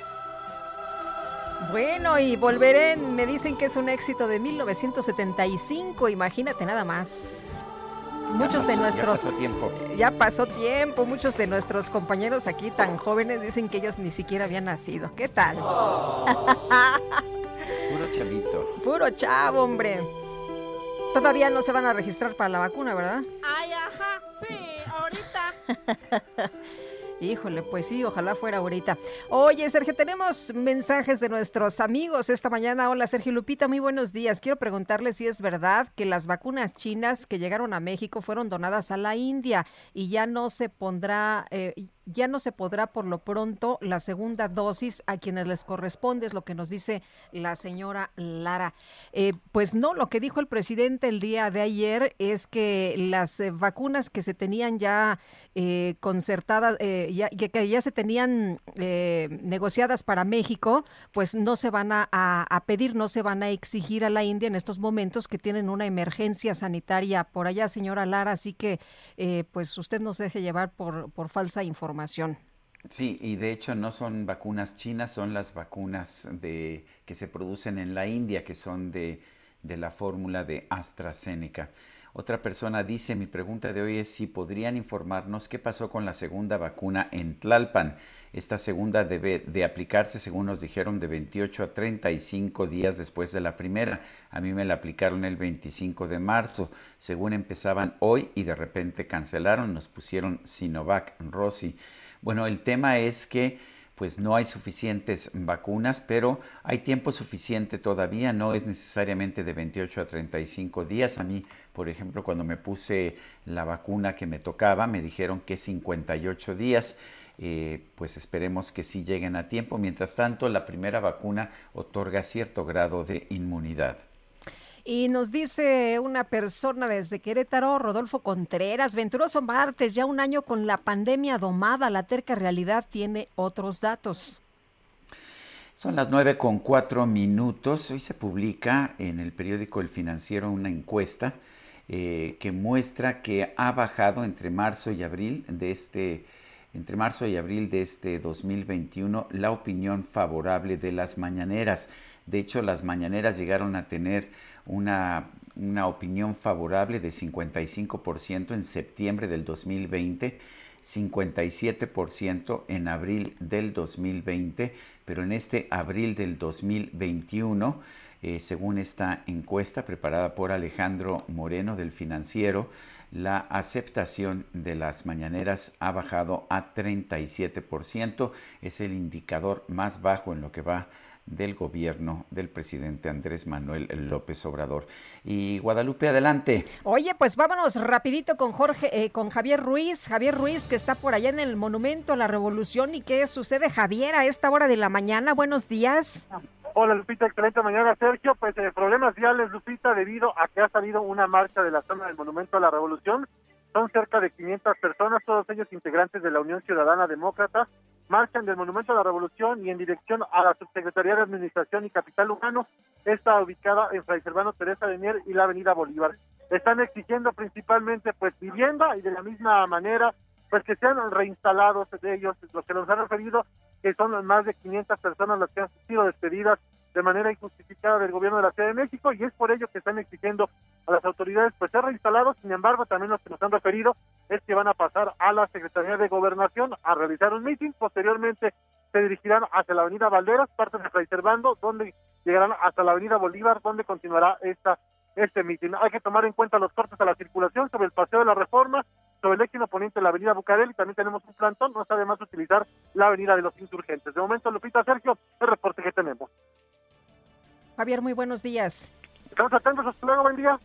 Bueno, y Volveré, me dicen que es un éxito de 1975, imagínate nada más. Muchos de nuestros... Ya pasó tiempo, muchos de nuestros compañeros aquí tan jóvenes dicen que ellos ni siquiera habían nacido. ¿Qué tal? Puro chavito. Puro chavo, hombre. Todavía no se van a registrar para la vacuna, ¿verdad? Ay, ajá, sí, ahorita. Híjole, pues sí, ojalá fuera ahorita. Oye, Sergio, tenemos mensajes de nuestros amigos esta mañana. Hola, Sergio Lupita, muy buenos días. Quiero preguntarle si es verdad que las vacunas chinas que llegaron a México fueron donadas a la India y ya no se pondrá, ya no se podrá por lo pronto la segunda dosis a quienes les corresponde, es lo que nos dice la señora Lara. Pues no, lo que dijo el presidente el día de ayer es que las vacunas que se tenían ya concertadas, que ya se tenían negociadas para México, pues no se van a pedir, no se van a exigir a la India en estos momentos que tienen una emergencia sanitaria por allá, señora Lara, así que pues usted no se deje llevar por falsa información. Sí, y de hecho no son vacunas chinas, son las vacunas que se producen en la India, que son de la fórmula de AstraZeneca. Otra persona dice, mi pregunta de hoy es si podrían informarnos qué pasó con la segunda vacuna en Tlalpan. Esta segunda debe de aplicarse, según nos dijeron, de 28 a 35 días después de la primera. A mí me la aplicaron el 25 de marzo. Según empezaban hoy y de repente cancelaron, nos pusieron Sinovac, Rossi. Bueno, el tema es que pues no hay suficientes vacunas, pero hay tiempo suficiente todavía, no es necesariamente de 28 a 35 días. A mí, por ejemplo, cuando me puse la vacuna que me tocaba, me dijeron que 58 días, pues esperemos que sí lleguen a tiempo. Mientras tanto, la primera vacuna otorga cierto grado de inmunidad. Y nos dice una persona desde Querétaro, Rodolfo Contreras, venturoso martes, ya un año con la pandemia domada, la terca realidad tiene otros datos. Son las 9:04. Hoy se publica en el periódico El Financiero una encuesta que muestra que ha bajado entre marzo y abril de este 2021 la opinión favorable de las mañaneras. De hecho, las mañaneras llegaron a tener una opinión favorable de 55% en septiembre del 2020, 57% en abril del 2020, pero en este abril del 2021, según esta encuesta preparada por Alejandro Moreno del Financiero, la aceptación de las mañaneras ha bajado a 37%, es el indicador más bajo en lo que va del gobierno del presidente Andrés Manuel López Obrador. Y Guadalupe, adelante. Oye, pues vámonos rapidito con Javier Ruiz, que está por allá en el Monumento a la Revolución. ¿Y qué sucede, Javier, a esta hora de la mañana? Buenos días. Hola, Lupita, excelente mañana, Sergio. Pues problemas viales, Lupita, debido a que ha salido una marcha de la zona del Monumento a la Revolución. Son cerca de 500 personas, todos ellos integrantes de la Unión Ciudadana Demócrata, marchan del Monumento a la Revolución y en dirección a la Subsecretaría de Administración y Capital Humano. Está ubicada en Fray Servando Teresa de Mier y la Avenida Bolívar. Están exigiendo principalmente pues vivienda y de la misma manera pues que sean reinstalados de ellos, los que nos han referido, que son más de 500 personas las que han sido despedidas de manera injustificada del gobierno de la Ciudad de México, y es por ello que están exigiendo a las autoridades pues ser reinstalados. Sin embargo, también los que nos han referido es que van a pasar a la Secretaría de Gobernación a realizar un meeting. Posteriormente se dirigirán hacia la Avenida Valderas, parte de Fray Servando, donde llegarán hasta la Avenida Bolívar, donde continuará este meeting. Hay que tomar en cuenta los cortes a la circulación sobre el Paseo de la Reforma, sobre el eje poniente de la Avenida Bucareli. También tenemos un plantón, no está de más utilizar la Avenida de los Insurgentes. De momento, Lupita, Sergio, el reporte que tenemos. Javier, muy buenos días. Estamos atentos, hasta luego, buen día.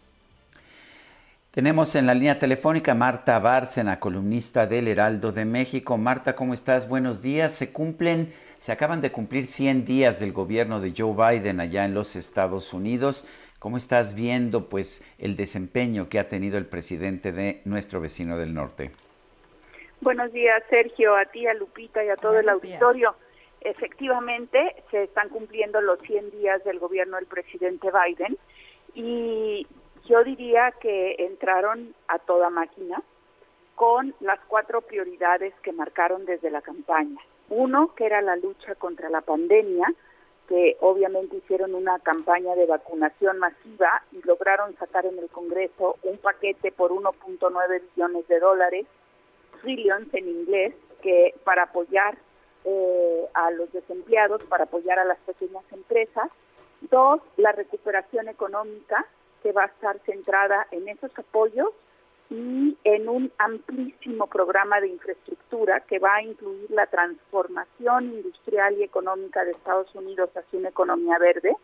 Tenemos en la línea telefónica Marta Bárcena, columnista del Heraldo de México. Marta, ¿cómo estás? Buenos días. Se acaban de cumplir 100 días del gobierno de Joe Biden allá en los Estados Unidos. ¿Cómo estás viendo pues el desempeño que ha tenido el presidente de nuestro vecino del norte? Buenos días, Sergio, a ti, a Lupita y a todo el auditorio. Efectivamente, se están cumpliendo los 100 días del gobierno del presidente Biden y yo diría que entraron a toda máquina con las 4 prioridades que marcaron desde la campaña. Uno, que era la lucha contra la pandemia, que obviamente hicieron una campaña de vacunación masiva y lograron sacar en el Congreso un paquete por $1.9 billones, trillions en inglés, que para apoyar a los desempleados, para apoyar a las pequeñas empresas. 2, la recuperación económica, que va a estar centrada en esos apoyos y en un amplísimo programa de infraestructura que va a incluir la transformación industrial y económica de Estados Unidos hacia una economía verde.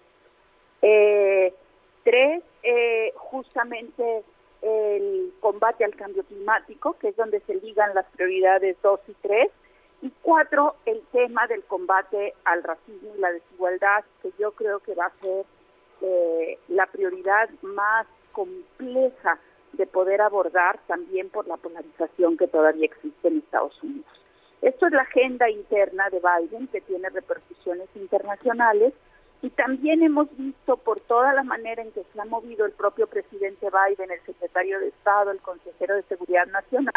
3, justamente el combate al cambio climático, que es donde se ligan las prioridades 2 y 3, Y 4, el tema del combate al racismo y la desigualdad, que yo creo que va a ser la prioridad más compleja de poder abordar, también por la polarización que todavía existe en Estados Unidos. Esto es la agenda interna de Biden, que tiene repercusiones internacionales, y también hemos visto por toda la manera en que se ha movido el propio presidente Biden, el secretario de Estado, el consejero de Seguridad Nacional,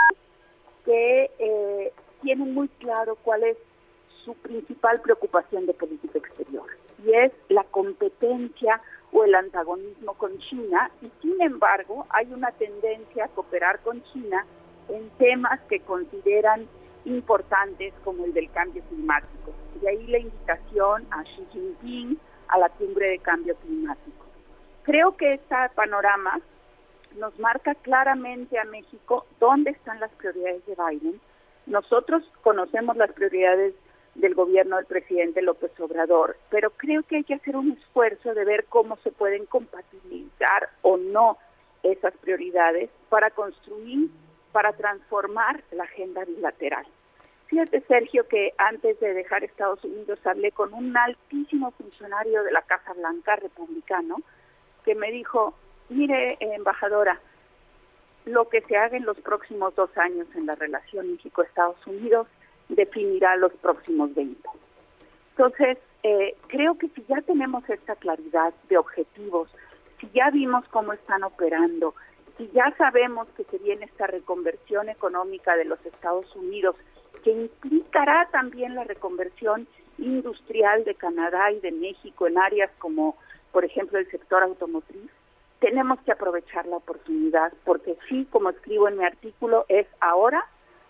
que tienen muy claro cuál es su principal preocupación de política exterior, y es la competencia o el antagonismo con China, y sin embargo hay una tendencia a cooperar con China en temas que consideran importantes como el del cambio climático. De ahí la invitación a Xi Jinping a la cumbre de cambio climático. Creo que este panorama nos marca claramente a México dónde están las prioridades de Biden. Nosotros conocemos las prioridades del gobierno del presidente López Obrador, pero creo que hay que hacer un esfuerzo de ver cómo se pueden compatibilizar o no esas prioridades para construir, para transformar la agenda bilateral. Fíjate, Sergio, que antes de dejar Estados Unidos hablé con un altísimo funcionario de la Casa Blanca republicano que me dijo, mire, embajadora, lo que se haga en los próximos 2 años en la relación México-Estados Unidos definirá los próximos 20. Entonces, creo que si ya tenemos esta claridad de objetivos, si ya vimos cómo están operando, si ya sabemos que se viene esta reconversión económica de los Estados Unidos, que implicará también la reconversión industrial de Canadá y de México en áreas como, por ejemplo, el sector automotriz, tenemos que aprovechar la oportunidad, porque sí, como escribo en mi artículo, es ahora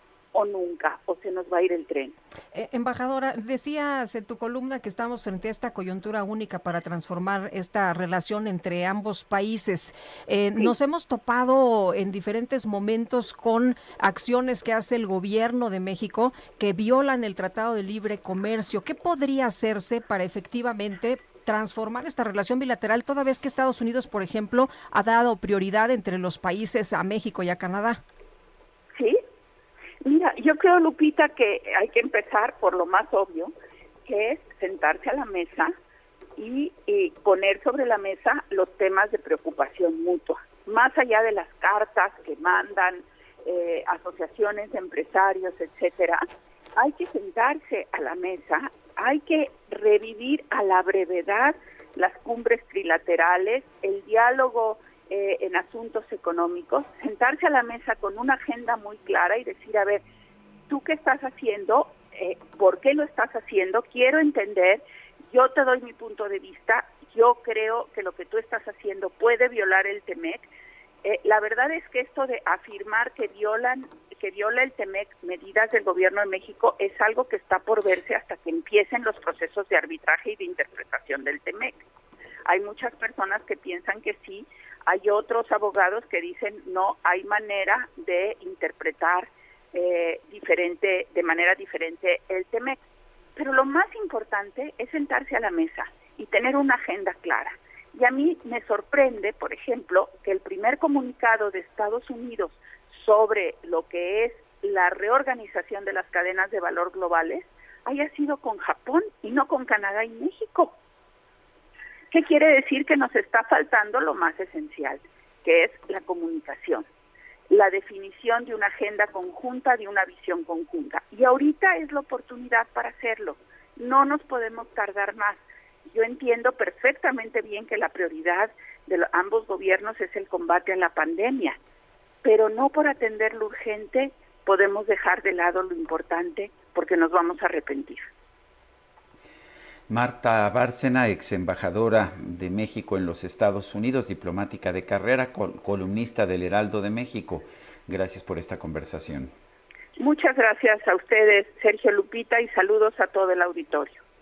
o nunca, o se nos va a ir el tren. Embajadora, decías en tu columna que estamos frente a esta coyuntura única para transformar esta relación entre ambos países. Sí. Nos hemos topado en diferentes momentos con acciones que hace el gobierno de México que violan el Tratado de Libre Comercio. ¿Qué podría hacerse para efectivamente transformar esta relación bilateral, toda vez que Estados Unidos, por ejemplo, ha dado prioridad entre los países a México y a Canadá? Sí. Mira, yo creo, Lupita, que hay que empezar por lo más obvio, que es sentarse a la mesa y poner sobre la mesa los temas de preocupación mutua. Más allá de las cartas que mandan asociaciones de empresarios, etcétera, hay que sentarse a la mesa, hay que revivir a la brevedad las cumbres trilaterales, el diálogo en asuntos económicos, sentarse a la mesa con una agenda muy clara y decir, a ver, ¿tú qué estás haciendo? ¿Por qué lo estás haciendo? Quiero entender, yo te doy mi punto de vista, yo creo que lo que tú estás haciendo puede violar el TEMEC. La verdad es que esto de afirmar que viola el TEMEC medidas del gobierno de México es algo que está por verse hasta que empiecen los procesos de arbitraje y de interpretación del TEMEC. Hay muchas personas que piensan que sí, hay otros abogados que dicen no, hay manera de interpretar de manera diferente el TEMEC. Pero lo más importante es sentarse a la mesa y tener una agenda clara. Y a mí me sorprende, por ejemplo, que el primer comunicado de Estados Unidos sobre lo que es la reorganización de las cadenas de valor globales haya sido con Japón y no con Canadá y México. ¿Qué quiere decir? Que nos está faltando lo más esencial, que es la comunicación, la definición de una agenda conjunta, de una visión conjunta. Y ahorita es la oportunidad para hacerlo. No nos podemos tardar más. Yo entiendo perfectamente bien que la prioridad de ambos gobiernos es el combate a la pandemia, pero no por atender lo urgente podemos dejar de lado lo importante, porque nos vamos a arrepentir. Marta Bárcena, ex embajadora de México en los Estados Unidos, diplomática de carrera, columnista del Heraldo de México. Gracias por esta conversación. Muchas gracias a ustedes, Sergio, Lupita, y saludos a todo el auditorio.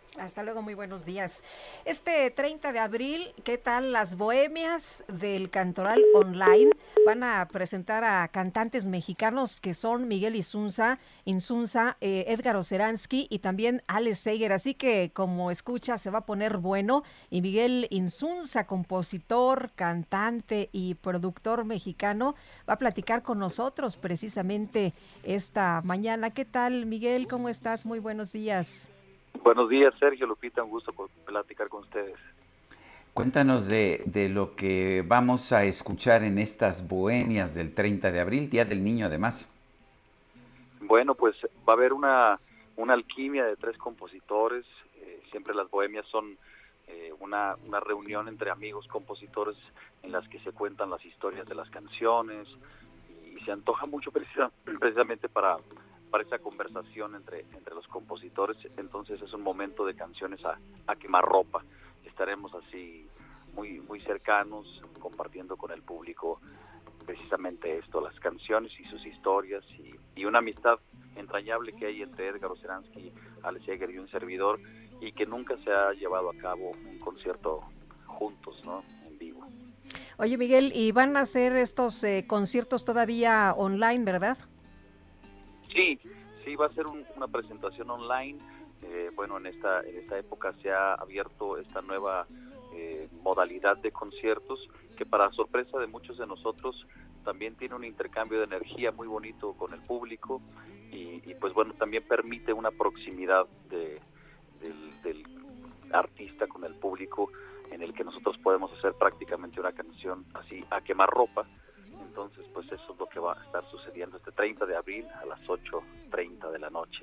Hasta luego, muy buenos días. Este 30 de abril, ¿qué tal las bohemias del Cantoral Online? Van a presentar a cantantes mexicanos que son Miguel Insunza, Edgar Oceransky y también Alex Seger. Así que, como escucha, se va a poner bueno. Y Miguel Insunza, compositor, cantante y productor mexicano, va a platicar con nosotros precisamente esta mañana. ¿Qué tal, Miguel? ¿Cómo estás? Muy buenos días. Buenos días, Sergio, Lupita, un gusto platicar con ustedes. Cuéntanos de lo que vamos a escuchar en estas bohemias del 30 de abril, Día del Niño además. Bueno, pues va a haber una alquimia de 3 compositores. Siempre las bohemias son una reunión entre amigos compositores en las que se cuentan las historias de las canciones y se antoja mucho precisamente para esa conversación entre los compositores. Entonces es un momento de canciones a quemarropa. Estaremos así muy cercanos, compartiendo con el público precisamente esto, las canciones y sus historias y una amistad entrañable que hay entre Edgar Oceransky, Alex Seger y un servidor, y que nunca se ha llevado a cabo un concierto juntos, ¿no? En vivo. Oye, Miguel, y van a hacer estos conciertos todavía online, ¿verdad? Sí, va a ser una presentación online. Bueno, en esta época se ha abierto esta nueva modalidad de conciertos que, para sorpresa de muchos de nosotros, también tiene un intercambio de energía muy bonito con el público y pues bueno, también permite una proximidad del artista con el público, en el que nosotros podemos hacer prácticamente una canción así a quemarropa. Entonces, pues eso es lo que va a estar sucediendo este 30 de abril a las 8:30 de la noche.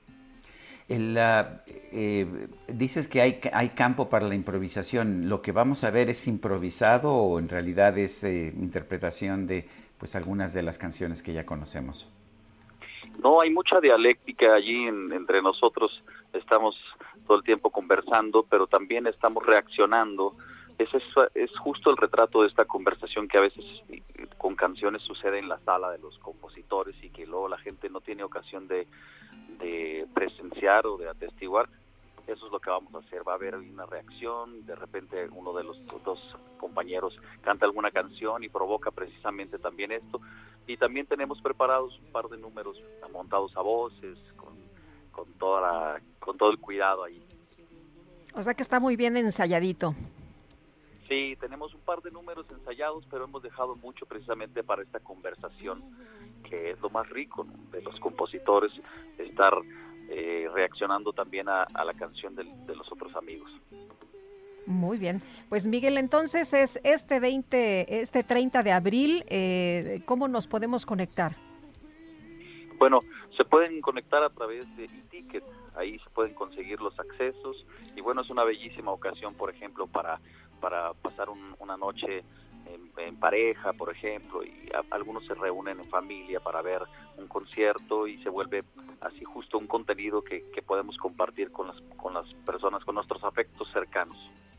Dices que hay campo para la improvisación. ¿Lo que vamos a ver es improvisado o en realidad es interpretación de pues algunas de las canciones que ya conocemos? No, hay mucha dialéctica allí entre nosotros. Estamos todo el tiempo conversando, pero también estamos reaccionando. Es justo el retrato de esta conversación que a veces con canciones sucede en la sala de los compositores y que luego la gente no tiene ocasión de presenciar o de atestiguar. Eso es lo que vamos a hacer. Va a haber una reacción, de repente uno de los 2 compañeros canta alguna canción y provoca precisamente también esto. Y también tenemos preparados un par de números montados a voces, con todo el cuidado ahí. O sea que está muy bien ensayadito. Sí, tenemos un par de números ensayados, pero hemos dejado mucho precisamente para esta conversación, que es lo más rico, ¿no?, de los compositores, estar reaccionando también a la canción de los otros amigos. Muy bien. Pues Miguel, entonces es este 30 de abril, ¿cómo nos podemos conectar? Bueno, se pueden conectar a través de eTicket, ahí se pueden conseguir los accesos y bueno, es una bellísima ocasión, por ejemplo, para pasar una noche en pareja, por ejemplo, y algunos se reúnen en familia para ver un concierto y se vuelve así justo un contenido que podemos compartir con las personas, con nuestros afectos cercanos.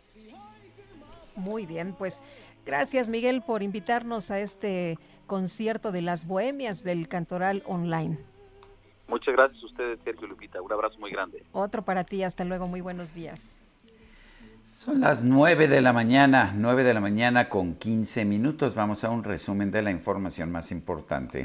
Muy bien, pues gracias, Miguel, por invitarnos a este concierto de las bohemias del Cantoral Online. Muchas gracias a ustedes, Sergio, Lupita. Un abrazo muy grande. Otro para ti, hasta luego, muy buenos días. Son las 9 de la mañana con 15 minutos. Vamos a un resumen de la información más importante.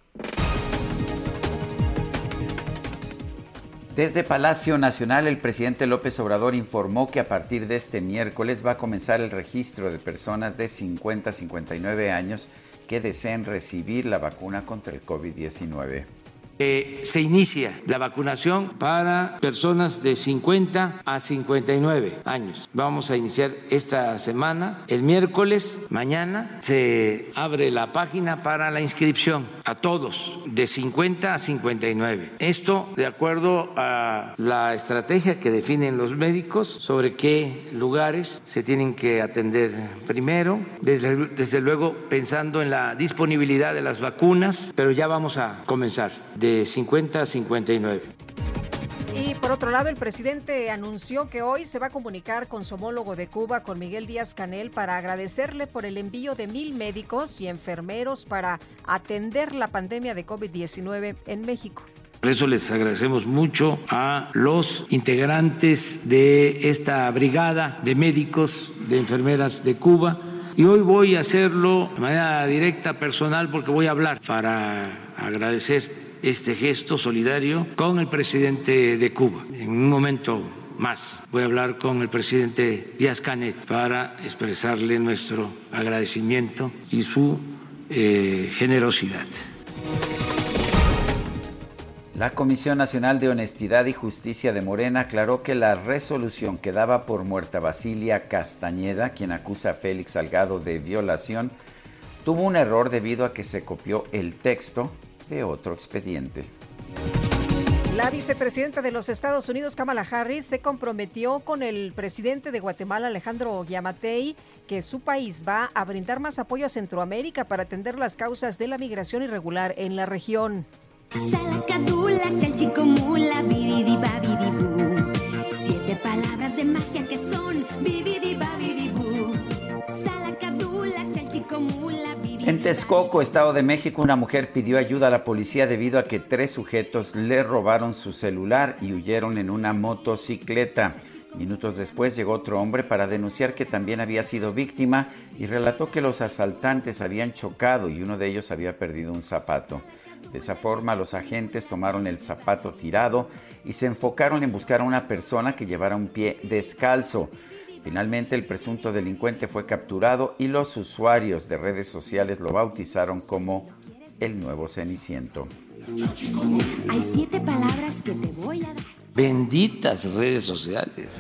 Desde Palacio Nacional, el presidente López Obrador informó que a partir de este miércoles va a comenzar el registro de personas de 50 a 59 años que deseen recibir la vacuna contra el COVID-19. Se inicia la vacunación para personas de 50 a 59 años. Vamos a iniciar esta semana. El miércoles, mañana, se abre la página para la inscripción a todos de 50 a 59. Esto de acuerdo a la estrategia que definen los médicos sobre qué lugares se tienen que atender primero. Desde luego pensando en la disponibilidad de las vacunas, pero ya vamos a comenzar de 50 a 59. Y por otro lado, el presidente anunció que hoy se va a comunicar con su homólogo de Cuba, con Miguel Díaz-Canel, para agradecerle por el envío de 1,000 médicos y enfermeros para atender la pandemia de COVID-19 en México. Por eso les agradecemos mucho a los integrantes de esta brigada de médicos, de enfermeras de Cuba. Y hoy voy a hacerlo de manera directa, personal, porque voy a hablar para agradecer este gesto solidario con el presidente de Cuba. En un momento más voy a hablar con el presidente Díaz-Canet para expresarle nuestro agradecimiento y su generosidad. La Comisión Nacional de Honestidad y Justicia de Morena aclaró que la resolución que daba por muerta a Basilia Castañeda, quien acusa a Félix Salgado de violación, tuvo un error debido a que se copió el texto de otro expediente. La vicepresidenta de los Estados Unidos, Kamala Harris, se comprometió con el presidente de Guatemala, Alejandro Yamatei, que su país va a brindar más apoyo a Centroamérica para atender las causas de la migración irregular en la región. Salacadula, chalchicomula, bibidibabidibú. 7 palabras de magia que son bibidibabidibú. Salacadula, chalchicomula, bibidibabidibú. En Texcoco, Estado de México, una mujer pidió ayuda a la policía debido a que 3 sujetos le robaron su celular y huyeron en una motocicleta. Minutos después llegó otro hombre para denunciar que también había sido víctima y relató que los asaltantes habían chocado y uno de ellos había perdido un zapato. De esa forma, los agentes tomaron el zapato tirado y se enfocaron en buscar a una persona que llevara un pie descalzo. Finalmente, el presunto delincuente fue capturado y los usuarios de redes sociales lo bautizaron como el nuevo Ceniciento. Hay 7 palabras que te voy a dar. Benditas redes sociales.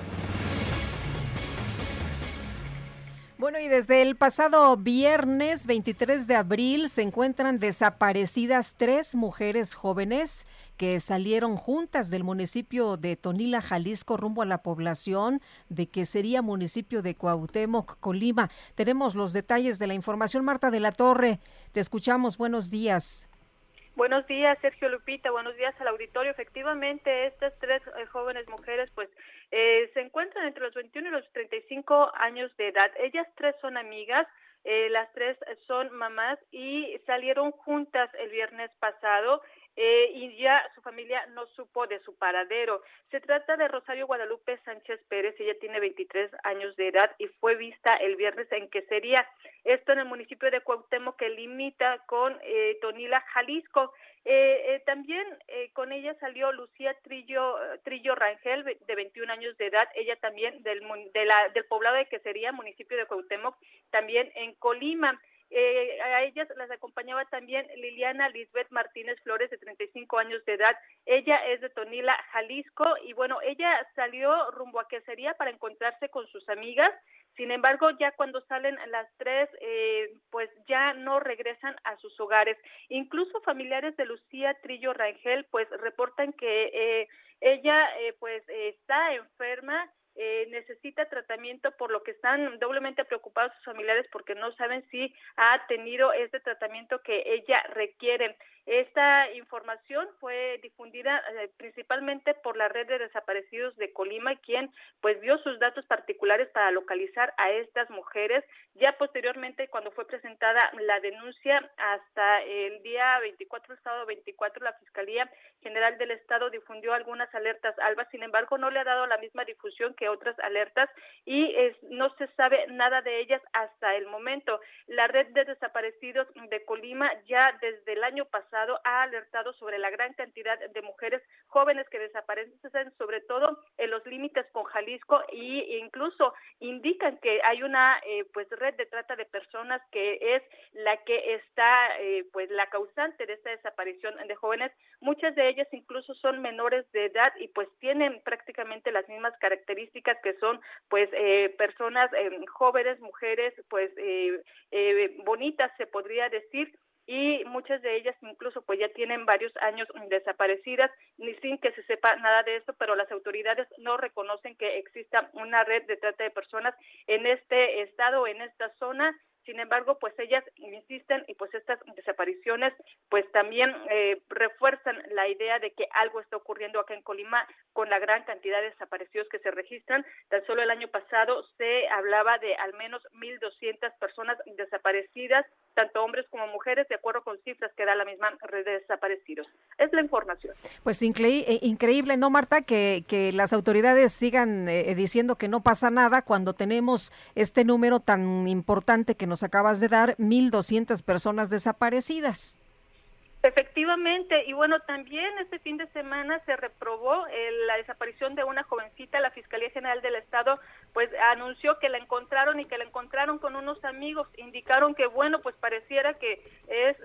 Bueno, y desde el pasado viernes 23 de abril se encuentran desaparecidas 3 mujeres jóvenes que salieron juntas del municipio de Tonila, Jalisco, rumbo a la población de que sería municipio de Cuauhtémoc, Colima. Tenemos los detalles de la información. Marta de la Torre, te escuchamos. Buenos días. Buenos días, Sergio, Lupita. Buenos días al auditorio. Efectivamente, estas 3 jóvenes mujeres, pues, se encuentran entre los 21 y los 35 años de edad. Ellas 3 son amigas, las 3 son mamás y salieron juntas el viernes pasado. Y ya su familia no supo de su paradero. Se trata de Rosario Guadalupe Sánchez Pérez, ella tiene 23 años de edad y fue vista el viernes en Quesería, esto en el municipio de Cuauhtémoc que limita con Tonila, Jalisco. También con ella salió Lucía Trillo Rangel, de 21 años de edad, ella también del poblado de Quesería, municipio de Cuauhtémoc, también en Colima. A ellas las acompañaba también Liliana Lisbeth Martínez Flores, de 35 años de edad. Ella es de Tonila, Jalisco, y bueno, ella salió rumbo a Quesería para encontrarse con sus amigas. Sin embargo, ya cuando salen las 3, pues ya no regresan a sus hogares. Incluso familiares de Lucía Trillo Rangel, pues reportan que ella pues está enferma, necesita tratamiento, por lo que están doblemente preocupados sus familiares porque no saben si ha tenido este tratamiento que ella requiere. Esta información fue difundida principalmente por la red de desaparecidos de Colima, quien pues dio sus datos particulares para localizar a estas mujeres. Ya posteriormente, cuando fue presentada la denuncia, hasta el día 24, el sábado 24, la Fiscalía General del Estado difundió algunas alertas alba. Sin embargo, no le ha dado la misma difusión que otras alertas y no se sabe nada de ellas hasta el momento. La red de desaparecidos de Colima ya desde el año pasado ha alertado sobre la gran cantidad de mujeres jóvenes que desaparecen, sobre todo en los límites con Jalisco, e incluso indican que hay una pues red de trata de personas que es la que está pues la causante de esta desaparición de jóvenes. Muchas de ellas incluso son menores de edad y pues tienen prácticamente las mismas características, que son pues personas jóvenes, mujeres pues bonitas, se podría decir, y muchas de ellas incluso pues ya tienen varios años desaparecidas, ni sin que se sepa nada de esto, pero las autoridades no reconocen que exista una red de trata de personas en este estado, en esta zona. Sin embargo, pues ellas insisten y pues estas desapariciones pues también refuerzan la idea de que algo está ocurriendo acá en Colima con la gran cantidad de desaparecidos que se registran. Tan solo el año pasado se hablaba de al menos 1,200 personas desaparecidas, tanto hombres como mujeres, de acuerdo con cifras que da la misma red de desaparecidos. Es la información. Pues increíble, ¿no, Marta? Que las autoridades sigan diciendo que no pasa nada cuando tenemos este número tan importante que nos acabas de dar, 1,200 personas desaparecidas. Efectivamente, y bueno, también este fin de semana se reprobó la desaparición de una jovencita. La Fiscalía General del Estado pues anunció que la encontraron y que la encontraron con unos amigos. Indicaron que bueno, pues pareciera que es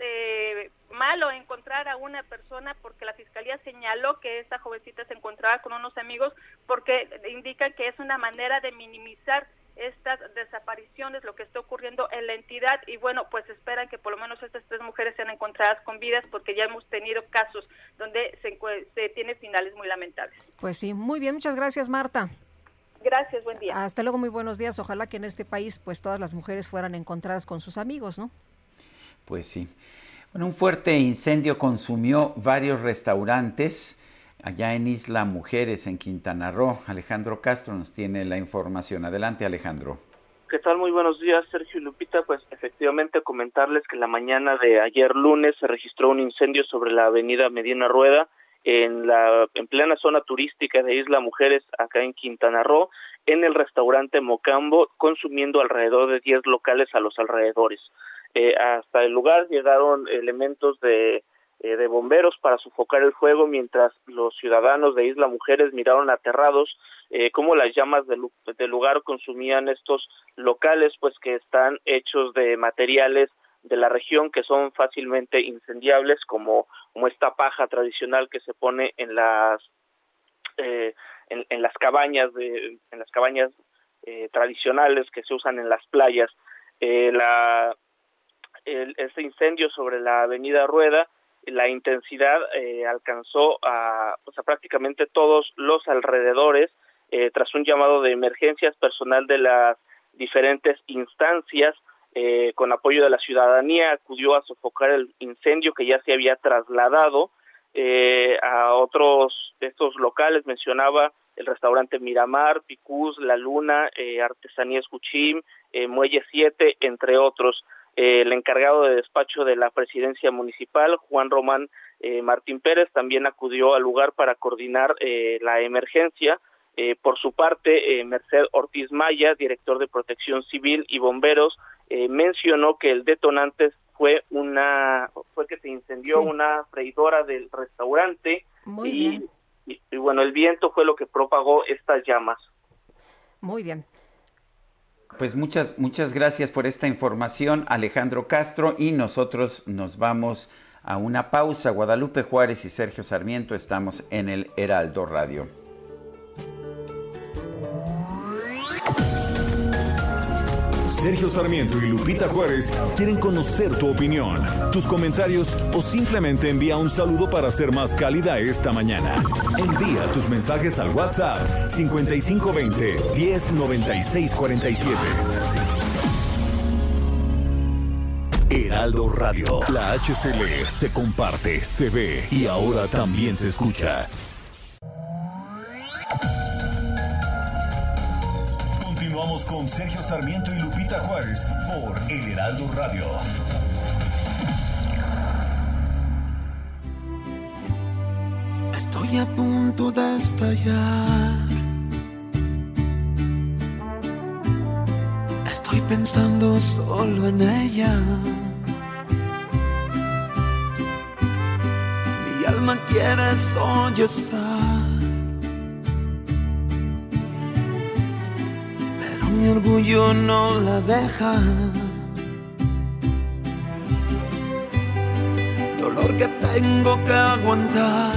malo encontrar a una persona, porque la Fiscalía señaló que esta jovencita se encontraba con unos amigos porque indican que es una manera de minimizar estas desapariciones, lo que está ocurriendo en la entidad, y bueno, pues esperan que por lo menos estas 3 mujeres sean encontradas con vidas, porque ya hemos tenido casos donde se tiene finales muy lamentables. Pues sí, muy bien, muchas gracias, Marta. Gracias, buen día. Hasta luego, muy buenos días. Ojalá que en este país pues todas las mujeres fueran encontradas con sus amigos, ¿no? Pues sí. Bueno, un fuerte incendio consumió varios restaurantes allá en Isla Mujeres, en Quintana Roo. Alejandro Castro nos tiene la información. Adelante, Alejandro. ¿Qué tal? Muy buenos días, Sergio y Lupita. Pues efectivamente comentarles que la mañana de ayer lunes se registró un incendio sobre la avenida Medina Rueda, en plena zona turística de Isla Mujeres, acá en Quintana Roo, en el restaurante Mocambo, consumiendo alrededor de 10 locales a los alrededores. Hasta el lugar llegaron elementos de bomberos para sofocar el fuego, mientras los ciudadanos de Isla Mujeres miraron aterrados cómo las llamas del lugar consumían estos locales, pues que están hechos de materiales de la región que son fácilmente incendiables, como esta paja tradicional que se pone en las cabañas tradicionales que se usan en las playas. Este incendio sobre la avenida Rueda, la intensidad alcanzó a prácticamente todos los alrededores, tras un llamado de emergencias. Personal de las diferentes instancias, con apoyo de la ciudadanía, acudió a sofocar el incendio, que ya se había trasladado a otros de estos locales. Mencionaba el restaurante Miramar, Picús, La Luna, Artesanías Juchim, Muelle 7, entre otros. El encargado de despacho de la presidencia municipal, Juan Román Martín Pérez, también acudió al lugar para coordinar la emergencia. Por su parte, Merced Ortiz Maya, director de Protección Civil y Bomberos, mencionó que el detonante fue que se incendió una freidora del restaurante. Muy bien. Y bueno, el viento fue lo que propagó estas llamas. Muy bien. Pues muchas gracias por esta información, Alejandro Castro, y nosotros nos vamos a una pausa. Guadalupe Juárez y Sergio Sarmiento estamos en el Heraldo Radio. Sergio Sarmiento y Lupita Juárez quieren conocer tu opinión, tus comentarios o simplemente envía un saludo para ser más cálida esta mañana. Envía tus mensajes al WhatsApp 5520 109647. Heraldo Radio, la HCL se comparte, se ve y ahora también se escucha. Continuamos con Sergio Sarmiento y Lupita Juárez por El Heraldo Radio. Estoy a punto de estallar. Estoy pensando solo en ella. Mi alma quiere sollozar. Mi orgullo no la deja. Dolor que tengo que aguantar,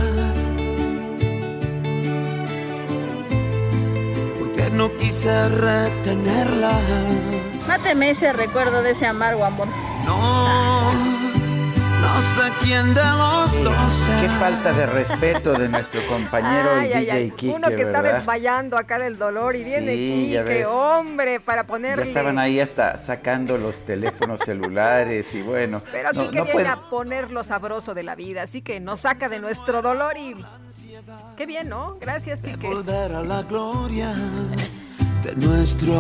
porque no quise retenerla. Máteme ese recuerdo de ese amargo amor. No, No sé quién de los dos. Qué falta de respeto de nuestro compañero el DJ Quique, uno que está ¿verdad? desmayando acá del dolor y viene Sí, Quique, hombre, para ponerle. Ya estaban ahí hasta sacando los teléfonos celulares y bueno. Pero Quique viene a poner lo sabroso de la vida, así que nos saca de nuestro dolor y qué bien, ¿no? Gracias, Quique. Volver a la gloria de nuestro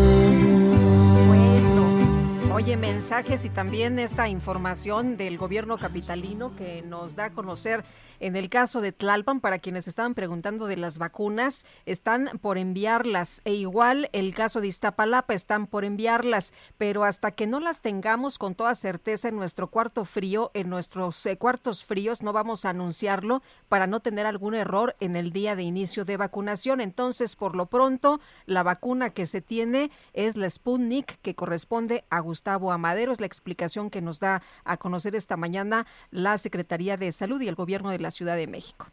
amor. Oye, mensajes y también esta información del gobierno capitalino que nos da a conocer en el caso de Tlalpan, para quienes estaban preguntando de las vacunas, están por enviarlas, e igual el caso de Iztapalapa, están por enviarlas, pero hasta que no las tengamos con toda certeza en nuestro cuarto frío, en nuestros cuartos fríos, no vamos a anunciarlo para no tener algún error en el día de inicio de vacunación. Entonces, por lo pronto, la vacuna que se tiene es la Sputnik, que corresponde a Gustavo Amadero. Es la explicación que nos da a conocer esta mañana la Secretaría de Salud y el Gobierno de la Ciudad de México.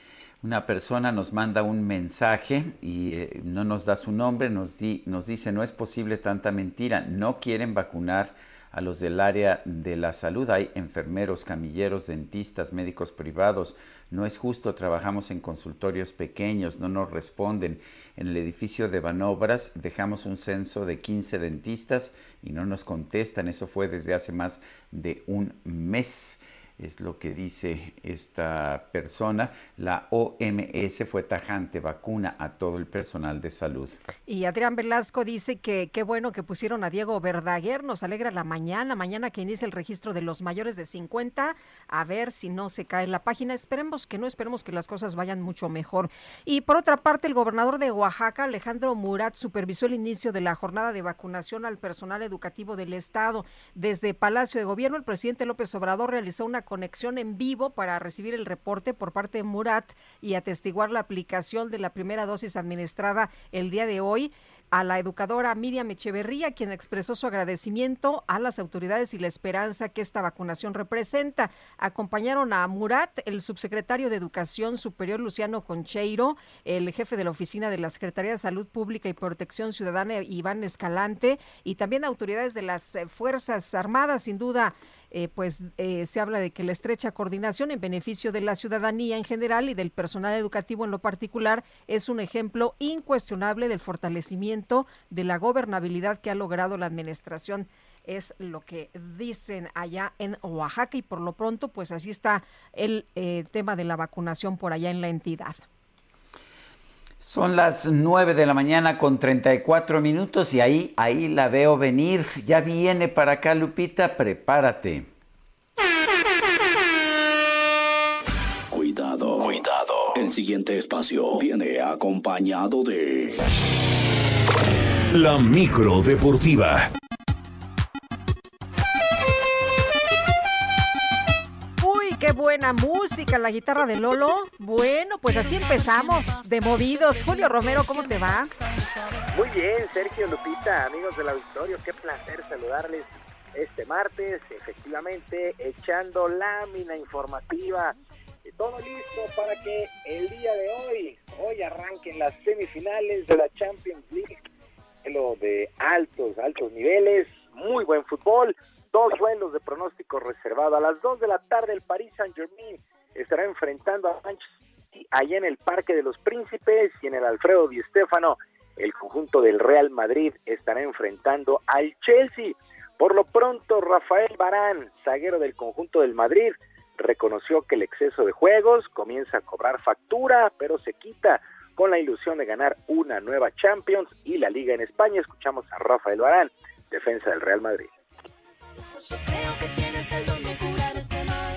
Una persona nos manda un mensaje y no nos da su nombre, nos dice: no es posible tanta mentira, no quieren vacunar a los del área de la salud, hay enfermeros, camilleros, dentistas, médicos privados, no es justo, trabajamos en consultorios pequeños, no nos responden. En el edificio de Banobras dejamos un censo de 15 dentistas y no nos contestan, eso fue desde hace más de un mes. Es lo que dice esta persona. La OMS fue tajante, vacuna a todo el personal de salud. Y Adrián Velasco dice que qué bueno que pusieron a Diego Verdaguer, nos alegra la mañana que inicia el registro de los mayores de 50, a ver si no se cae la página, esperemos que no, esperemos que las cosas vayan mucho mejor. Y por otra parte, el gobernador de Oaxaca, Alejandro Murat, supervisó el inicio de la jornada de vacunación al personal educativo del estado. Desde Palacio de Gobierno, el presidente López Obrador realizó una conexión en vivo para recibir el reporte por parte de Murat y atestiguar la aplicación de la primera dosis administrada el día de hoy a la educadora Miriam Echeverría, quien expresó su agradecimiento a las autoridades y la esperanza que esta vacunación representa. Acompañaron a Murat el subsecretario de Educación Superior Luciano Concheiro, el jefe de la oficina de la Secretaría de Salud Pública y Protección Ciudadana Iván Escalante, y también autoridades de las Fuerzas Armadas. Sin duda, se habla de que la estrecha coordinación en beneficio de la ciudadanía en general y del personal educativo en lo particular es un ejemplo incuestionable del fortalecimiento de la gobernabilidad que ha logrado la administración. Es lo que dicen allá en Oaxaca y por lo pronto pues así está el tema de la vacunación por allá en la entidad. Son las 9 de la mañana con 34 minutos y ahí la veo venir. Ya viene para acá, Lupita, prepárate. Cuidado. El siguiente espacio viene acompañado de... La micro deportiva. Qué buena música, la guitarra de Lolo. Bueno, pues así empezamos, de movidos. Julio Romero, ¿cómo te va? Muy bien, Sergio, Lupita, amigos del auditorio, qué placer saludarles este martes, efectivamente, echando lámina informativa. Todo listo para que el día de hoy arranquen las semifinales de la Champions League, lo de altos niveles, muy buen fútbol. 2 duelos de pronóstico reservado. A las 2 de la tarde el Paris Saint-Germain estará enfrentando a Manchester City allá en el Parque de los Príncipes, y en el Alfredo Di Stéfano el conjunto del Real Madrid estará enfrentando al Chelsea. Por lo pronto, Rafael Varane, zaguero del conjunto del Madrid, reconoció que el exceso de juegos comienza a cobrar factura, pero se quita con la ilusión de ganar una nueva Champions y la Liga en España. Escuchamos a Rafael Varane, defensa del Real Madrid. Yo creo que tienes el don de curar este mal.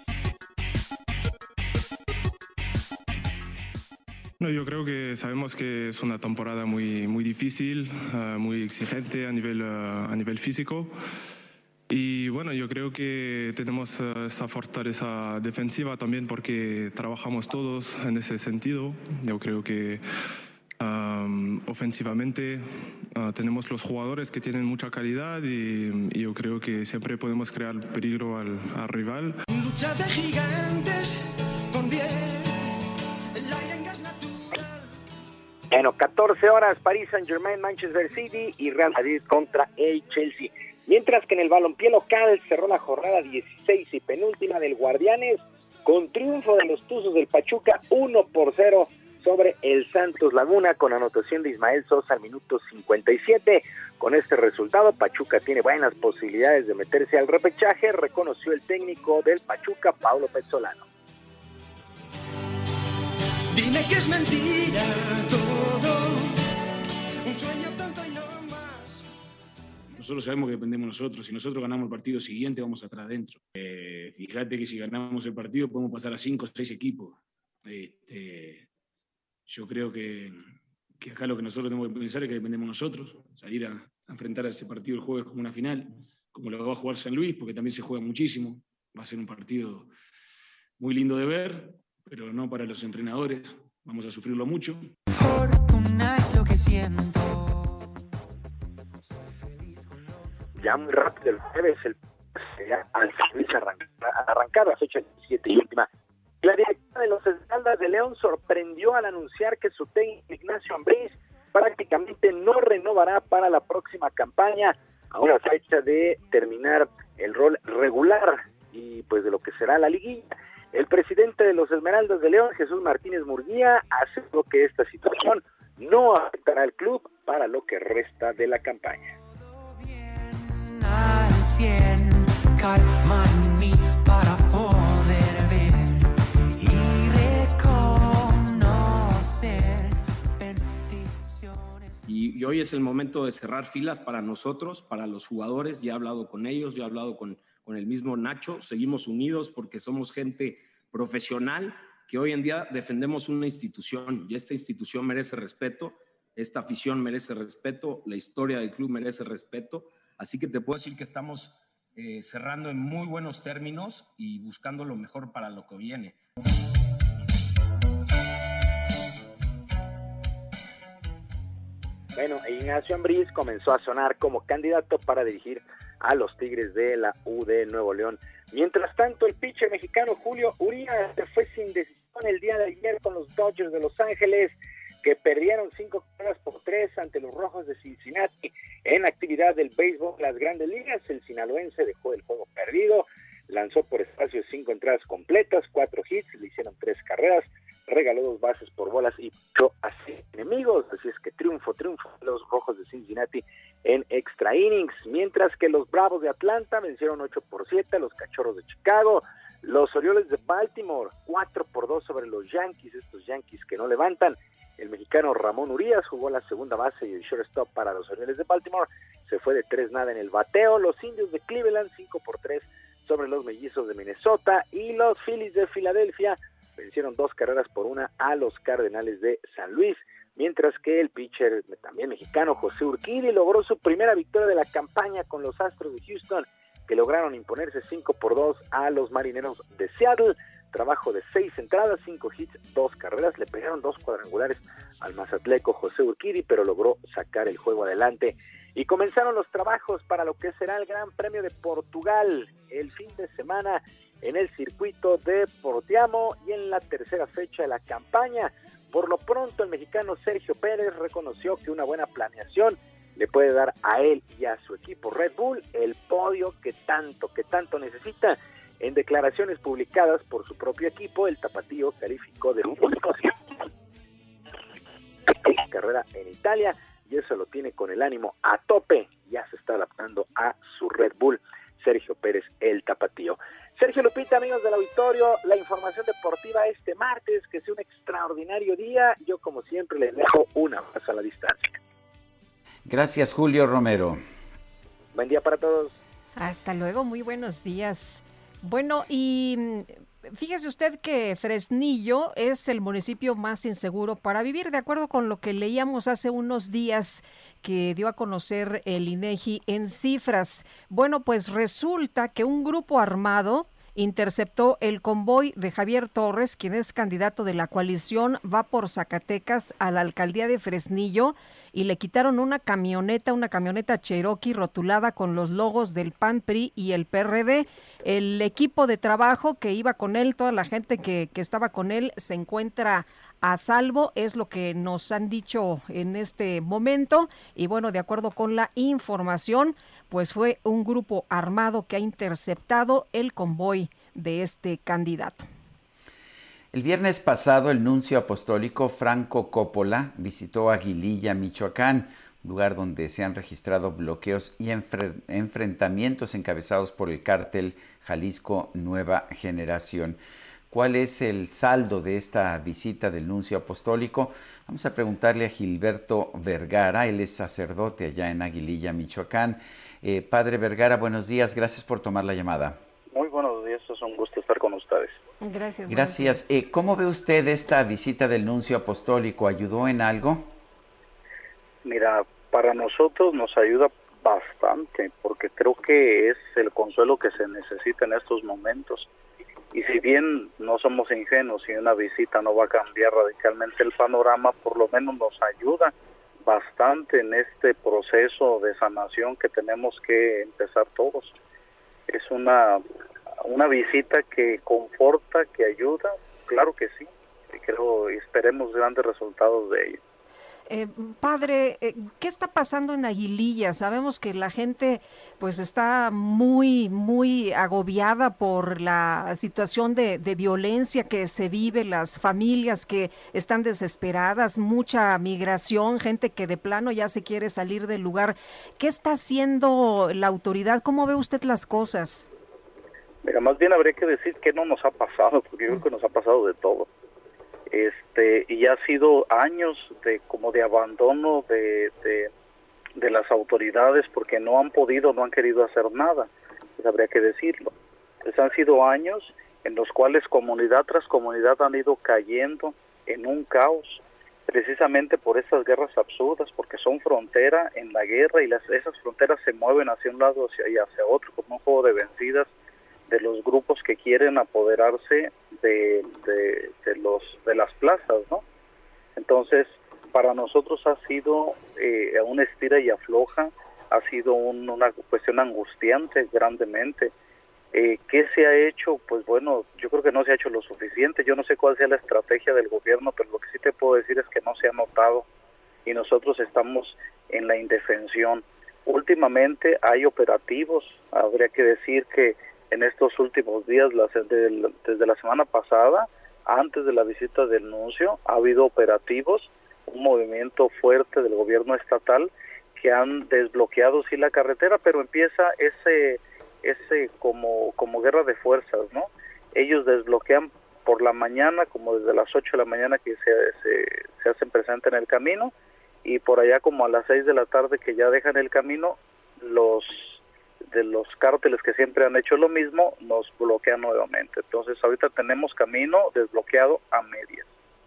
No, yo creo que sabemos que es una temporada muy difícil, muy exigente a nivel físico. Y bueno, yo creo que tenemos esa fortaleza defensiva también porque trabajamos todos en ese sentido. Yo creo que ofensivamente tenemos los jugadores que tienen mucha calidad y yo creo que siempre podemos crear peligro al rival. Lucha de gigantes con bien, el aire en gas natural. Bueno, 14 horas, Paris Saint-Germain, Manchester City y Real Madrid contra el Chelsea. Mientras que en el balompié local cerró la jornada 16 y penúltima del Guardianes con triunfo de los Tuzos del Pachuca 1-0 sobre el Santos Laguna con anotación de Ismael Sosa al minuto 57. Con este resultado, Pachuca tiene buenas posibilidades de meterse al repechaje, reconoció el técnico del Pachuca, Paulo Pezzolano. Dime que es mentira todo, un sueño tonto y no más. Nosotros sabemos que dependemos nosotros. Si nosotros ganamos el partido siguiente, vamos atrás adentro. Fíjate que si ganamos el partido, podemos pasar a 5 o 6 equipos. Yo creo que acá lo que nosotros tenemos que pensar es que dependemos nosotros. Salir a enfrentar a ese partido el jueves como una final, como lo va a jugar San Luis, porque también se juega muchísimo. Va a ser un partido muy lindo de ver, pero no para los entrenadores. Vamos a sufrirlo mucho. Fortuna es lo que siento. Ya muy rápido el jueves, al San Luis arrancar la fecha 17 y última. La directora de los Esmeraldas de León sorprendió al anunciar que su técnico Ignacio Ambriz prácticamente no renovará para la próxima campaña, a una fecha de terminar el rol regular y pues de lo que será la liguilla. El presidente de los Esmeraldas de León, Jesús Martínez Murguía, aseguró que esta situación no afectará al club para lo que resta de la campaña. Al 100, calma en mí para poder ver y reconocer bendiciones. Y hoy es el momento de cerrar filas para nosotros, para los jugadores. Ya he hablado con ellos, ya he hablado con el mismo Nacho. Seguimos unidos porque somos gente profesional que hoy en día defendemos una institución y esta institución merece respeto, esta afición merece respeto, la historia del club merece respeto. Así que te puedo decir que estamos cerrando en muy buenos términos y buscando lo mejor para lo que viene. Bueno, Ignacio Ambriz comenzó a sonar como candidato para dirigir a los Tigres de la U de Nuevo León. Mientras tanto, el pitcher mexicano Julio Urías se fue sin decisión el día de ayer con los Dodgers de Los Ángeles, que perdieron 5-3 ante los Rojos de Cincinnati en actividad del béisbol de las Grandes Ligas. El sinaloense dejó el juego perdido, lanzó por espacio 5 entradas completas, 4 hits, le hicieron 3 carreras, regaló 2 bases por bolas y echó a 6 enemigos. Así es que triunfo de los Rojos de Cincinnati en extra innings, mientras que los Bravos de Atlanta vencieron 8-7 a los Cachorros de Chicago. Los Orioles de Baltimore 4-2 sobre los Yankees, estos Yankees que no levantan. El mexicano Ramón Urías jugó la segunda base y el shortstop para los Orioles de Baltimore. Se fue de 3-0 en el bateo. Los Indios de Cleveland 5-3 sobre los Mellizos de Minnesota. Y los Phillies de Filadelfia vencieron 2-1 a los Cardenales de San Luis. Mientras que el pitcher también mexicano José Urquidi logró su primera victoria de la campaña con los Astros de Houston, que lograron imponerse 5-2 a los Marineros de Seattle. Trabajo de 6 entradas, 5 hits, 2 carreras, le pegaron 2 cuadrangulares al mazatleco José Urquidi, pero logró sacar el juego adelante. Y comenzaron los trabajos para lo que será el Gran Premio de Portugal el fin de semana en el circuito de Portiamo y en la tercera fecha de la campaña. Por lo pronto, el mexicano Sergio Pérez reconoció que una buena planeación le puede dar a él y a su equipo Red Bull el podio que tanto necesita. En declaraciones publicadas por su propio equipo, el tapatío calificó de único carrera en Italia y eso lo tiene con el ánimo a tope. Ya se está adaptando a su Red Bull, Sergio Pérez, el tapatío. Sergio, Lupita, amigos del auditorio, la información deportiva este martes, que sea un extraordinario día. Yo, como siempre, les dejo un abrazo a la distancia. Gracias, Julio Romero. Buen día para todos. Hasta luego, muy buenos días. Bueno, y fíjese usted que Fresnillo es el municipio más inseguro para vivir, de acuerdo con lo que leíamos hace unos días que dio a conocer el INEGI en cifras. Bueno, pues resulta que un grupo armado interceptó el convoy de Javier Torres, quien es candidato de la coalición Va por Zacatecas a la alcaldía de Fresnillo, y le quitaron una camioneta Cherokee rotulada con los logos del PAN, PRI y el PRD. El equipo de trabajo que iba con él, toda la gente que estaba con él, se encuentra a salvo, es lo que nos han dicho en este momento. Y bueno, de acuerdo con la información, pues fue un grupo armado que ha interceptado el convoy de este candidato. El viernes pasado, el nuncio apostólico Franco Coppola visitó Aguililla, Michoacán, lugar donde se han registrado bloqueos y enfrentamientos encabezados por el cártel Jalisco Nueva Generación. ¿Cuál es el saldo de esta visita del nuncio apostólico? Vamos a preguntarle a Gilberto Vergara, él es sacerdote allá en Aguililla, Michoacán. Padre Vergara, buenos días, gracias por tomar la llamada. Muy buenos días, es un gusto estar con ustedes. Gracias. Gracias. ¿Cómo ve usted esta visita del nuncio apostólico? ¿Ayudó en algo? Mira, para nosotros nos ayuda bastante, porque creo que es el consuelo que se necesita en estos momentos. Y si bien no somos ingenuos y una visita no va a cambiar radicalmente el panorama, por lo menos nos ayuda bastante en este proceso de sanación que tenemos que empezar todos. Es una visita que conforta, que ayuda, claro que sí, y esperemos grandes resultados de ello. Padre, ¿qué está pasando en Aguililla? Sabemos que la gente pues está muy agobiada por la situación de violencia que se vive, las familias que están desesperadas, mucha migración, gente que de plano ya se quiere salir del lugar. ¿Qué está haciendo la autoridad? ¿Cómo ve usted las cosas? Mira, más bien habría que decir que no nos ha pasado, porque yo creo que nos ha pasado de todo. Y ha sido años de abandono de las autoridades, porque no han querido hacer nada, pues habría que decirlo. Pues han sido años en los cuales comunidad tras comunidad han ido cayendo en un caos, precisamente por estas guerras absurdas, porque son frontera en la guerra, y esas fronteras se mueven hacia un lado y hacia otro, como un juego de vencidas de los grupos que quieren apoderarse de las plazas, ¿no? Entonces, para nosotros ha sido una estira y afloja, ha sido una cuestión angustiante grandemente. ¿Qué se ha hecho? Pues bueno, yo creo que no se ha hecho lo suficiente. Yo no sé cuál sea la estrategia del gobierno, pero lo que sí te puedo decir es que no se ha notado, y nosotros estamos en la indefensión. Últimamente hay operativos, habría que decir que en estos últimos días, desde la semana pasada, antes de la visita del nuncio, ha habido operativos, un movimiento fuerte del gobierno estatal que han desbloqueado sí la carretera, pero empieza ese como guerra de fuerzas, ¿no? Ellos desbloquean por la mañana, como desde las 8 de la mañana que se hacen presente en el camino, y por allá como a las 6 de la tarde que ya dejan el camino, los cárteles que siempre han hecho lo mismo nos bloquean nuevamente. Entonces ahorita tenemos camino desbloqueado a medias.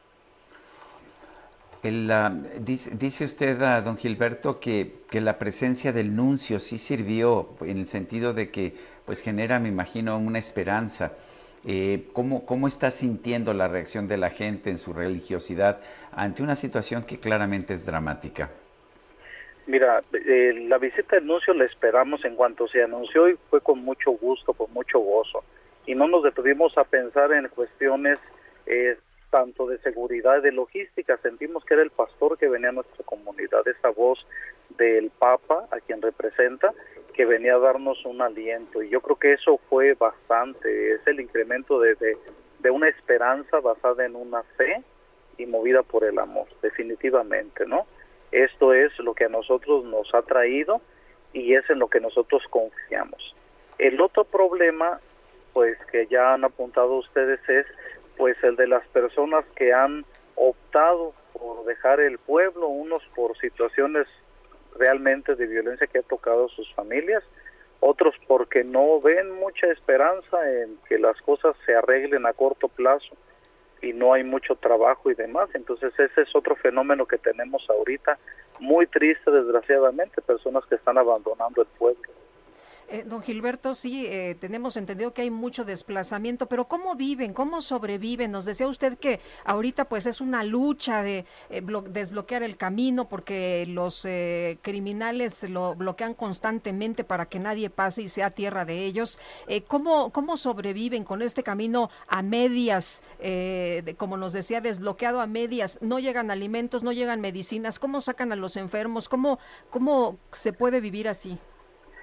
Dice usted, don Gilberto, que la presencia del nuncio sí sirvió, en el sentido de que pues genera, me imagino, una esperanza. ¿Cómo está sintiendo la reacción de la gente en su religiosidad ante una situación que claramente es dramática? Mira, la visita del nuncio la esperamos en cuanto se anunció, y fue con mucho gusto, con mucho gozo, y no nos detuvimos a pensar en cuestiones tanto de seguridad y de logística. Sentimos que era el pastor que venía a nuestra comunidad, esa voz del Papa, a quien representa, que venía a darnos un aliento, y yo creo que eso fue bastante. Es el incremento de una esperanza basada en una fe y movida por el amor, definitivamente, ¿no? Esto es lo que a nosotros nos ha traído, y es en lo que nosotros confiamos. El otro problema, pues que ya han apuntado ustedes, es pues el de las personas que han optado por dejar el pueblo, unos por situaciones realmente de violencia que ha tocado a sus familias, otros porque no ven mucha esperanza en que las cosas se arreglen a corto plazo y no hay mucho trabajo y demás. Entonces ese es otro fenómeno que tenemos ahorita, muy triste desgraciadamente, personas que están abandonando el pueblo. Don Gilberto, sí, tenemos entendido que hay mucho desplazamiento, pero ¿cómo viven? ¿Cómo sobreviven? Nos decía usted que ahorita pues es una lucha de desbloquear el camino, porque los criminales lo bloquean constantemente para que nadie pase y sea tierra de ellos. ¿Cómo sobreviven con este camino a medias, como nos decía, desbloqueado a medias? No llegan alimentos, no llegan medicinas. ¿Cómo sacan a los enfermos? ¿Cómo se puede vivir así?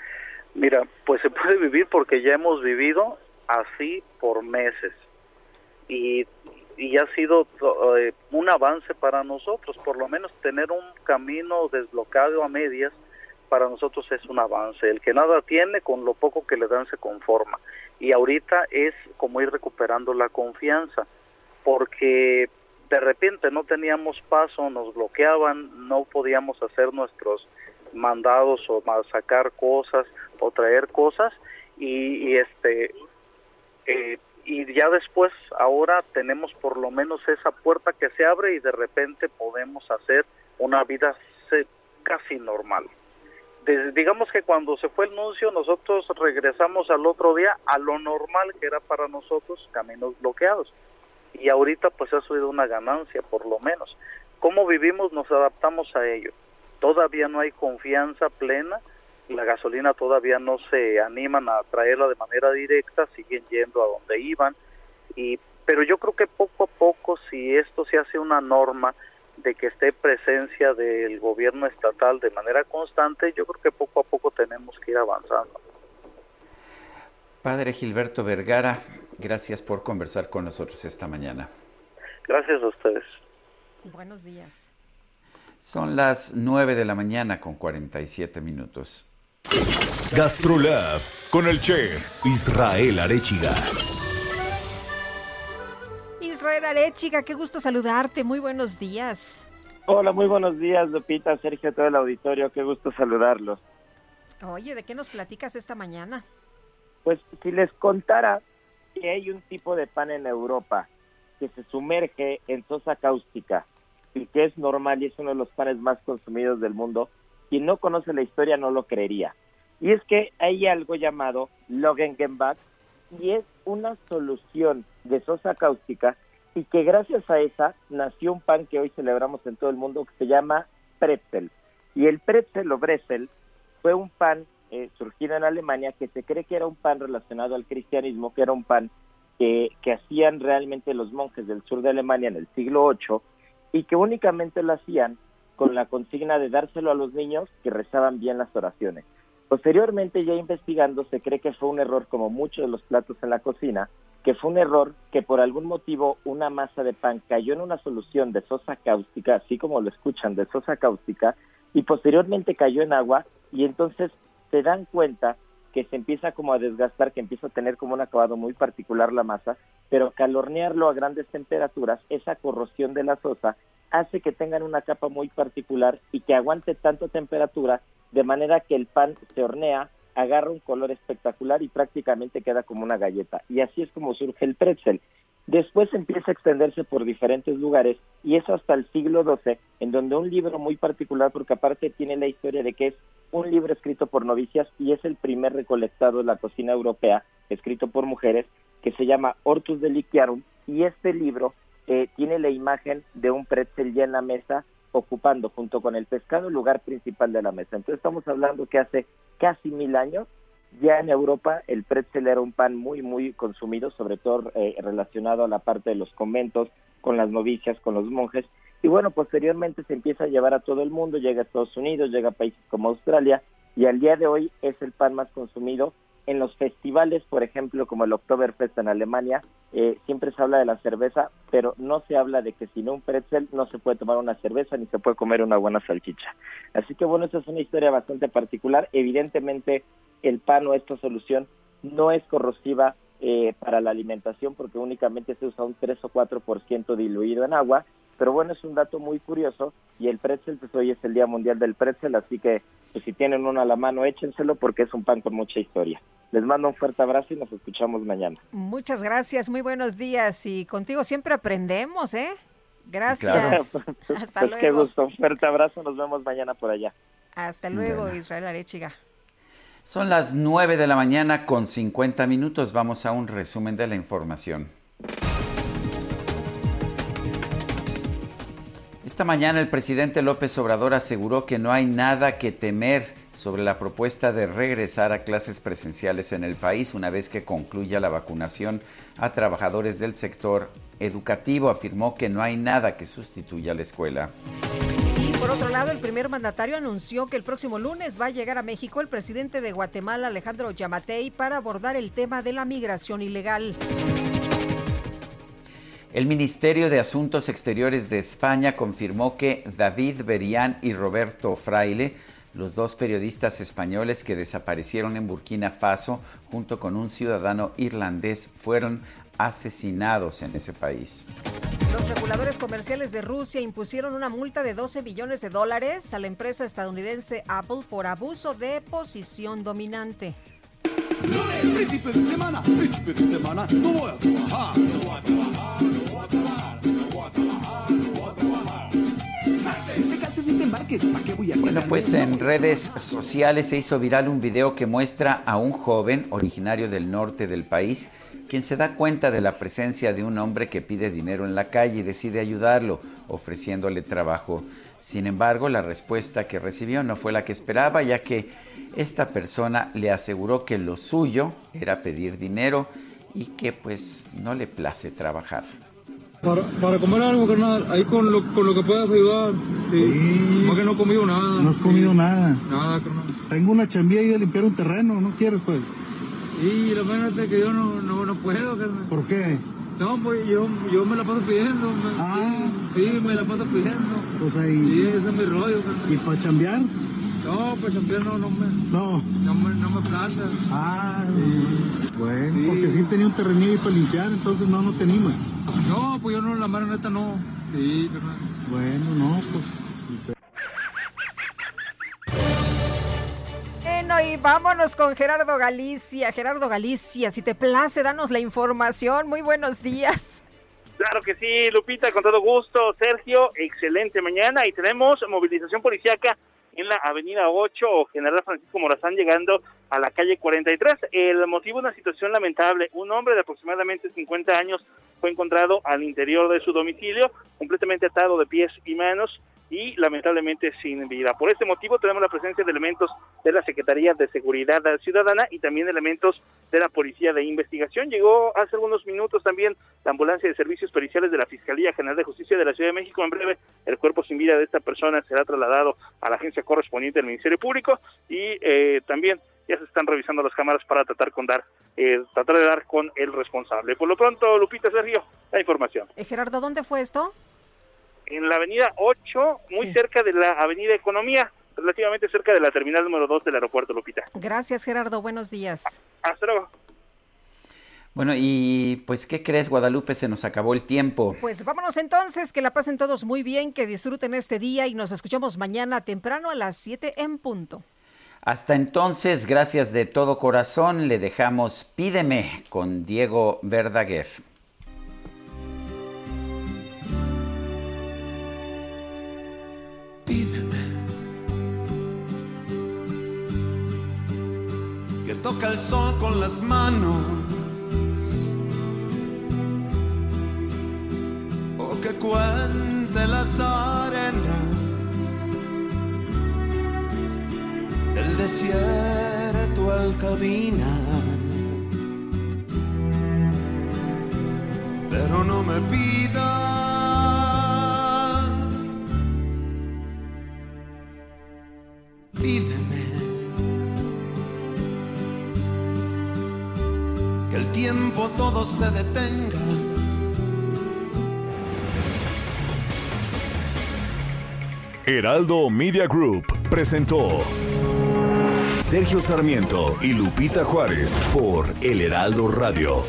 Mira, pues se puede vivir porque ya hemos vivido así por meses y ha sido un avance para nosotros, por lo menos tener un camino desbloqueado a medias para nosotros es un avance. El que nada tiene, con lo poco que le dan se conforma, y ahorita es como ir recuperando la confianza, porque de repente no teníamos paso, nos bloqueaban, no podíamos hacer nuestros mandados o sacar cosas o traer cosas, y ya después ahora tenemos por lo menos esa puerta que se abre y de repente podemos hacer una vida casi normal. Digamos que cuando se fue el nuncio nosotros regresamos al otro día a lo normal que era para nosotros, caminos bloqueados, y ahorita pues ha sido una ganancia por lo menos. ¿Cómo vivimos? Nos adaptamos a ello. Todavía no hay confianza plena, la gasolina todavía no se animan a traerla de manera directa, siguen yendo a donde iban, pero yo creo que poco a poco, si esto se hace una norma de que esté presencia del gobierno estatal de manera constante, yo creo que poco a poco tenemos que ir avanzando. Padre Gilberto Vergara, gracias por conversar con nosotros esta mañana. Gracias a ustedes. Buenos días. Son las 9 de la mañana con 47 minutos. GastroLab con el chef Israel Arechiga. Israel Arechiga, qué gusto saludarte, muy buenos días. Hola, muy buenos días, Lupita, Sergio, todo el auditorio, qué gusto saludarlos. Oye, ¿de qué nos platicas esta mañana? Pues si les contara que hay un tipo de pan en Europa que se sumerge en sosa cáustica y que es normal y es uno de los panes más consumidos del mundo, quien no conoce la historia no lo creería. Y es que hay algo llamado Löwengebäck y es una solución de sosa cáustica y que gracias a esa nació un pan que hoy celebramos en todo el mundo que se llama pretzel. Y el pretzel o brezel fue un pan surgido en Alemania que se cree que era un pan relacionado al cristianismo, que era un pan que hacían realmente los monjes del sur de Alemania en el siglo VIII y que únicamente lo hacían con la consigna de dárselo a los niños que rezaban bien las oraciones. Posteriormente, ya investigando, se cree que fue un error, como muchos de los platos en la cocina, que fue un error que por algún motivo una masa de pan cayó en una solución de sosa cáustica, así como lo escuchan, de sosa cáustica, y posteriormente cayó en agua, y entonces se dan cuenta que se empieza como a desgastar, que empieza a tener como un acabado muy particular la masa, pero que al hornearlo a grandes temperaturas, esa corrosión de la sosa hace que tengan una capa muy particular y que aguante tanta temperatura, de manera que el pan se hornea, agarra un color espectacular y prácticamente queda como una galleta. Y así es como surge el pretzel. Después empieza a extenderse por diferentes lugares y es hasta el siglo XII, en donde un libro muy particular, porque aparte tiene la historia de que es un libro escrito por novicias y es el primer recolectado de la cocina europea, escrito por mujeres, que se llama Hortus Deliciarum, y este libro tiene la imagen de un pretzel ya en la mesa, ocupando junto con el pescado el lugar principal de la mesa. Entonces estamos hablando que hace casi 1000 años ya en Europa el pretzel era un pan muy muy consumido, sobre todo relacionado a la parte de los conventos, con las novicias, con los monjes, y bueno, posteriormente se empieza a llevar a todo el mundo, llega a Estados Unidos, llega a países como Australia, y al día de hoy es el pan más consumido. En los festivales, por ejemplo, como el Oktoberfest en Alemania, siempre se habla de la cerveza, pero no se habla de que sin un pretzel no se puede tomar una cerveza ni se puede comer una buena salchicha. Así que bueno, esa es una historia bastante particular. Evidentemente, el pan o esta solución no es corrosiva para la alimentación porque únicamente se usa un 3 o 4% diluido en agua, pero bueno, es un dato muy curioso y el pretzel, pues hoy es el Día Mundial del Pretzel, así que pues, si tienen uno a la mano, échenselo porque es un pan con mucha historia. Les mando un fuerte abrazo y nos escuchamos mañana. Muchas gracias, muy buenos días y contigo siempre aprendemos, ¿eh? Gracias. Claro. Hasta pues luego. Qué gusto, un fuerte abrazo, nos vemos mañana por allá. Hasta luego, Israel Arechiga. Son las 9 de la mañana con 50 minutos. Vamos a un resumen de la información. Esta mañana el presidente López Obrador aseguró que no hay nada que temer sobre la propuesta de regresar a clases presenciales en el país una vez que concluya la vacunación a trabajadores del sector educativo. Afirmó que no hay nada que sustituya a la escuela. Y por otro lado, el primer mandatario anunció que el próximo lunes va a llegar a México el presidente de Guatemala, Alejandro Yamatei, para abordar el tema de la migración ilegal. El Ministerio de Asuntos Exteriores de España confirmó que David Berián y Roberto Fraile, los dos periodistas españoles que desaparecieron en Burkina Faso junto con un ciudadano irlandés, fueron asesinados en ese país. Los reguladores comerciales de Rusia impusieron una multa de $12 billones a la empresa estadounidense Apple por abuso de posición dominante. Lunes, príncipe de semana, no voy a trabajar, no voy a trabajar, no voy a trabajar, no voy a trabajar, no voy a trabajar. Martes, te cases y te embarques, ¿para qué voy a Bueno, pues en redes sociales se hizo viral un video que muestra a un joven originario del norte del país, quien se da cuenta de la presencia de un hombre que pide dinero en la calle y decide ayudarlo, ofreciéndole trabajo. Sin embargo, la respuesta que recibió no fue la que esperaba, ya que esta persona le aseguró que lo suyo era pedir dinero y que pues no le place trabajar. Para comer algo, carnal, ahí con lo que puedas ayudar. Sí. Porque no he comido nada. No has comido nada. Nada, carnal. Tengo una chambilla ahí de limpiar un terreno, ¿no quieres, pues? Y la verdad es que yo no puedo, carnal. ¿Por qué? No, pues yo me la paso pidiendo. Sí, me la paso pidiendo. Pues ahí. Sí, ese es mi rollo, carnal. ¿Y para chambear? No, para chambear no me plaza. Sí. Bueno, sí. Porque sí tenía un terrenillo ahí para limpiar, entonces no te animas. No, pues yo no, la mano neta no. Sí, carnal. Bueno, no, pues. Bueno, y vámonos con Gerardo Galicia. Gerardo Galicia, si te place, danos la información. Muy buenos días. Claro que sí, Lupita, con todo gusto. Sergio, excelente mañana. Y tenemos movilización policíaca en la avenida 8 o General Francisco Morazán, llegando a la calle 43. El motivo, una situación lamentable. Un hombre de aproximadamente 50 años fue encontrado al interior de su domicilio, completamente atado de pies y manos y lamentablemente sin vida. Por este motivo tenemos la presencia de elementos de la Secretaría de Seguridad Ciudadana y también elementos de la Policía de Investigación. Llegó hace algunos minutos también la ambulancia de servicios periciales de la Fiscalía General de Justicia de la Ciudad de México. En breve, el cuerpo sin vida de esta persona será trasladado a la agencia correspondiente del Ministerio Público y también ya se están revisando las cámaras para tratar de dar con el responsable. Por lo pronto, Lupita, Sergio, la información. Gerardo, ¿dónde fue esto? En la avenida 8, muy cerca de la avenida Economía, relativamente cerca de la terminal número 2 del aeropuerto, Lupita. Gracias, Gerardo, buenos días. Hasta luego. Bueno, y pues, ¿qué crees, Guadalupe? Se nos acabó el tiempo. Pues vámonos entonces, que la pasen todos muy bien, que disfruten este día y nos escuchamos mañana temprano a las 7 en punto. Hasta entonces, gracias de todo corazón, le dejamos Pídeme con Diego Verdaguer. Que toca el sol con las manos o que cuente las arenas del desierto al caminar, pero no me pidas, pídeme que el tiempo todo se detenga. Heraldo Media Group presentó Sergio Sarmiento y Lupita Juárez por El Heraldo Radio.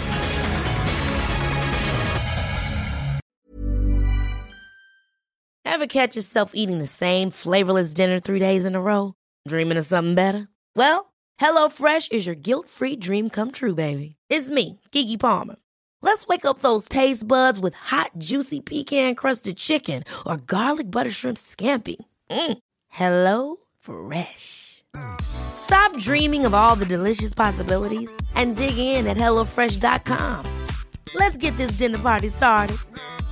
Ever catch yourself eating the same flavorless dinner 3 days in a row? Dreaming of something better? Well, HelloFresh is your guilt-free dream come true, baby. It's me, Keke Palmer. Let's wake up those taste buds with hot, juicy pecan-crusted chicken or garlic butter shrimp scampi. Hello Fresh. Stop dreaming of all the delicious possibilities and dig in at HelloFresh.com. Let's get this dinner party started.